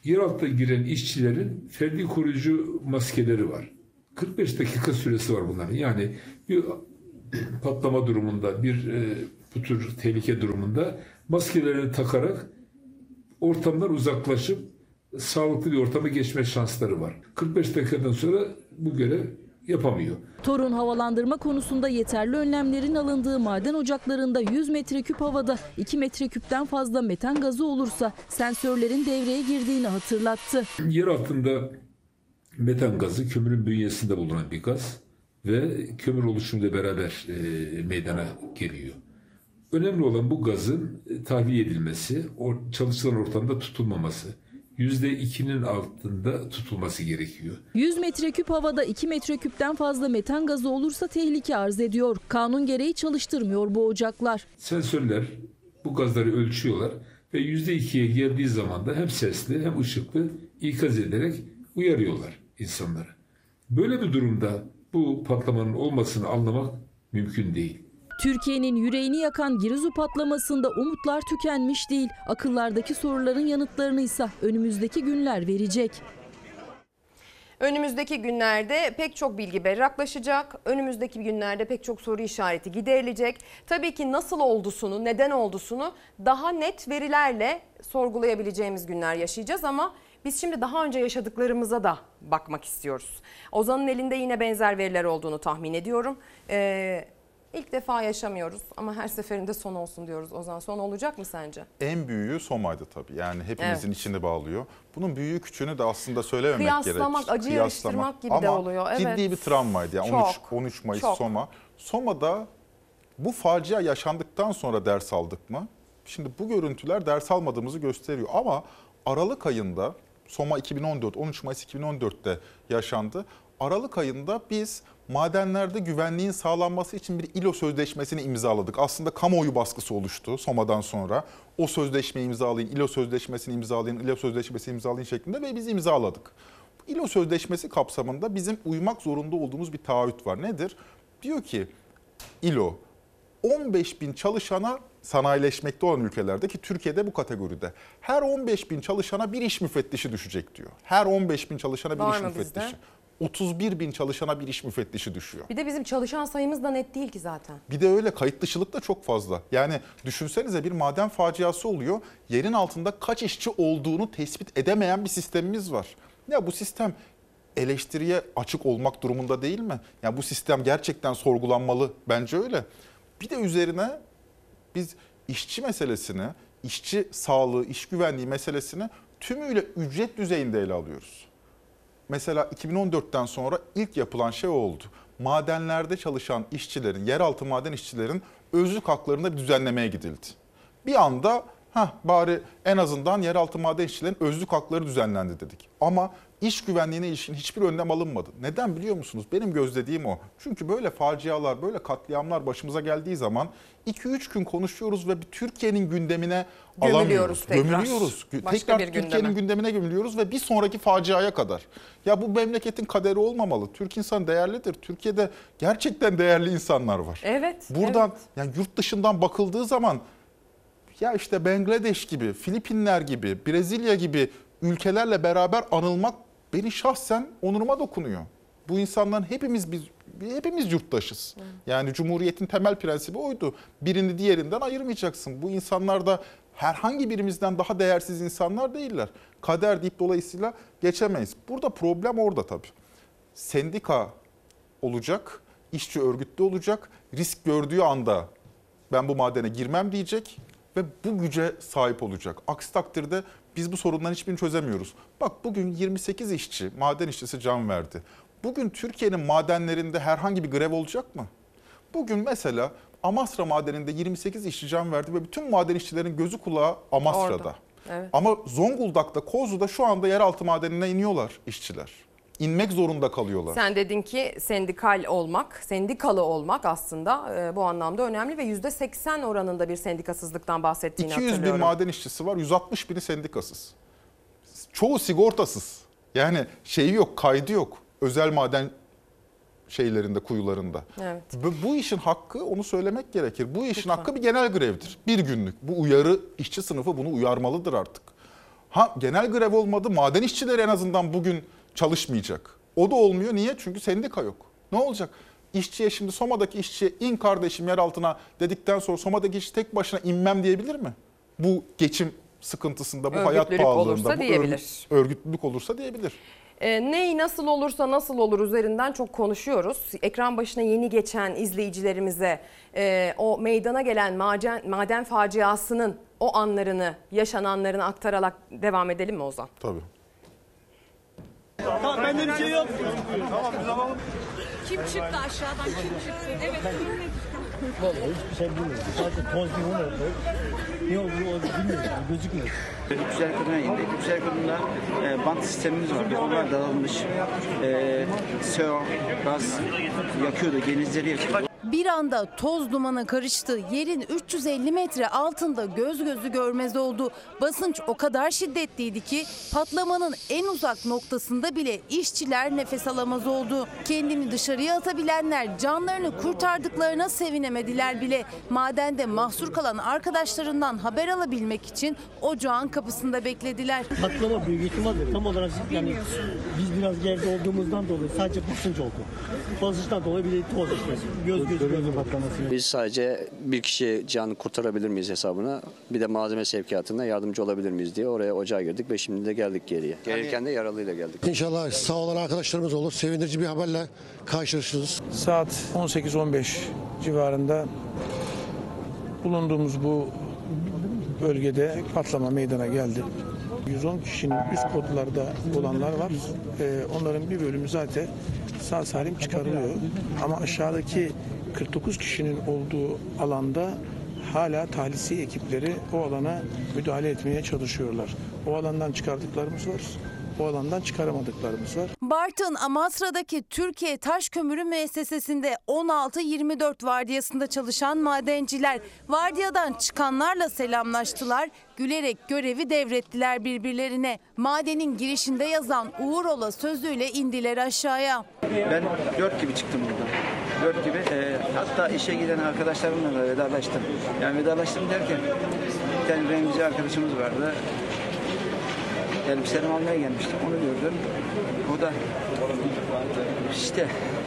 yer altına giren işçilerin ferdi koruyucu maskeleri var. kırk beş dakika süresi var bunların. Yani bir patlama durumunda, bir e, bu tür tehlike durumunda maskelerini takarak ortamdan uzaklaşıp sağlıklı bir ortama geçme şansları var. kırk beş dakikadan sonra bu görev yapamıyor. Torun havalandırma konusunda yeterli önlemlerin alındığı maden ocaklarında yüz metreküp havada iki metreküpten fazla metan gazı olursa sensörlerin devreye girdiğini hatırlattı. Yer altında metan gazı kömürün bünyesinde bulunan bir gaz ve kömür oluşumuyla beraber e, meydana geliyor. Önemli olan bu gazın tahliye edilmesi, o çalışılan ortamda tutulmaması. yüzde ikinin altında tutulması gerekiyor. yüz metreküp havada iki metreküpten fazla metan gazı olursa tehlike arz ediyor. Kanun gereği çalıştırmıyor bu ocaklar. Sensörler bu gazları ölçüyorlar ve yüzde ikiye geldiği zaman da hem sesli hem ışıklı ikaz ederek uyarıyorlar insanları. Böyle bir durumda bu patlamanın olmasını anlamak mümkün değil. Türkiye'nin yüreğini yakan Girezu patlamasında umutlar tükenmiş değil. Akıllardaki soruların yanıtlarını ise önümüzdeki günler verecek. Önümüzdeki günlerde pek çok bilgi berraklaşacak. Önümüzdeki günlerde pek çok soru işareti giderilecek. Tabii ki nasıl oldusunu, neden oldusunu daha net verilerle sorgulayabileceğimiz günler yaşayacağız ama biz şimdi daha önce yaşadıklarımıza da bakmak istiyoruz. Ozan'ın elinde yine benzer veriler olduğunu tahmin ediyorum. Ee, İlk defa yaşamıyoruz ama her seferinde son olsun diyoruz. Ozan, son olacak mı sence? En büyüğü Soma'ydı tabii. Yani hepimizin Evet. içini bağlıyor. Bunun büyüğü küçüğünü de aslında söylememek gerek. Kıyaslamak, acı yarıştırmak gibi de oluyor. Evet. Ciddi bir travmaydı. Yani Çok, on üç, on üç Mayıs çok. Soma. Soma'da bu facia yaşandıktan sonra ders aldık mı? Şimdi bu görüntüler ders almadığımızı gösteriyor. Ama Aralık ayında, Soma iki bin on dört, on üç Mayıs iki bin on dört'te yaşandı. Aralık ayında biz madenlerde güvenliğin sağlanması için bir İLO sözleşmesini imzaladık. Aslında kamuoyu baskısı oluştu Soma'dan sonra. O sözleşmeyi imzalayın, İLO sözleşmesini imzalayın, İLO sözleşmesini imzalayın şeklinde ve biz imzaladık. İLO sözleşmesi kapsamında bizim uymak zorunda olduğumuz bir taahhüt var. Nedir? Diyor ki İLO on beş bin çalışana sanayileşmekte olan ülkelerde ki Türkiye'de bu kategoride her on beş bin çalışana bir iş müfettişi düşecek diyor. Her on beş bin çalışana bir Var iş mı müfettişi. bizde? otuz bir bin çalışana bir iş müfettişi düşüyor. Bir de bizim çalışan sayımız da net değil ki zaten. Bir de öyle kayıt dışılık da çok fazla. Yani düşünsenize bir maden faciası oluyor. Yerin altında kaç işçi olduğunu tespit edemeyen bir sistemimiz var. Ya bu sistem eleştiriye açık olmak durumunda değil mi? Yani bu sistem gerçekten sorgulanmalı. Bence öyle. Bir de üzerine biz işçi meselesini, işçi sağlığı, iş güvenliği meselesini tümüyle ücret düzeyinde ele alıyoruz. Mesela iki bin on dört'ten sonra ilk yapılan şey oldu. Madenlerde çalışan işçilerin, yeraltı maden işçilerin özlük haklarında bir düzenlemeye gidildi. Bir anda heh, bari en azından yeraltı maden işçilerin özlük hakları düzenlendi dedik. Ama iş güvenliğine ilişkin hiçbir önlem alınmadı. Neden biliyor musunuz? Benim gözlediğim o. Çünkü böyle facialar, böyle katliamlar başımıza geldiği zaman iki üç gün konuşuyoruz ve bir Türkiye'nin gündemine Gömülüyoruz alamıyoruz. tekrar. Gömülüyoruz. Başka tekrar bir Türkiye'nin gündeme. gündemine gömülüyoruz ve bir sonraki faciaya kadar. Ya bu memleketin kaderi olmamalı. Türk insan değerlidir. Türkiye'de gerçekten değerli insanlar var. Evet. Buradan evet. yani yurt dışından bakıldığı zaman ya işte Bangladeş gibi, Filipinler gibi, Brezilya gibi ülkelerle beraber anılmak beni şahsen onuruma dokunuyor. Bu insanların hepimiz biz hepimiz yurttaşız. Yani Cumhuriyet'in temel prensibi oydu. Birini diğerinden ayırmayacaksın. Bu insanlar da herhangi birimizden daha değersiz insanlar değiller. Kader deyip dolayısıyla geçemeyiz. Burada problem orada tabii. Sendika olacak, işçi örgütlü olacak, risk gördüğü anda ben bu madene girmem diyecek ve bu güce sahip olacak. Aksi takdirde biz bu sorunların hiçbirini çözemiyoruz. Bak bugün yirmi sekiz işçi, maden işçisi can verdi. Bugün Türkiye'nin madenlerinde herhangi bir grev olacak mı? Bugün mesela Amasra madeninde yirmi sekiz işçi can verdi ve bütün maden işçilerin gözü kulağı Amasra'da. Orada, evet. Ama Zonguldak'ta, Kozlu'da şu anda yeraltı madenine iniyorlar işçiler. İnmek zorunda kalıyorlar. Sen dedin ki sendikal olmak, sendikalı olmak aslında e, bu anlamda önemli ve yüzde seksen oranında bir sendikasızlıktan bahsettiğini iki yüz hatırlıyorum. bin maden işçisi var, yüz altmış bini sendikasız. Çoğu sigortasız. Yani şeyi yok, kaydı yok. Özel maden şeylerinde, kuyularında. Evet. Bu, bu işin hakkı, onu söylemek gerekir. Bu işin Lütfen. hakkı bir genel grevdir. Bir günlük. Bu uyarı, işçi sınıfı bunu uyarmalıdır artık. Ha genel grev olmadı, maden işçileri en azından bugün çalışmayacak. O da olmuyor. Niye? Çünkü sendika yok. Ne olacak? İşçiye şimdi Soma'daki işçiye in kardeşim yer altına dedikten sonra Soma'daki işçi tek başına inmem diyebilir mi? Bu geçim sıkıntısında, bu hayat pahalılığında, bu diyebilir. örgütlülük olursa diyebilir. E, ney nasıl olursa nasıl olur üzerinden çok konuşuyoruz. Ekran başına yeni geçen izleyicilerimize e, o meydana gelen maden, maden faciasının o anlarını, yaşananlarını aktararak devam edelim mi Ozan? Tabii. Tamam bende bir şey yok. Tamam biz alalım. Kim çıktı aşağıdan? Kim çıktı? Evet. Vallahi hiçbir şey bilmiyorum. Sadece toz bir un oldu. Ne oldu o bilmiyorum. Gözükmüyor. Yüksel Kadın'a indik. Yüksel Kadın'da e, bant sistemimiz vardı. Onlar dağılmış. E, S E O, gaz yakıyordu. Genizleri yakıyordu. Bir anda toz dumana karıştı. Yerin üç yüz elli metre altında göz gözü görmez oldu. Basınç o kadar şiddetliydi ki patlamanın en uzak noktasında bile işçiler nefes alamaz oldu. Kendini dışarıya atabilenler canlarını kurtardıklarına sevinemediler bile. Madende mahsur kalan arkadaşlarından haber alabilmek için ocağın kapısında beklediler. Patlama büyük ihtimalle tam olarak yani biz biraz geride olduğumuzdan dolayı sadece basınç oldu. Basınçtan dolayı bir de toz işte. Göz göz Biz sadece bir kişi canı kurtarabilir miyiz hesabına, bir de malzeme sevkiyatına yardımcı olabilir miyiz diye oraya ocağa girdik ve şimdi de geldik geriye. Gelirken de yaralıyla geldik. İnşallah sağ olan arkadaşlarımız olur. Sevindirici bir haberle karşılaşırız. Saat on sekiz on beş civarında bulunduğumuz bu bölgede patlama meydana geldi. yüz on kişinin üst kodlarda olanlar var. Ee, onların bir bölümü zaten sağ salim çıkarılıyor. Ama aşağıdaki kırk dokuz kişinin olduğu alanda hala tahliyesi ekipleri o alana müdahale etmeye çalışıyorlar. O alandan çıkardıklarımız var. O alandan çıkaramadıklarımız var. Bartın Amasra'daki Türkiye Taş Kömürü Müessesesi'nde on altı yirmi dört vardiyasında çalışan madenciler vardiyadan çıkanlarla selamlaştılar, gülerek görevi devrettiler birbirlerine. Madenin girişinde yazan Uğur Ola sözüyle indiler aşağıya. Ben dört gibi çıktım buradan. Dört gibi. E, hatta işe giden arkadaşlarımla da vedalaştım. Yani vedalaştım derken bir tane remzi arkadaşımız vardı. Elbiselerimi almaya gelmiştim. Onu gördüm. O da işte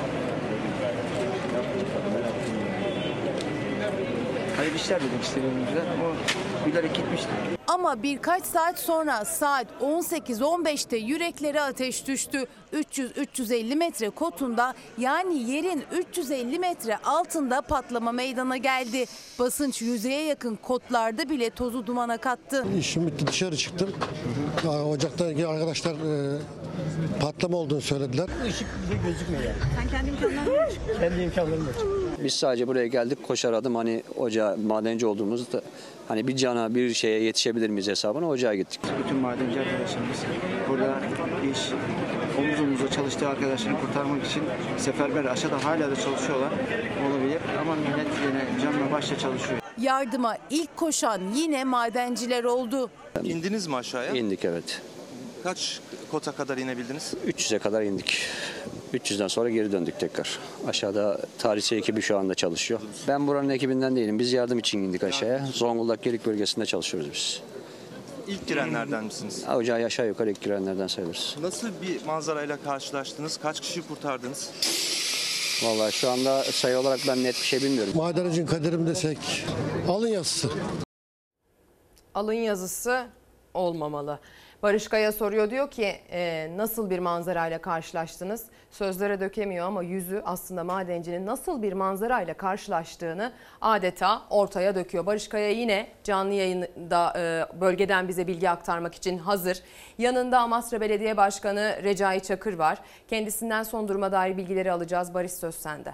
hayırlı işler dedik işte birbirimize. O gülerek gitmişti. Ama birkaç saat sonra saat on sekiz on beşte yüreklere ateş düştü. üç yüz üç yüz elli metre kotunda yani yerin üç yüz elli metre altında patlama meydana geldi. Basınç yüzeye yakın kotlarda bile tozu dumana kattı. İşim bitti, dışarı çıktım. Ocaktaki arkadaşlar e, patlama olduğunu söylediler. Işık bize gözükmüyor yani. Sen kendi imkanlarınla mı çıktın? Kendi imkanlarımla çıktım. Biz sadece buraya geldik, koşar adım hani ocağa, madenci olduğumuzda hani bir cana bir şeye yetişebilir miyiz hesabına ocağa gittik. Bütün madenci arkadaşlarımız burada iş omuz omuza çalıştığı arkadaşlarını kurtarmak için seferber, aşağıda hala da çalışıyorlar olabilir ama millet yine canla başla çalışıyor. Yardıma ilk koşan yine madenciler oldu. İndiniz mi aşağıya? İndik evet. Kaç kota kadar inebildiniz? üç yüze kadar indik. üç yüzden sonra geri döndük tekrar. Aşağıda tarihçi ekibi şu anda çalışıyor. Ben buranın ekibinden değilim. Biz yardım için indik aşağıya. Zonguldak Gelik bölgesinde çalışıyoruz biz. İlk girenlerden misiniz? Ocağa aşağı yukarı ilk girenlerden sayılırız. Nasıl bir manzarayla karşılaştınız? Kaç kişiyi kurtardınız? Vallahi şu anda sayı olarak ben net bir şey bilmiyorum. Madencinin kaderi mi desek, alın yazısı. Alın yazısı olmamalı. Barış Kaya soruyor, diyor ki e, nasıl bir manzarayla karşılaştınız? Sözlere dökemiyor ama yüzü aslında madencinin nasıl bir manzarayla karşılaştığını adeta ortaya döküyor. Barış Kaya yine canlı yayında e, bölgeden bize bilgi aktarmak için hazır. Yanında Amasra Belediye Başkanı Recai Çakır var. Kendisinden son duruma dair bilgileri alacağız. Barış, söz sende.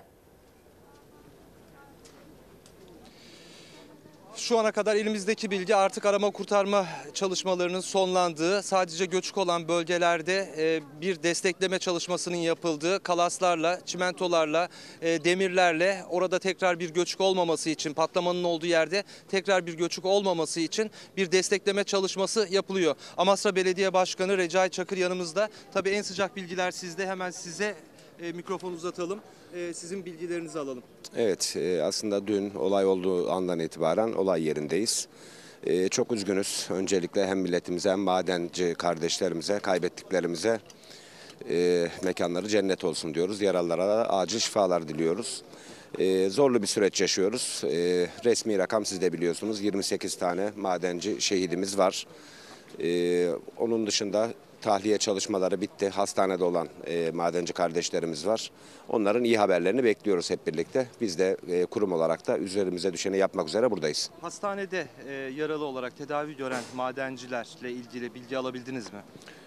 Şu ana kadar elimizdeki bilgi artık arama kurtarma çalışmalarının sonlandığı, sadece göçük olan bölgelerde bir destekleme çalışmasının yapıldığı, kalaslarla, çimentolarla, demirlerle orada tekrar bir göçük olmaması için, patlamanın olduğu yerde tekrar bir göçük olmaması için bir destekleme çalışması yapılıyor. Amasra Belediye Başkanı Recai Çakır yanımızda. Tabii en sıcak bilgiler sizde. Hemen size mikrofon uzatalım. Sizin bilgilerinizi alalım. Evet, aslında dün olay olduğu andan itibaren olay yerindeyiz. Ee, çok üzgünüz. Öncelikle hem milletimize hem madenci kardeşlerimize, kaybettiklerimize e, mekanları cennet olsun diyoruz. Yaralılara da acil şifalar diliyoruz. Ee, zorlu bir süreç yaşıyoruz. Ee, resmi rakam siz de biliyorsunuz. yirmi sekiz tane madenci şehidimiz var. Ee, onun dışında tahliye çalışmaları bitti. Hastanede olan e, madenci kardeşlerimiz var. Onların iyi haberlerini bekliyoruz hep birlikte. Biz de e, kurum olarak da üzerimize düşeni yapmak üzere buradayız. Hastanede e, yaralı olarak tedavi gören madencilerle ilgili bilgi alabildiniz mi?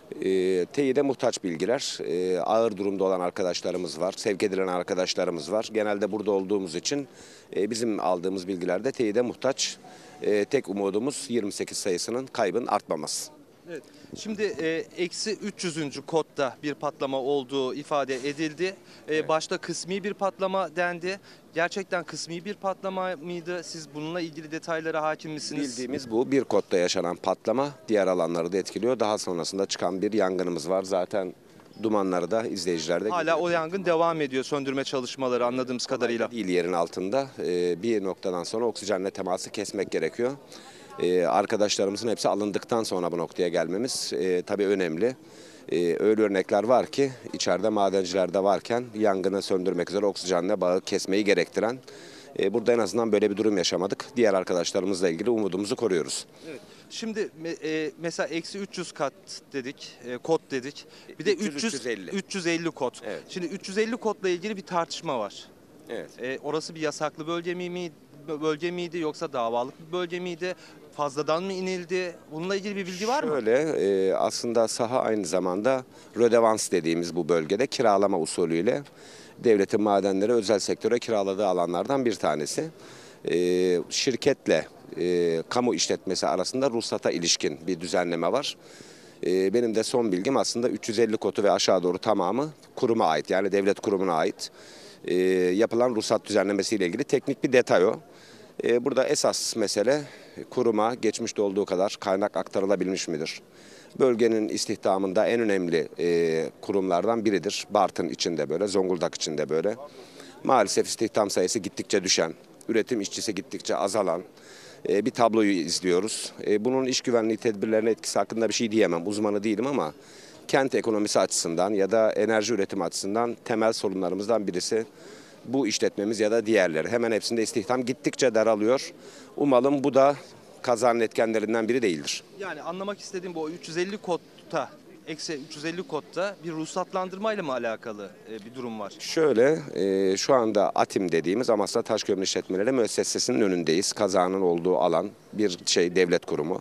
E, teyide muhtaç bilgiler. E, ağır durumda olan arkadaşlarımız var. Sevk edilen arkadaşlarımız var. Genelde burada olduğumuz için e, bizim aldığımız bilgilerde teyide muhtaç. E, tek umudumuz yirmi sekiz sayısının kaybın artmaması. Evet. Şimdi eksi üç yüzüncü kodda bir patlama olduğu ifade edildi. E, evet. Başta kısmi bir patlama dendi. Gerçekten kısmi bir patlama mıydı? Siz bununla ilgili detaylara hakim misiniz? Bildiğimiz bu. Bir kodda yaşanan patlama diğer alanları da etkiliyor. Daha sonrasında çıkan bir yangınımız var. Zaten dumanları da izleyicilerde hala görüyor. O yangın devam ediyor, söndürme çalışmaları anladığımız kadarıyla. Değil, yerin altında. E, bir noktadan sonra oksijenle teması kesmek gerekiyor. Ee, arkadaşlarımızın hepsi alındıktan sonra bu noktaya gelmemiz e, tabii önemli. E, öyle örnekler var ki içeride madenciler de varken yangını söndürmek üzere oksijenle bağı kesmeyi gerektiren. E, burada en azından böyle bir durum yaşamadık. Diğer arkadaşlarımızla ilgili umudumuzu koruyoruz. Evet. Şimdi e, mesela eksi üç yüz kat dedik, e, kod dedik. Bir de üç yüz, üç yüz elli kod. Evet. Şimdi üç yüz elli kodla ilgili bir tartışma var. Evet. E, orası bir yasaklı bölge mi, bölge miydi yoksa davalık bir bölge miydi? Fazladan mı inildi? Bununla ilgili bir bilgi var mı? Şöyle e, aslında saha aynı zamanda rödevans dediğimiz bu bölgede kiralama usulüyle devletin madenleri özel sektöre kiraladığı alanlardan bir tanesi. E, şirketle e, kamu işletmesi arasında ruhsata ilişkin bir düzenleme var. E, benim de son bilgim aslında üç yüz elli kodu ve aşağı doğru tamamı kuruma ait, yani devlet kurumuna ait. E, yapılan ruhsat düzenlemesiyle ilgili teknik bir detay o. E, burada esas mesele kuruma geçmişte olduğu kadar kaynak aktarılabilmiş midir? Bölgenin istihdamında en önemli e, kurumlardan biridir. Bartın içinde böyle, Zonguldak içinde böyle. Maalesef istihdam sayısı gittikçe düşen, üretim işçisi gittikçe azalan e, bir tabloyu izliyoruz. E, bunun iş güvenliği tedbirlerine etkisi hakkında bir şey diyemem, uzmanı değilim ama kent ekonomisi açısından ya da enerji üretimi açısından temel sorunlarımızdan birisi bu işletmemiz ya da diğerleri. Hemen hepsinde istihdam gittikçe daralıyor. Umalım bu da kazanın etkenlerinden biri değildir. Yani anlamak istediğim bu üç yüz elli kodta, eksi üç yüz elli kodta bir ruhsatlandırmayla mı alakalı bir durum var? Şöyle, e, şu anda ATİM dediğimiz Amasra Taşkömür İşletmeleri Müessesesi'nin önündeyiz. Kazanın olduğu alan bir şey devlet kurumu.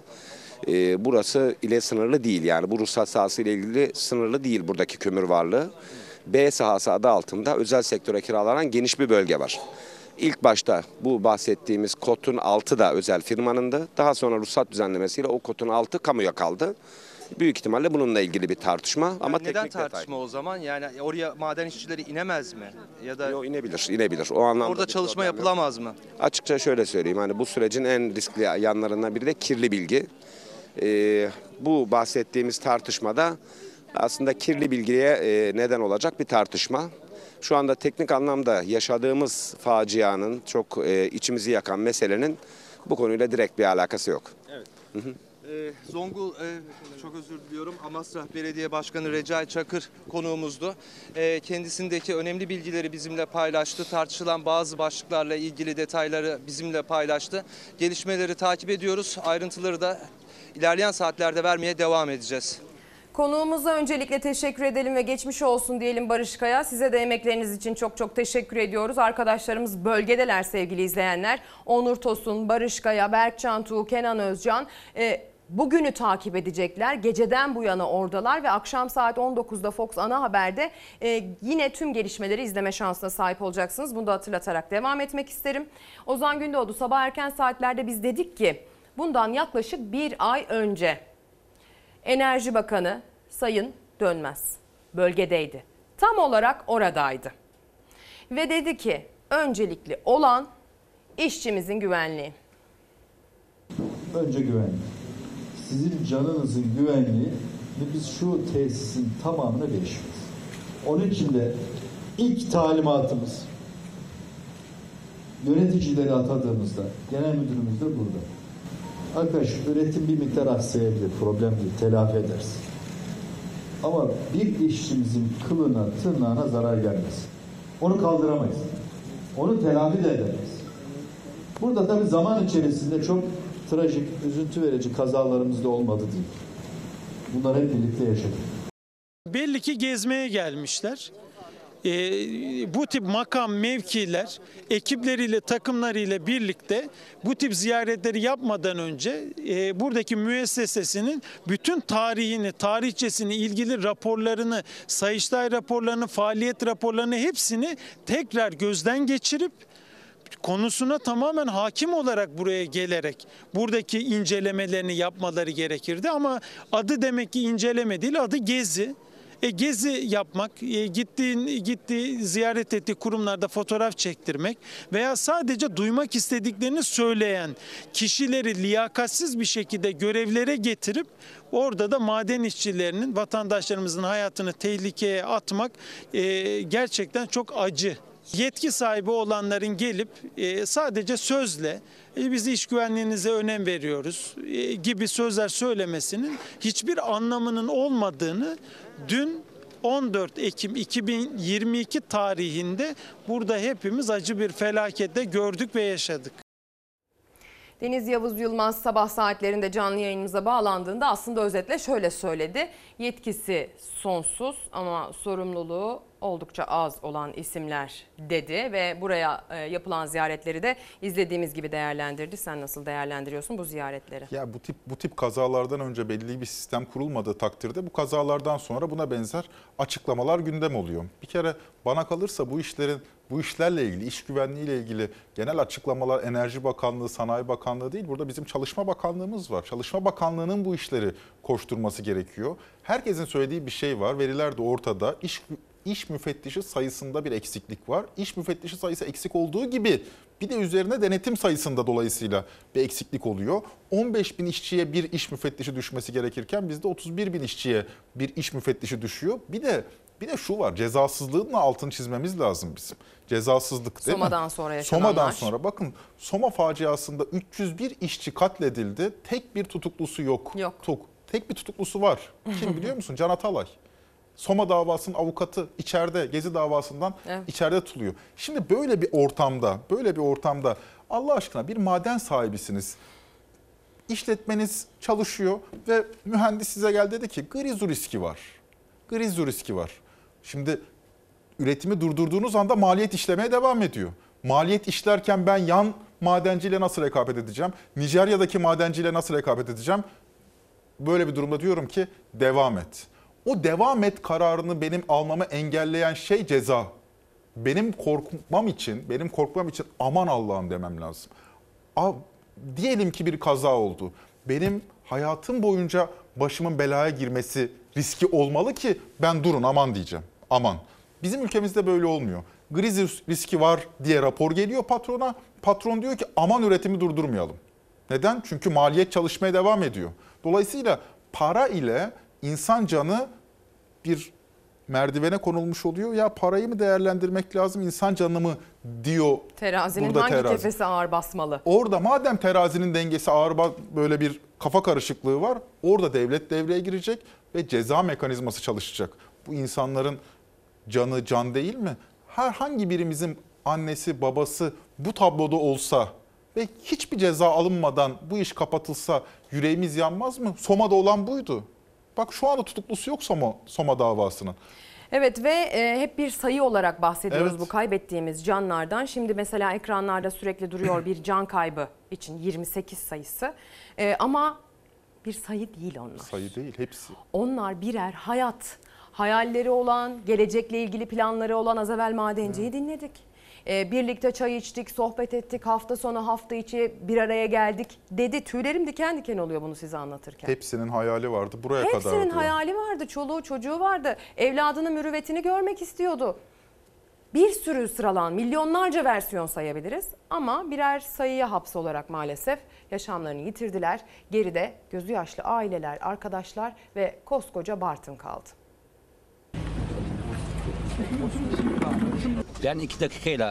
E, burası ile sınırlı değil, yani bu ruhsat sahası ile ilgili sınırlı değil buradaki kömür varlığı. B sahası adı altında özel sektöre kiralanan geniş bir bölge var. İlk başta bu bahsettiğimiz kodun altı da özel firmanındı. Daha sonra ruhsat düzenlemesiyle o kodun altı kamuya kaldı. Büyük ihtimalle bununla ilgili bir tartışma. Yani ama neden tartışma detay. O zaman? Yani oraya maden işçileri inemez mi? Ya da Yo, inebilir, inebilir. O anlamda orada çalışma yapılamaz mı? Açıkça şöyle söyleyeyim. Hani bu sürecin en riskli yanlarından biri de kirli bilgi. Ee, bu bahsettiğimiz tartışmada aslında kirli bilgiye e, neden olacak bir tartışma. Şu anda teknik anlamda yaşadığımız facianın, çok e, içimizi yakan meselenin bu konuyla direkt bir alakası yok. Evet. Hı hı. Ee, Zongul, e, çok özür diliyorum. Amasra Belediye Başkanı Recai Çakır konuğumuzdu. E, kendisindeki önemli bilgileri bizimle paylaştı. Tartışılan bazı başlıklarla ilgili detayları bizimle paylaştı. Gelişmeleri takip ediyoruz. Ayrıntıları da ilerleyen saatlerde vermeye devam edeceğiz. Konuğumuza öncelikle teşekkür edelim ve geçmiş olsun diyelim Barış Kaya. Size de emekleriniz için çok çok teşekkür ediyoruz. Arkadaşlarımız bölgedeler sevgili izleyenler. Onur Tosun, Barış Kaya, Berkcan Tuğ, Kenan Özcan e, bugünü takip edecekler. Geceden bu yana oradalar ve akşam saat on dokuzda Fox Ana Haber'de e, yine tüm gelişmeleri izleme şansına sahip olacaksınız. Bunu da hatırlatarak devam etmek isterim. Ozan Gündoğdu, sabah erken saatlerde biz dedik ki bundan yaklaşık bir ay önce Enerji Bakanı Sayın Dönmez bölgedeydi. Tam olarak oradaydı. Ve dedi ki öncelikli olan işçimizin güvenliği. Önce güvenlik. Sizin canınızın güvenliği ve biz şu tesisin tamamına değişiyoruz. Onun için de ilk talimatımız yöneticileri atadığımızda, genel müdürümüz de burada. Arkadaş üretim bir miktar aksayabilir, problem değil, telafi ederiz. Ama bir işçimizin kılına, tırnağına zarar gelmez. Onu kaldıramayız. Onu telafi de edemeyiz. Burada tabii zaman içerisinde çok trajik, üzüntü verici kazalarımız da olmadı değil. Bunları hep birlikte yaşadık. Belli ki gezmeye gelmişler. Ee, bu tip makam mevkiler ekipleriyle, takımlarıyla birlikte bu tip ziyaretleri yapmadan önce e, buradaki müessesesinin bütün tarihini, tarihçesini, ilgili raporlarını, Sayıştay raporlarını, faaliyet raporlarını hepsini tekrar gözden geçirip konusuna tamamen hakim olarak buraya gelerek buradaki incelemelerini yapmaları gerekirdi. Ama adı demek ki inceleme değil, adı gezi. E, gezi yapmak, e, gittiğin, gittiği, ziyaret ettiği kurumlarda fotoğraf çektirmek veya sadece duymak istediklerini söyleyen kişileri liyakatsiz bir şekilde görevlere getirip orada da maden işçilerinin, vatandaşlarımızın hayatını tehlikeye atmak e, gerçekten çok acı. Yetki sahibi olanların gelip e, sadece sözle e, biz iş güvenliğinize önem veriyoruz e, gibi sözler söylemesinin hiçbir anlamının olmadığını dün on dört Ekim iki bin yirmi iki tarihinde burada hepimiz acı bir felakette gördük ve yaşadık. Deniz Yavuz Yılmaz sabah saatlerinde canlı yayınımıza bağlandığında aslında özetle şöyle söyledi. Yetkisi sonsuz ama sorumluluğu oldukça az olan isimler dedi ve buraya yapılan ziyaretleri de izlediğimiz gibi değerlendirdi. Sen nasıl değerlendiriyorsun bu ziyaretleri? Ya bu tip bu tip kazalardan önce belli bir sistem kurulmadığı takdirde bu kazalardan sonra buna benzer açıklamalar gündem oluyor. Bir kere bana kalırsa bu işlerin bu işlerle ilgili, iş güvenliği ile ilgili genel açıklamalar Enerji Bakanlığı, Sanayi Bakanlığı değil. Burada bizim Çalışma Bakanlığımız var. Çalışma Bakanlığı'nın bu işleri koşturması gerekiyor. Herkesin söylediği bir şey var. Veriler de ortada. İş İş müfettişi sayısında bir eksiklik var. İş müfettişi sayısı eksik olduğu gibi bir de üzerine denetim sayısında dolayısıyla bir eksiklik oluyor. on beş bin işçiye bir iş müfettişi düşmesi gerekirken bizde otuz bir bin işçiye bir iş müfettişi düşüyor. Bir de bir de şu var, cezasızlığın da altını çizmemiz lazım bizim. Cezasızlık değil Soma'dan mi? sonra yaşananlar. Soma'dan sonra bakın Soma faciasında üç yüz bir işçi katledildi. Tek bir tutuklusu yok. Yok. Tek bir tutuklusu var. Kim biliyor musun? Can Atalay. Soma davasının avukatı içeride, Gezi davasından evet. içeride tutuluyor. Şimdi böyle bir ortamda, böyle bir ortamda Allah aşkına bir maden sahibisiniz. İşletmeniz çalışıyor ve mühendis size geldi dedi ki grizu riski var. Grizu riski var. Şimdi üretimi durdurduğunuz anda maliyet işlemeye devam ediyor. Maliyet işlerken ben yan madenciyle nasıl rekabet edeceğim? Nijerya'daki madenciyle nasıl rekabet edeceğim? Böyle bir durumda diyorum ki devam et. O devam et kararını benim almamı engelleyen şey ceza. Benim korkmam için, benim korkmam için aman Allah'ım demem lazım. Diyelim ki bir kaza oldu. Benim hayatım boyunca başımın belaya girmesi riski olmalı ki ben durun aman diyeceğim. Aman. Bizim ülkemizde böyle olmuyor. Griz riski var diye rapor geliyor patrona. Patron diyor ki aman üretimi durdurmayalım. Neden? Çünkü maliyet çalışmaya devam ediyor. Dolayısıyla para ile İnsan canı bir merdivene konulmuş oluyor. Ya parayı mı değerlendirmek lazım, insan canını mı diyor. Terazinin burada hangi terazi. kefesi ağır basmalı? Orada madem terazinin dengesi ağır, böyle bir kafa karışıklığı var. Orada devlet devreye girecek ve ceza mekanizması çalışacak. Bu insanların canı can değil mi? Herhangi birimizin annesi, babası bu tabloda olsa ve hiçbir ceza alınmadan bu iş kapatılsa yüreğimiz yanmaz mı? Soma'da olan buydu. Bak şu anda tutuklusu yok Soma, Soma davasının. Evet ve e, hep bir sayı olarak bahsediyoruz evet. bu kaybettiğimiz canlardan. Şimdi mesela ekranlarda sürekli duruyor bir can kaybı için yirmi sekiz sayısı. E, ama bir sayı değil onlar. Sayı değil hepsi. Onlar birer hayat. Hayalleri olan, gelecekle ilgili planları olan az evvel madenciyi evet. dinledik. E, birlikte çay içtik, sohbet ettik, hafta sonu hafta içi bir araya geldik dedi. Tüylerim diken diken oluyor bunu size anlatırken. Hepsinin hayali vardı, buraya kadar. Hepsinin hayali vardı, çoluğu çocuğu vardı. Evladının mürüvvetini görmek istiyordu. Bir sürü sıralan, milyonlarca versiyon sayabiliriz. Ama birer sayıya hapsolarak maalesef yaşamlarını yitirdiler. Geride gözü yaşlı aileler, arkadaşlar ve koskoca Bartın kaldı. Ben iki dakikayla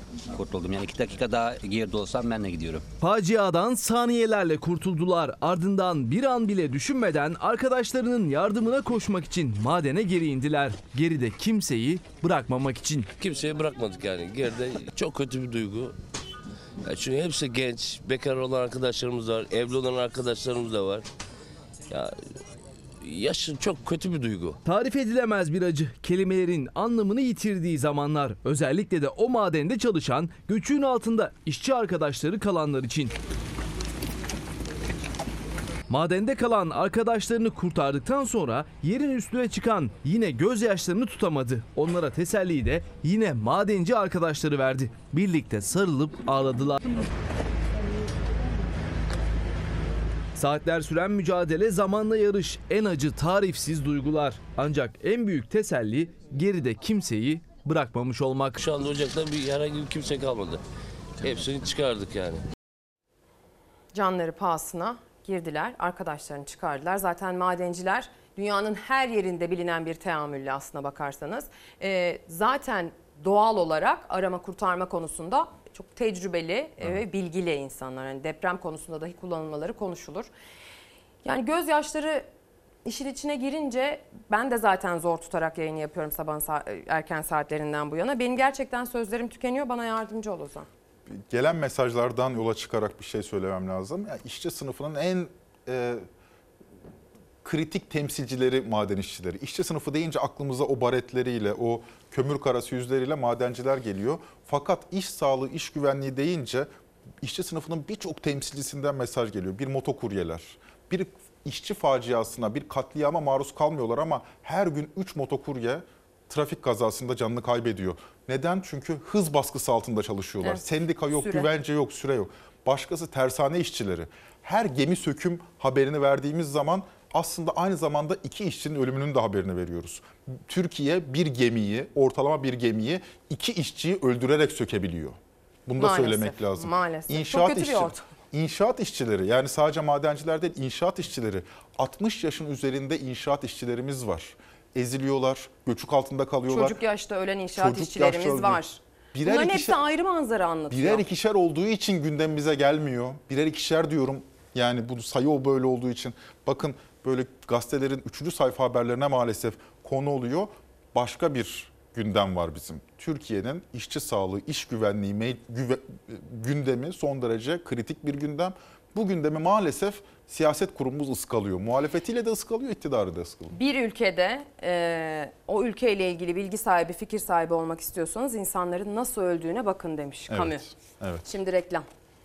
kurtuldum. Yani iki dakika daha geride olsam ben de gidiyorum. Faciadan saniyelerle kurtuldular. Ardından bir an bile düşünmeden arkadaşlarının yardımına koşmak için madene geri indiler. Geride kimseyi bırakmamak için. Kimseyi bırakmadık yani. Geride çok kötü bir duygu. Ya çünkü hepsi genç, bekar olan arkadaşlarımız var, evli olan arkadaşlarımız da var. Ya yaşı çok kötü bir duygu. Tarif edilemez bir acı. Kelimelerin anlamını yitirdiği zamanlar. Özellikle de o madende çalışan, göçüğün altında işçi arkadaşları kalanlar için. Madende kalan arkadaşlarını kurtardıktan sonra yerin üstüne çıkan yine gözyaşlarını tutamadı. Onlara teselliyi de yine madenci arkadaşları verdi. Birlikte sarılıp ağladılar. Saatler süren mücadele, zamanla yarış, en acı tarifsiz duygular. Ancak en büyük teselli geride kimseyi bırakmamış olmak. Şu anda ocakta bir herhangi bir kimse kalmadı. Hepsini çıkardık yani. Canları pahasına girdiler, arkadaşlarını çıkardılar. Zaten madenciler dünyanın her yerinde bilinen bir teamülle aslına bakarsanız. Ee, zaten doğal olarak arama kurtarma konusunda çok tecrübeli evet. ve bilgili insanlar. Yani deprem konusunda dahi kullanılmaları konuşulur. Yani gözyaşları işin içine girince ben de zaten zor tutarak yayını yapıyorum sabahın erken saatlerinden bu yana. Benim gerçekten sözlerim tükeniyor. Bana yardımcı ol Ozan. Gelen mesajlardan yola çıkarak bir şey söylemem lazım. Yani işçi sınıfının en e, kritik temsilcileri maden işçileri. İşçi sınıfı deyince aklımıza o baretleriyle, o kömür karası yüzleriyle madenciler geliyor. Fakat iş sağlığı, iş güvenliği deyince işçi sınıfının birçok temsilcisinden mesaj geliyor. Bir motokuryeler, bir işçi faciasına, bir katliama maruz kalmıyorlar ama her gün üç motokurye trafik kazasında canını kaybediyor. Neden? Çünkü hız baskısı altında çalışıyorlar. Evet. Sendika yok, süre. güvence yok, süre yok. Başkası tersane işçileri. Her gemi söküm haberini verdiğimiz zaman aslında aynı zamanda iki işçinin ölümünün de haberini veriyoruz. Türkiye bir gemiyi, ortalama bir gemiyi iki işçiyi öldürerek sökebiliyor. Bunu da maalesef, söylemek lazım. Maalesef. İnşaat Çok kötü işçi, bir ortam. İnşaat işçileri, yani sadece madenciler değil, inşaat işçileri. altmış yaşın üzerinde inşaat işçilerimiz var. Eziliyorlar, göçük altında kalıyorlar. Çocuk yaşta ölen inşaat Çocuk işçilerimiz var. Birer Bunların ikişer, hepsi ayrı manzara anlatıyor. Birer ikişer olduğu için gündemimize gelmiyor. Birer ikişer diyorum. Yani bu sayı o böyle olduğu için. Bakın böyle gazetelerin üçüncü sayfa haberlerine maalesef konu oluyor. Başka bir gündem var bizim. Türkiye'nin işçi sağlığı, iş güvenliği güve, gündemi son derece kritik bir gündem. Bu gündemi maalesef siyaset kurumumuz ıskalıyor. Muhalefetiyle de ıskalıyor, iktidarı da ıskalıyor. Bir ülkede e, o ülkeyle ilgili bilgi sahibi, fikir sahibi olmak istiyorsanız insanların nasıl öldüğüne bakın demiş Camus. Evet, evet. Şimdi reklam.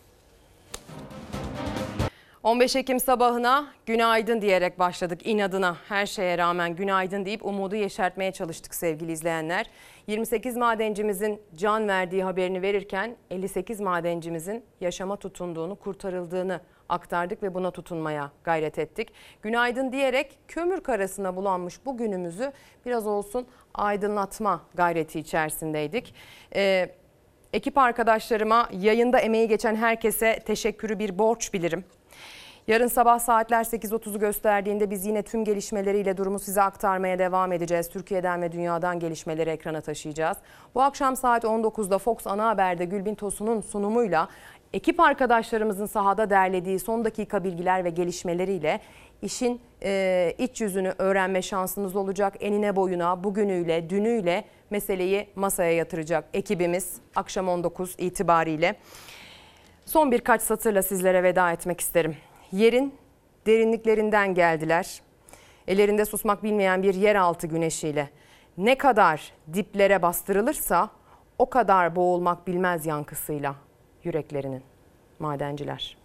on beş Ekim sabahına günaydın diyerek başladık inadına. Her şeye rağmen günaydın deyip umudu yeşertmeye çalıştık sevgili izleyenler. yirmi sekiz madencimizin can verdiği haberini verirken elli sekiz madencimizin yaşama tutunduğunu, kurtarıldığını aktardık ve buna tutunmaya gayret ettik. Günaydın diyerek kömür karasına bulanmış bu günümüzü biraz olsun aydınlatma gayreti içerisindeydik. Ee, ekip arkadaşlarıma, yayında emeği geçen herkese teşekkürü bir borç bilirim. Yarın sabah saatler sekiz otuzu gösterdiğinde biz yine tüm gelişmeleriyle durumu size aktarmaya devam edeceğiz. Türkiye'den ve dünyadan gelişmeleri ekrana taşıyacağız. Bu akşam saat on dokuzda Fox Ana Haber'de Gülbin Tosun'un sunumuyla ekip arkadaşlarımızın sahada derlediği son dakika bilgiler ve gelişmeleriyle işin e, iç yüzünü öğrenme şansınız olacak. Enine boyuna, bugünüyle, dünüyle meseleyi masaya yatıracak ekibimiz akşam on dokuz itibariyle. Son birkaç satırla sizlere veda etmek isterim. Yerin derinliklerinden geldiler. Ellerinde susmak bilmeyen bir yeraltı güneşiyle. Ne kadar diplere bastırılırsa o kadar boğulmak bilmez yankısıyla yüreklerinin madenciler.